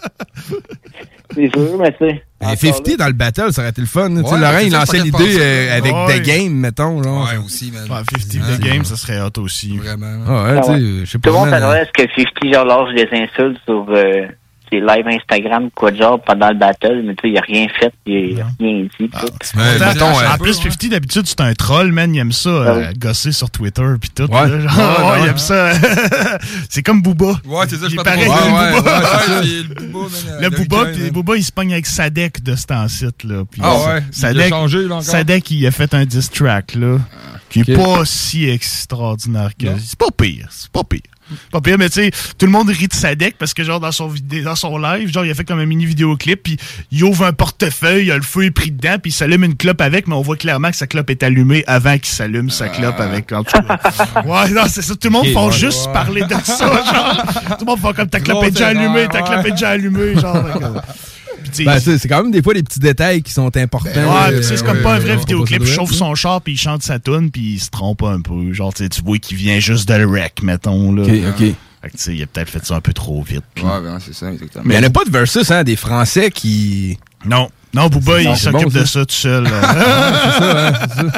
C'est sûr, mais tu sais. fifty dans le battle, ça aurait été le fun. Ouais, Laurent, il lançait l'idée euh, avec ouais. The Game, mettons. Genre. Ouais, aussi, man. Ouais, fifty The Game, ça serait hot aussi. Vraiment. Ah ouais, tu sais, je sais Tout pas. le monde s'adresse que fifty, genre, lâche des insultes sur euh, ses lives Instagram, quoi de genre, pendant le battle, mais tu sais, il a rien fait, il a rien dit. Ah, mais, mettons, en plus, fifty, d'habitude, c'est un troll, man. Il aime ça, euh, ouais. gosser sur Twitter, pis tout. Ouais. Là, genre, ouais, ouais, ouais, il aime ça. C'est comme Booba. Ouais, c'est ça, je pense. Pareil, ouais, le Booba. Ouais, ouais, le Booba, man, le Booba, pis Booba, il se pogne avec Sadek de ce temps-ci, là. Pis, ah ouais, Sadek, il a changé, là, encore. Sadek, il a fait un diss track, là, qui est okay. pas si extraordinaire que... Non. C'est pas pire, c'est pas pire. Pas pire, mais tu sais, tout le monde rit de Sadek parce que genre dans son vidéo, dans son live, genre il a fait comme un mini vidéoclip, puis il ouvre un portefeuille, il a le feu est pris dedans, puis il s'allume une clope avec, mais on voit clairement que sa clope est allumée avant qu'il s'allume sa clope avec. En tout cas. Ouais, non, c'est ça. Tout le monde okay, fait ouais, juste ouais. parler de ça, genre. Tout le monde fait comme ta clope est déjà allumée, ta clope est déjà allumée, genre. Ben, c'est, c'est quand même des fois des petits détails qui sont importants. Ben ouais, euh, c'est comme ouais, pas un vrai vidéoclip. Il chauffe son char, puis il chante sa tune, puis il se trompe un peu. Genre, tu vois qu'il vient juste de le wreck, mettons. Là. OK, OK. Fait que, tu sais, il a peut-être fait ça un peu trop vite. Puis... Ouais, ben, c'est ça, exactement. Mais il n'y en a pas de versus, hein, des Français qui... Non. Non, Booba, il s'occupe bon, de ça tout seul. c'est ça, hein, c'est ça.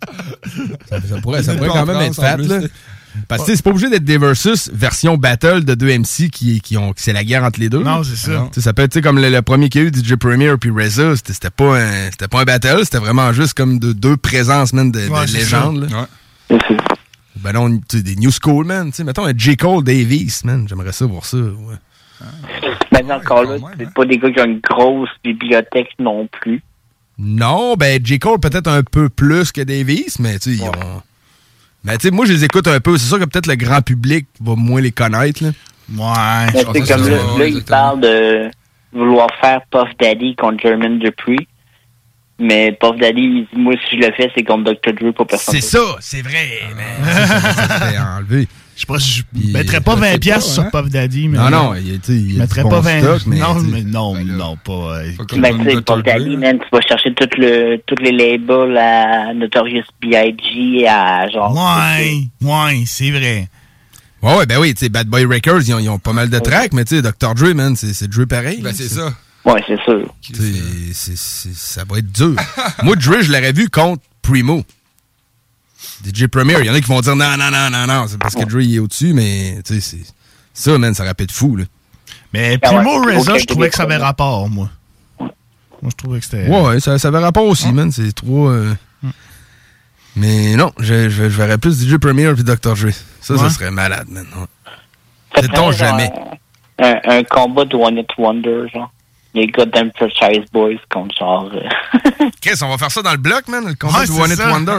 Ça, ça pourrait, ça pourrait quand même être fat, là. Parce que c'est pas obligé d'être des versus version battle de deux M C qui, qui ont, c'est la guerre entre les deux. Non, c'est ça. T'sais, ça peut être comme le, le premier qu'il y a eu, D J Premier puis R Z A, c'était, c'était, pas un, c'était pas un battle, c'était vraiment juste comme de, deux présences, man, de, ouais, de légendes. Là. Ouais. Ben non, des New School, man. T'sais, mettons un J. Cole Davis, man. J'aimerais ça voir ça. Ouais. Maintenant, encore là, c'est pas des gars qui ont une grosse bibliothèque non plus. Non, ben J. Cole peut-être un peu plus que Davis, mais tu sais, ouais. ils ont... Ben, tu sais, moi, je les écoute un peu. C'est sûr que peut-être le grand public va moins les connaître, là. Ouais. Ben, c'est comme ça, là, là il parle de vouloir faire Puff Daddy contre Jermaine Dupri. Mais Puff Daddy, il dit, moi, si je le fais, c'est contre docteur Dre, pas personne. C'est ça, c'est vrai, mais ça s'est enlevé. Je sais pas si je mettrais pas vingt piastres sur Puff Daddy, mais. Non, non, il ne mettrais pas vingt. Stock, mais non, mais non, ben non, pas. Mais tu sais, Puff Daddy, man, tu vas chercher tout le, tous les labels à Notorious B I G, à genre. Ouais, ouais, c'est vrai. Ouais, ouais, ben oui, tu sais, Bad Boy Records, ils ont, ils ont pas mal de tracks, mais tu sais, docteur Dre, man, c'est, c'est Dre pareil. Ben, c'est, c'est ça. Ouais, c'est sûr. C'est, c'est, c'est, ça va être dur. Moi, Dre, je l'aurais vu contre Primo. D J Premier, il y en a qui vont dire non, non, non, non, non, c'est parce que Dre il est au-dessus, mais tu sais, c'est ça, man, ça rappelle de fou, là. Mais Primo Reza, je trouvais que ça avait rapport, moi. Moi, je trouvais que c'était... Ouais, ouais, ça, ça avait rapport aussi, man, c'est trop... Euh... Mm. Mais non, je, je, je verrais plus D J Premier puis docteur Dre. Ça, ouais. ça serait malade, man. Sait-on jamais. Un, un combat de One Hit Wonder, genre. Les gars d'un Franchise Boys contre genre... Euh... Qu'est-ce, on va faire ça dans le bloc, man, le combat ouais, de One Hit Wonder.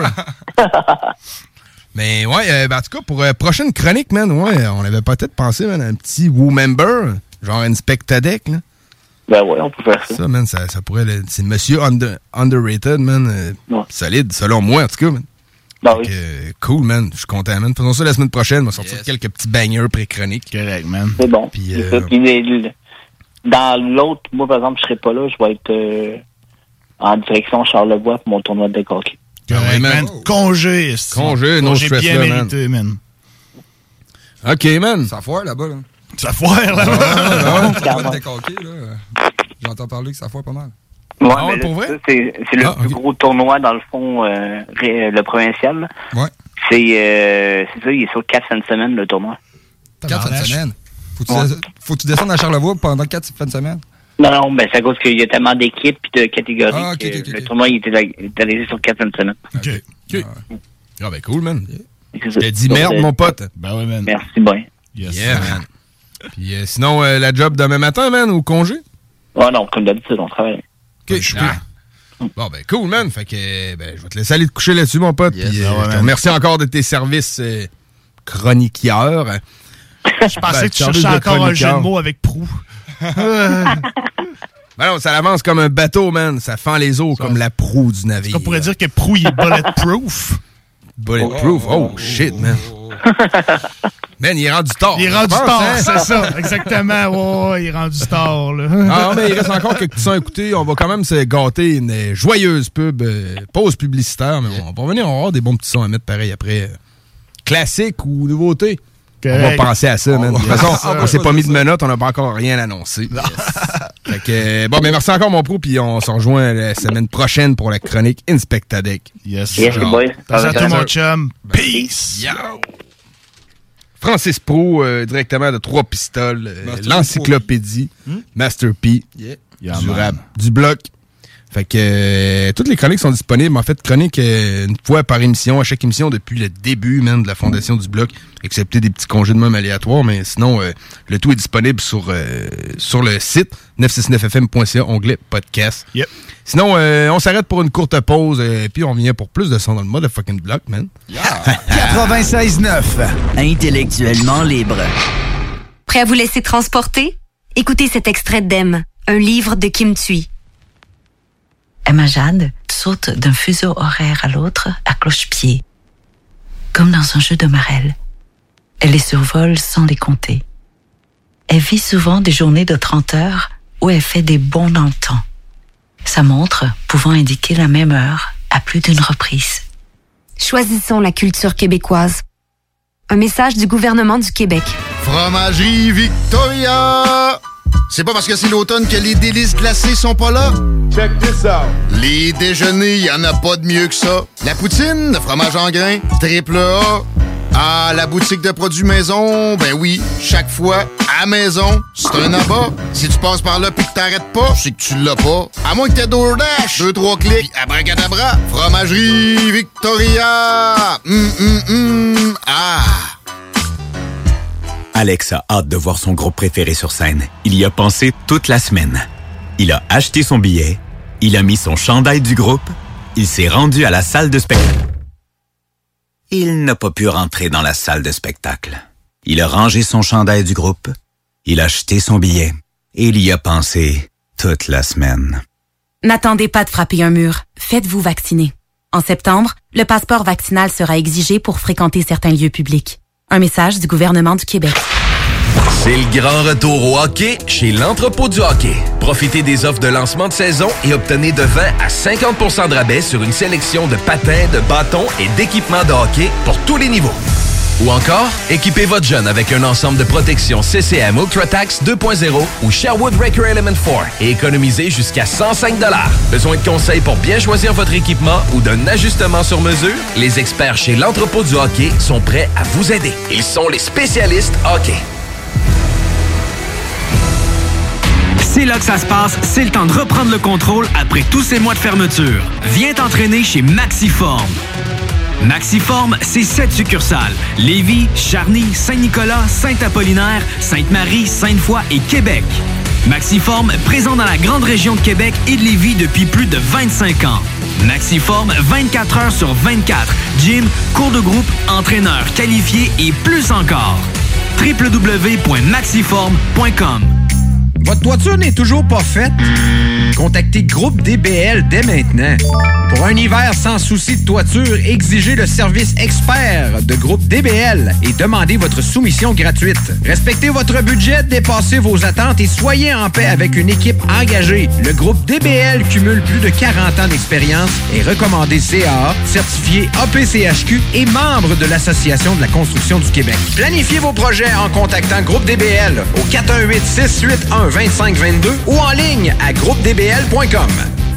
Mais ouais, euh, ben, en tout cas, pour euh, prochaine chronique, man, ouais, on avait peut-être pensé, man, à un petit Woo Member, genre Inspectadec, là. Ben ouais, on peut faire ça. Ça, man, ça, ça pourrait... Le, c'est Monsieur under, Underrated, man. Euh, ouais. Solide, selon moi, en tout cas, man. Ben oui. Euh, cool, man. Je suis content, man. Faisons ça la semaine prochaine. On va sortir yes. quelques petits bangers pré-chroniques. Correct, man. C'est bon. Puis, c'est euh, ça. Puis les, les, dans l'autre, moi, par exemple, je serai pas là. Je vais être euh, en direction Charlevoix pour mon tournoi de deck hockey. Correct, man. Oh. Congé. Congé, non, je fais bien ça, mérité, man. man. OK, man. Ça foire, là-bas, là. Ça foire, là-bas. Ah, ouais, ouais. Deck hockey, là. J'entends parler que ça foire pas mal. Ouais, ah, mais pour là, vrai? Ça, c'est, c'est le ah, plus okay. gros tournoi, dans le fond, euh, ré, le provincial. Là. Ouais. C'est, euh, c'est ça, il est sur quatre fins de semaine, le tournoi. quatre fins de semaine? Faut-tu, ouais. des, faut-tu descendre à Charlevoix pendant quatre fins de semaine? Non, non, ben c'est à cause qu'il y a tellement d'équipes et de catégories ah, okay, que okay, le okay. tournoi il était réalisé sur quatre fins de semaine. OK. OK. Ah, ben cool, man. Yeah. T'as dit merde, mon pote. Ben ouais, man. Merci, bien. Yes, yeah, man. Puis euh, sinon, euh, la job demain matin, man, ou congé? Ah oh, non, comme d'habitude, on travaille. OK, je ah. Bon, ben cool, man. Fait que, ben, je vais te laisser aller te coucher là-dessus, mon pote. Yes. Puis, euh, ouais, je te remercie encore de tes services euh, chroniqueurs. Je pensais ben, que tu cherchais encore un jeu de mots avec Prou. Ben non, ça avance comme un bateau, man. Ça fend les eaux ça, comme la proue du navire. On pourrait dire que Prou, il est bulletproof. Bulletproof? Oh, oh shit, man. Man, il est rendu tard. Il est rendu tard, hein? C'est ça, exactement. Ouais, il est rendu tard, là. Ah, mais il reste encore quelques sons à écouter. On va quand même se gâter une joyeuse pub, euh, pause publicitaire, mais on va revenir, on va avoir des bons petits sons à mettre pareil après. Euh, classique ou nouveauté? On va penser à ça, man. De toute façon, on, on s'est pas mis de menottes, on n'a pas encore rien annoncé. Yes. Fait que, bon, mais merci encore, mon pro, puis on se rejoint la semaine prochaine pour la chronique Inspectadec. Yes, yes boy. Merci à toi, mon chum. Peace! Yo! Francis Pro, euh, directement de Trois Pistoles, euh, l'encyclopédie, hmm? Master P, yeah. du rap, du bloc. Fait que euh, toutes les chroniques sont disponibles. En fait, chroniques euh, une fois par émission, à chaque émission depuis le début même de la fondation du bloc, excepté des petits congés de même aléatoires, mais sinon, euh, le tout est disponible sur euh, sur le site neuf cent soixante-neuf F M point C A, onglet podcast. Yep. Sinon, euh, on s'arrête pour une courte pause, et puis on vient pour plus de son dans le mode fucking bloc, man. Yeah. quatre-vingt-seize neuf, intellectuellement libre. Prêt à vous laisser transporter? Écoutez cet extrait d'Em, un livre de Kim Thuy. Emma Jade saute d'un fuseau horaire à l'autre à cloche-pied, comme dans un jeu de marelle. Elle les survole sans les compter. Elle vit souvent des journées de trente heures où elle fait des bonds dans le temps. Sa montre pouvant indiquer la même heure à plus d'une reprise. Choisissons la culture québécoise. Un message du gouvernement du Québec. Fromagerie Victoria! C'est pas parce que c'est l'automne que les délices glacées sont pas là? Check this out! Les déjeuners, y en a pas de mieux que ça. La poutine, le fromage en grains, triple A. Ah, la boutique de produits maison, ben oui, chaque fois, à maison, c'est un abat. Si tu passes par là pis que t'arrêtes pas, c'est que tu l'as pas. À moins que t'aies DoorDash, deux, trois clics, pis abracadabra, Fromagerie Victoria! Hum, hum, hum, ah! Alex a hâte de voir son groupe préféré sur scène. Il y a pensé toute la semaine. Il a acheté son billet, il a mis son chandail du groupe, il s'est rendu à la salle de spectacle. Il n'a pas pu rentrer dans la salle de spectacle. Il a rangé son chandail du groupe, il a acheté son billet, et il y a pensé toute la semaine. N'attendez pas de frapper un mur. Faites-vous vacciner. En septembre, le passeport vaccinal sera exigé pour fréquenter certains lieux publics. Un message du gouvernement du Québec. C'est le grand retour au hockey chez l'Entrepôt du hockey. Profitez des offres de lancement de saison et obtenez de vingt à cinquante pour cent de rabais sur une sélection de patins, de bâtons et d'équipements de hockey pour tous les niveaux. Ou encore, équipez votre jeune avec un ensemble de protection C C M UltraTax deux point zéro ou Sherwood Record Element quatre et économisez jusqu'à cent cinq dollars. Besoin de conseils pour bien choisir votre équipement ou d'un ajustement sur mesure? Les experts chez l'Entrepôt du hockey sont prêts à vous aider. Ils sont les spécialistes hockey. C'est là que ça se passe, c'est le temps de reprendre le contrôle après tous ces mois de fermeture. Viens t'entraîner chez Maxiform. Maxiform, c'est sept succursales. Lévis, Charny, Saint-Nicolas, Saint-Apollinaire, Sainte-Marie, Sainte-Foy et Québec. Maxiform, présent dans la grande région de Québec et de Lévis depuis plus de vingt-cinq ans. Maxiform, vingt-quatre heures sur vingt-quatre. Gym, cours de groupe, entraîneur qualifié et plus encore. w w w point maxiform point com. Votre toiture n'est toujours pas faite? Contactez Groupe D B L dès maintenant. Pour un hiver sans souci de toiture, exigez le service expert de Groupe D B L et demandez votre soumission gratuite. Respectez votre budget, dépassez vos attentes et soyez en paix avec une équipe engagée. Le Groupe D B L cumule plus de quarante ans d'expérience, est recommandé C A A, certifié A P C H Q et membre de l'Association de la construction du Québec. Planifiez vos projets en contactant Groupe D B L au quatre un huit, six huit un, deux cinq deux deux ou en ligne à groupe d b l point com.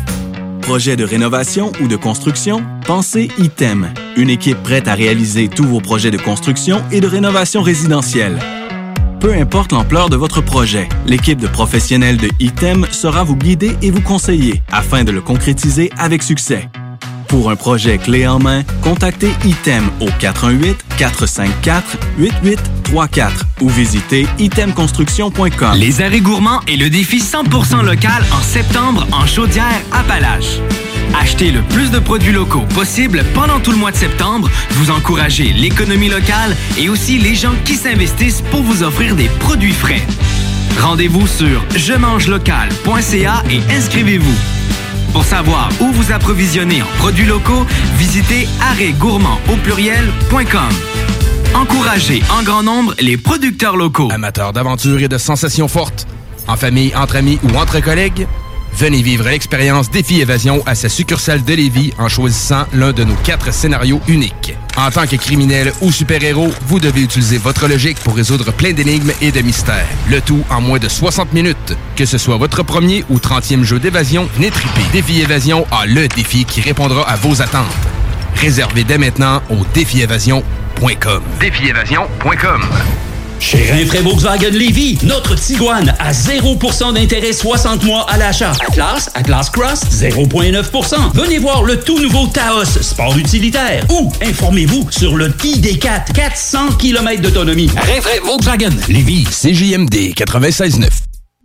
Projet de rénovation ou de construction? Pensez Item. Une équipe prête à réaliser tous vos projets de construction et de rénovation résidentielle. Peu importe l'ampleur de votre projet, l'équipe de professionnels de Item saura vous guider et vous conseiller afin de le concrétiser avec succès. Pour un projet clé en main, contactez Item au quatre un huit, quatre cinq quatre, huit huit trois quatre ou visitez item construction point com. Les arrêts gourmands et le défi cent pour cent local en septembre en Chaudière-Appalaches. Achetez le plus de produits locaux possible pendant tout le mois de septembre. Vous encouragez l'économie locale et aussi les gens qui s'investissent pour vous offrir des produits frais. Rendez-vous sur je mange local point c a et inscrivez-vous. Pour savoir où vous approvisionner en produits locaux, visitez arrêt gourmand au pluriel point com. Encouragez en grand nombre les producteurs locaux. Amateurs d'aventure et de sensations fortes, en famille, entre amis ou entre collègues, venez vivre l'expérience Défi Évasion à sa succursale de Lévis en choisissant l'un de nos quatre scénarios uniques. En tant que criminel ou super-héros, vous devez utiliser votre logique pour résoudre plein d'énigmes et de mystères. Le tout en moins de soixante minutes. Que ce soit votre premier ou trentième jeu d'évasion, venez triper. Défi Évasion a le défi qui répondra à vos attentes. Réservez dès maintenant au défi évasion point com. défi évasion point com. Chez Rinfraie Volkswagen Lévis, notre Tiguan à zéro pour cent d'intérêt soixante mois à l'achat. Atlas, Atlas Cross, zéro virgule neuf pour cent. Venez voir le tout nouveau Taos, sport utilitaire. Ou informez-vous sur le I D quatre, quatre cents kilomètres d'autonomie. Rinfraie Volkswagen Lévis. C J M D quatre-vingt-seize neuf.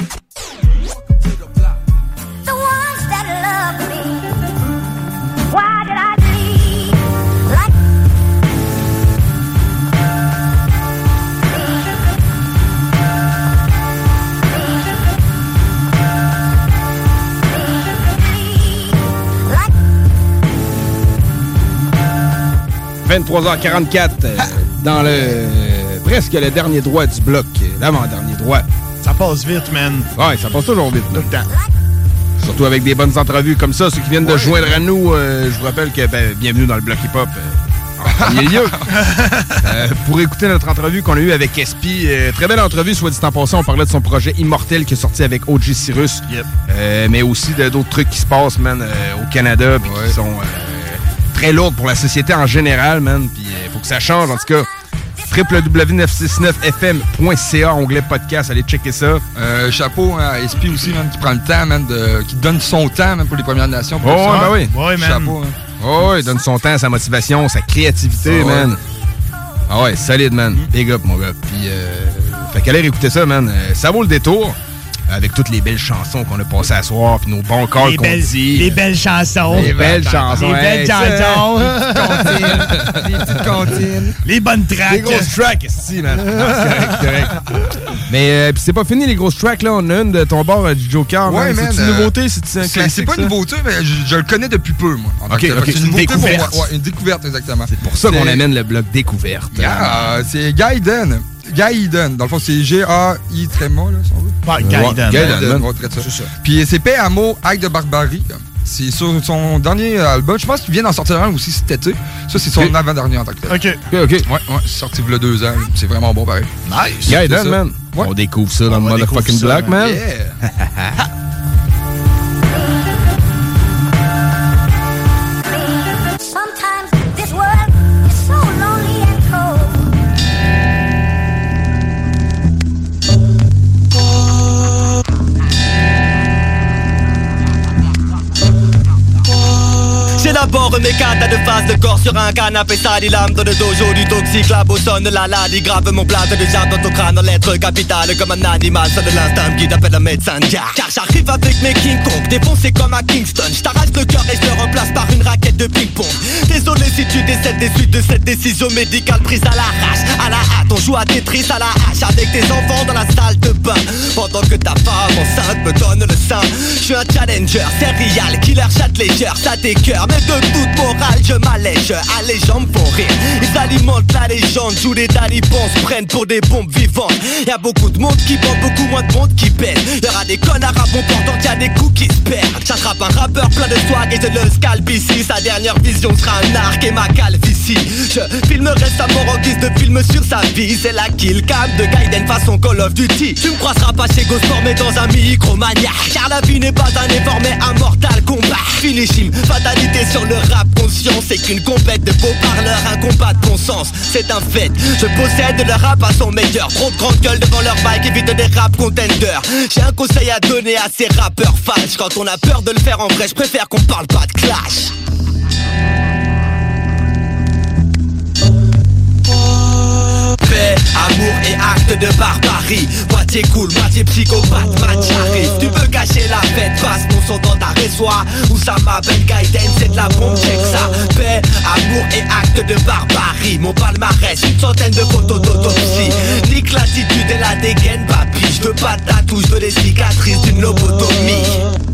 vingt-trois heures quarante-quatre, euh, dans le euh, presque le dernier droit du bloc, l'avant-dernier droit. Ça passe vite, man. Ouais, ça passe toujours vite. Tout le temps. Surtout avec des bonnes entrevues comme ça. Ceux qui viennent ouais. de joindre à nous, euh, je vous rappelle que ben, bienvenue dans le bloc hip-hop. Euh, en premier lieu. euh, pour écouter notre entrevue qu'on a eue avec S P, euh, très belle entrevue, soit dit en passant. On parlait de son projet Immortel qui est sorti avec O G Cyrus. Yep. Euh, mais aussi de, d'autres trucs qui se passent, man, euh, au Canada, puis ouais. qui sont... Euh, très lourde pour la société en général, man. Puis il euh, faut que ça change. En tout cas, w w w point neuf cent soixante-neuf f m point c a, onglet podcast. Allez checker ça. Euh, chapeau hein, à S P aussi, man, qui prend le temps, man, de, qui donne son temps, même pour les Premières Nations. Pour oh, ouais, ben oui. Ouais, man. Chapeau, hein. Oh, ouais, il donne son temps, sa motivation, sa créativité, oh, man. Ouais. Ah ouais, solide, man. Mm-hmm. Big up, mon gars. Puis, euh, fait qu'allez réécouter ça, man. Euh, ça vaut le détour. Avec toutes les belles chansons qu'on a passées à soir, puis nos bons calls qu'on dit. Les belles chansons. Les belles chansons. Les belles chansons. Les petites comptines. Les bonnes tracks. Les grosses tracks, ici, man. Non, c'est correct, c'est correct. Mais euh, puis c'est pas fini, les grosses tracks, là. On a une de ton bord euh, du Joker. Ouais, man. C'est une nouveauté, c'est C'est, c'est, c'est pas une nouveauté, mais je, je le connais depuis peu, moi. Ok, okay, okay. C'est une, une découverte. Pour moi. Ouais, une découverte, exactement. C'est pour ça c'est... qu'on amène le bloc découverte. Yeah, euh, c'est Gaiden. Gaiden. Dans le fond, c'est G A I-tréma, là, si on veut. Ouais, Gaiden. Gaiden, c'est ça. Puis c'est paix, amour, acte de barbarie. C'est sur son dernier album. Je pense qu'il vient d'en sortir un aussi cet été. Ça, c'est son okay. avant-dernier en tant que tel. OK. OK, OK. Ouais, ouais, c'est sorti il y a deux ans. C'est vraiment bon, pareil. Nice. Yeah, Dan, man. Ouais. On découvre ça dans On le motherfucking Black, man. Yeah. J'ai d'abord mes catas de face de corps sur un canapé sali, lame dans le dojo du toxique, la bossonne, la ladi, grave mon plat de jab dans ton crâne en lettres capitales comme un animal, ça de l'instinct qui t'appelle un médecin de gare. Car j'arrive avec mes King Kong, défoncé comme à Kingston, j't'arrache le cœur et je le remplace par une raquette de ping-pong. Désolé si tu décèdes des suites de cette décision médicale prise à l'arrache, à la hâte, on joue à Tetris à la hache avec tes enfants dans la salle de bain, pendant que ta femme enceinte me donne le sein. Je suis un challenger, serial killer, chat légère, ça t'écœure. Mais de toute morale je m'allège. Ah, les gens me font rire, ils alimentent la légende. Tous les talibans se prennent pour des bombes vivantes. Y'a beaucoup de monde qui vend, beaucoup moins de monde qui pèse. Y'aura des connards à bon portant, y'a des coups qui se perdent. J'attrape un rappeur plein de swag et je le scalpe ici. Sa dernière vision sera un arc et ma calvitie. Je filmerai sa mort en guise de film sur sa vie. C'est la kill cam de Gaiden façon Call of Duty. Tu me croiseras pas chez Ghost mais dans un micro-maniac. Car la vie n'est pas un effort mais un mortal combat. Finish him, fatalité sur le rap conscient. C'est qu'une compète de beaux parleurs, un combat de bon sens. C'est un fait, je possède le rap à son meilleur. Trop de grandes gueules devant leur mic, évite des rap contenders. J'ai un conseil à donner à ces rappeurs falches. Quand on a peur de le faire en vrai, je préfère qu'on parle pas de clash. Paix, amour et acte de barbarie. Moitié cool, moitié psychopathe, match arrive. Tu veux cacher la fête, passe mon son dans ta résoie. Où ça m'appelle Gaiden, c'est de la bombe, check ça. Paix, amour et acte de barbarie. Mon palmarès, une centaine de photos d'autopsie. Nique l'attitude et la dégaine, papy. Je veux pas de tatou, je veux des cicatrices d'une lobotomie.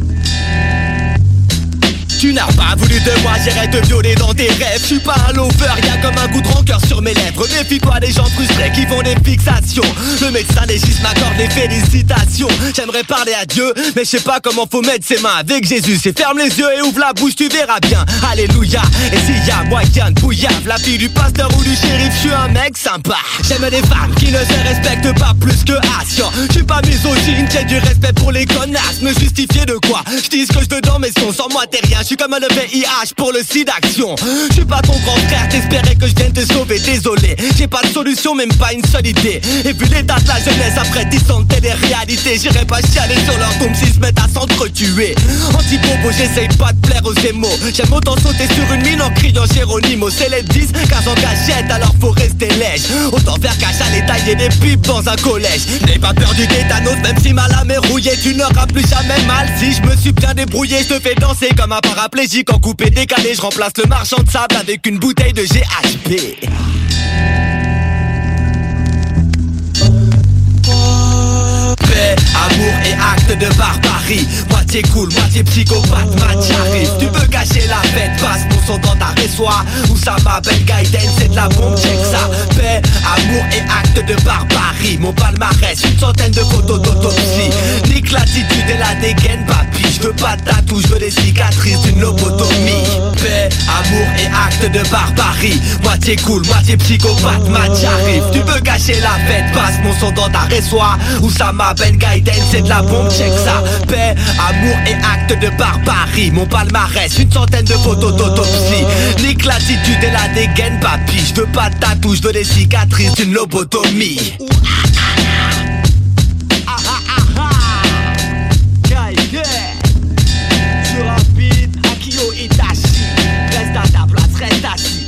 Tu n'as pas voulu de moi, j'irai te violer dans tes rêves. Je suis pas un lover, y'a comme un coup de rancœur sur mes lèvres. Méfie-toi des gens frustrés qui font des fixations. Le médecin légiste m'accorde des félicitations. J'aimerais parler à Dieu, mais je sais pas comment faut mettre ses mains avec Jésus. C'est ferme les yeux et ouvre la bouche, tu verras bien. Alléluia, et s'il y a moyen de bouillave, la fille du pasteur ou du shérif, je suis un mec sympa. J'aime des femmes qui ne se respectent pas plus que Asien. Je suis pas misogyne, j'ai du respect pour les connasses. Me justifier de quoi? Je dis ce que je veux dans mes sons, sans moi t'es rien. Je suis comme le V I H pour le sida action. Je suis pas ton grand frère, t'espérais que je vienne te sauver. Désolé, j'ai pas de solution, même pas une seule idée. Et vu l'état de la jeunesse après dix ans de télé-réalité, j'irai pas chialer sur leur tombe s'ils se mettent à s'entretuer. Anti-bobo, j'essaye pas de plaire aux émaux. J'aime autant sauter sur une mine en criant Géronimo. C'est les dix, car en cachette, alors faut rester lèche. Autant faire cache à les tailler des pipes dans un collège. N'aie pas peur du tétanos, même si ma lame est rouillée. Tu n'auras plus jamais mal si je me suis bien débrouillé. Je te fais danser comme un paraplégique en coupé décalé. Je remplace le marchand de sable avec une bouteille de G H B. Paix, amour et acte de barbarie. Moitié cool, moitié psychopathe, match arrive. Tu veux cacher la fête, passe mon son dans ta résoie. Où ça m'appelle Gaiden, c'est de la bombe, check ça. Paix, amour et acte de barbarie. Mon palmarès, une centaine de photos d'autopsie. Nique l'attitude et la dégaine, papy. Je veux pas de tatou, je veux des cicatrices d'une lobotomie. Paix, amour et acte de barbarie. Moitié cool, moitié psychopathe, match arrive. Tu veux cacher la fête, passe mon son dans ta résoie. Où ça m'appelle Gaiden, c'est de la bombe, check ça. Paix, amour et acte de barbarie. Mon palmarès, une centaine de photos d'autopsie. Nique l'attitude et la dégaine, papy. Je veux pas de tatou, je veux des cicatrices d'une lobotomie. Ah ah ah ah. Yeah, yeah. Je rapide, Akio Itachi. Reste à ta place, reste assis.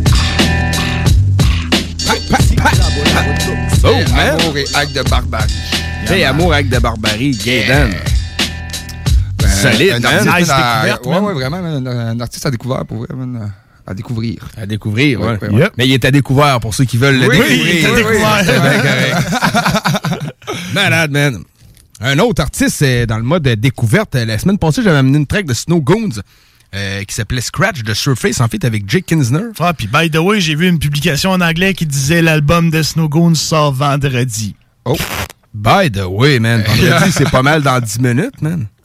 Oh, man. Amour et acte de barbarie. Hey, amour, acte de barbarie, Gaiden. Ben, solide, un man. artiste Nice à, découverte, ouais, man. ouais, vraiment, un, un artiste à découvert pour vrai, man, à découvrir. À découvrir, ouais. ouais, ouais. Yep. Mais il est à découvert pour ceux qui veulent le oui, découvrir. Oui, il est à découvert. Ouais, malade, man. Un autre artiste, c'est dans le mode découverte. La semaine passée, j'avais amené une track de Snow Goons. Euh, qui s'appelait Scratch de Surface en fait avec Jake Kinsner. Ah, puis by the way, j'ai vu une publication en anglais qui disait l'album de Snow Goons sort vendredi. Oh, by the way, man. Vendredi, c'est pas mal dans dix minutes, man.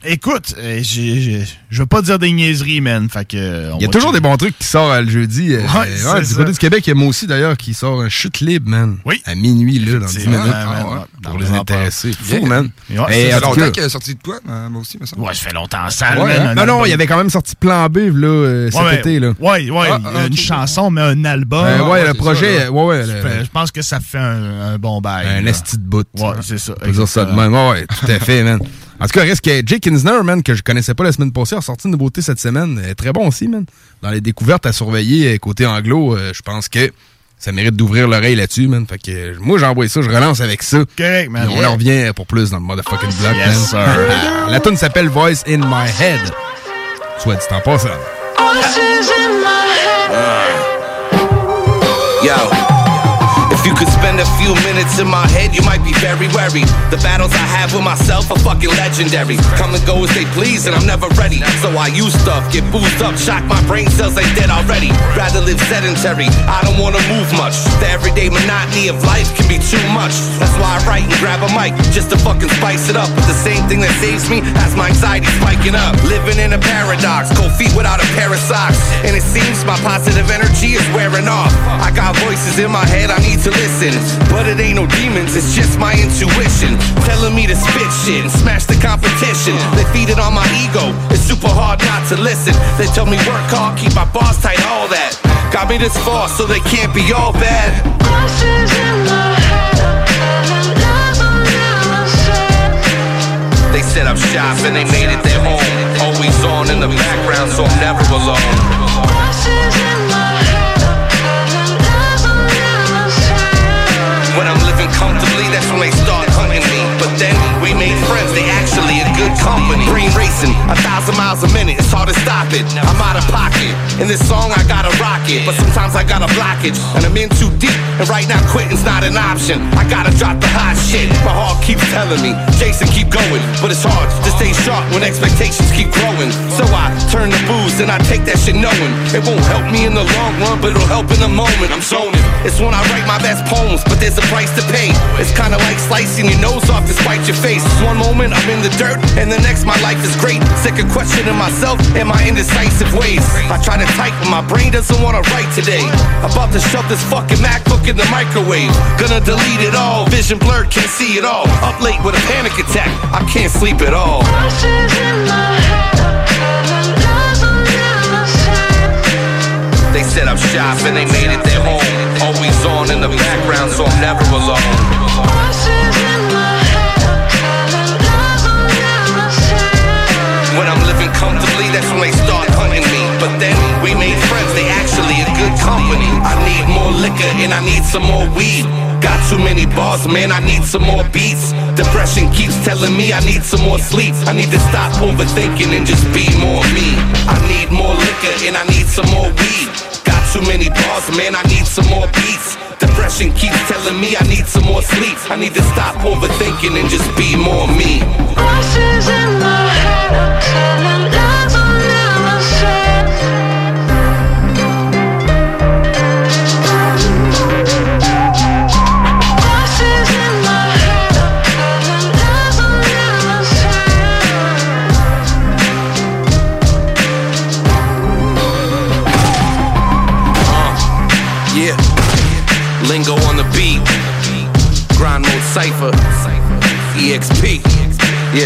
Écoute, euh, j'ai, j'ai, je veux pas dire des niaiseries, man. Fait que, euh, il y a toujours checker. Des bons trucs qui sortent euh, le jeudi. Euh, ouais, euh, ouais, du côté du Québec, il y a moi aussi, d'ailleurs, qui sort un chute libre, man. Oui. À minuit, là, dans dix minutes. Ah, ouais, pour les intéresser. Fou, yeah. man. Ouais, et ça fait longtemps qu'il a sorti de quoi, moi aussi, me semble. Ouais, ça fait longtemps, ça. Ouais, man, non, non, il y avait quand même sorti Plan B, là, euh, cet ouais, été, là. Ouais, ouais, ah, ah, une okay. chanson, mais un album. Euh, ouais, ouais, le projet, ça, ouais, ouais. Je pense que ça fait un, un bon bail. Un esti de bout. Ouais, c'est ça. On peut dire ça de même. Ouais, tout à fait, man. En tout cas, reste que Jake Kinsner, man, que je connaissais pas la semaine passée, a sorti une nouveauté cette semaine. Elle est très bon aussi, man. Dans les découvertes à surveiller côté anglo, euh, je pense que ça mérite d'ouvrir l'oreille là-dessus, man. Fait que euh, moi, j'envoie ça, je relance avec ça. Correct, man. Et on yeah. en revient pour plus dans le motherfucking block, yes, man. Sir. La tune s'appelle Voice in My Head. Soit dit en passant. Voices in my head. Uh. Yo. If you could spend a few minutes in my head, you might be very wary. The battles I have with myself are fucking legendary. Come and go as they please, and I'm never ready. So I use stuff, get boozed up, shock my brain cells, they dead already. Rather live sedentary, I don't wanna move much. The everyday monotony of life can be too much. That's why I write and grab a mic, just to fucking spice it up. But the same thing that saves me has my anxiety spiking up. Living in a paradox, cold feet without a pair of socks. And it seems my positive energy is wearing off. I got voices in my head, I need to listen, but it ain't no demons, it's just my intuition telling me to spit shit and smash the competition. They feed it on my ego, it's super hard not to listen. They tell me work hard, keep my boss tight, all that got me this far, so they can't be all bad. Voices in my head, they set up shop and they made it their home. Always on in the background, so I'm never alone. Voices in my head. When I'm living comfortably, that's when they start hunting me. But then we made friends, they actually a good company. Brain racing, a thousand miles a minute, it's hard to stop it. I'm out of pocket, in this song I gotta rock it. But sometimes I got a blockage, and I'm in too deep. And right now quitting's not an option. I gotta drop the hot shit. My heart keeps telling me, Jason, keep going. But it's hard to stay sharp when expectations keep growing. So I turn to booze and I take that shit knowing it won't help me in the long run, but it'll help in the moment. I'm zoning. It's when I write my best poems, but there's a price to pay. It's kinda like slicing your nose off to spite your face. One moment I'm in the dirt, and the next my life is great. Sick of questioning myself and my indecisive ways. I try to type, but my brain doesn't wanna write today. About to shove this fucking MacBook in the microwave. Gonna delete it all, vision blurred, can't see it all. Up late with a panic attack, I can't sleep at all. Voices in my head. They set up shop and they made it their home. Always on in the background, so I'm never alone. Voices in my head. When I'm living comfortably, that's when they start hunting me. But then we made friends, they actually a good company. I need more liquor and I need some more weed. Got too many bars, man, I need some more beats. Depression keeps telling me I need some more sleep. I need to stop overthinking and just be more me. I need more liquor and I need some more weed. Got too many bars, man, I need some more beats. Depression keeps telling me I need some more sleep. I need to stop overthinking and just be more me. Voices in my head, I'm telling lies I never said. Voices in my head, I'm telling lies I never said. Uh, yeah. Lingo on the beat, grind mode cypher, E X P, yeah.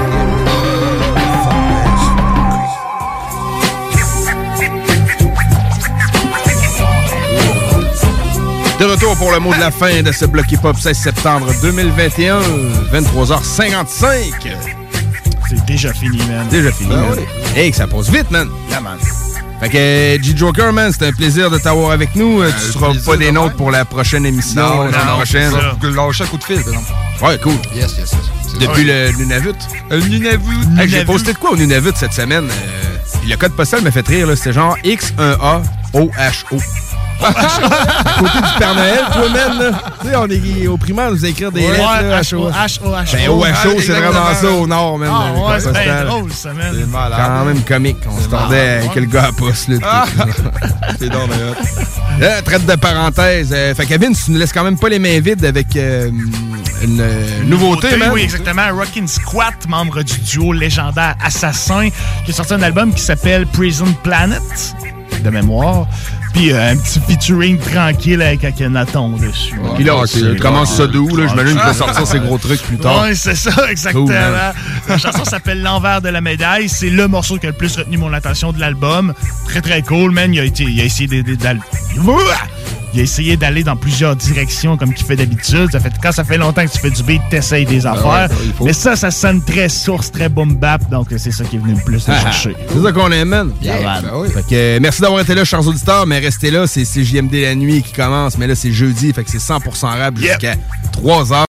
De retour pour le mot de la fin de ce bloc hip-hop seize septembre deux mille vingt et un, vingt-trois heures cinquante-cinq. C'est déjà fini, man. Déjà fini, ben man. Oui. Hey, ça passe vite, man. Yeah, man. Fait que, G-Joker, man, c'était un plaisir de t'avoir avec nous. Euh, tu seras pas des nôtres pour la prochaine émission. Non, la non, prochaine. Non, lâcher un coup de fil, par exemple. Ouais, cool. Yes, yes, yes. Depuis le Nunavut. Le Nunavut. Hey, j'ai posté de quoi au Nunavut cette semaine? Euh, le code postal m'a fait rire, là. C'était genre X un A O H O. À côté du Père Noël, toi, man, là. Tu sais, on est au primaire, nous écrire des ouais, lettres, là. H O H O. Ben, O H O, c'est vraiment ça au nord, man. Ah, ouais, c'est bien drôle, ça, man. C'est malade. Quand même comique. On se tordait avec le gars à poste, là. Ah. C'est dans le Là, traite de parenthèse. Euh, fait Kevin, tu nous laisses quand même pas les mains vides avec euh, une euh, nouveauté, man. Oui, exactement. Rockin' Squat, membre du duo légendaire Assassin, qui a sorti un album qui s'appelle Prison Planet, de mémoire. Puis euh, un petit featuring tranquille avec Akhenaton dessus. Ouais, puis là, okay, il commence ça doux, là. J'imagine qu'il va sortir ses gros trucs plus tard. Oui, c'est ça, exactement. Cool, la chanson s'appelle L'envers de la médaille. C'est le morceau qui a le plus retenu mon attention de l'album. Très, très cool, man. Il a, été, il a essayé d'aller... Il a essayé d'aller dans plusieurs directions comme qu'il fait d'habitude. Ça fait, quand ça fait longtemps que tu fais du beat, t'essayes des affaires. Ah ouais, mais ça, ça sonne très source, très boom bap. Donc, c'est ça qui est venu le plus te chercher. C'est ça qu'on aime, man. Yeah, yeah, ben oui. Fait que, euh, merci d'avoir été là, chers auditeurs. Mais restez là, c'est C J M D la nuit qui commence. Mais là, c'est jeudi. Fait que c'est cent pour cent rap jusqu'à yep. trois heures.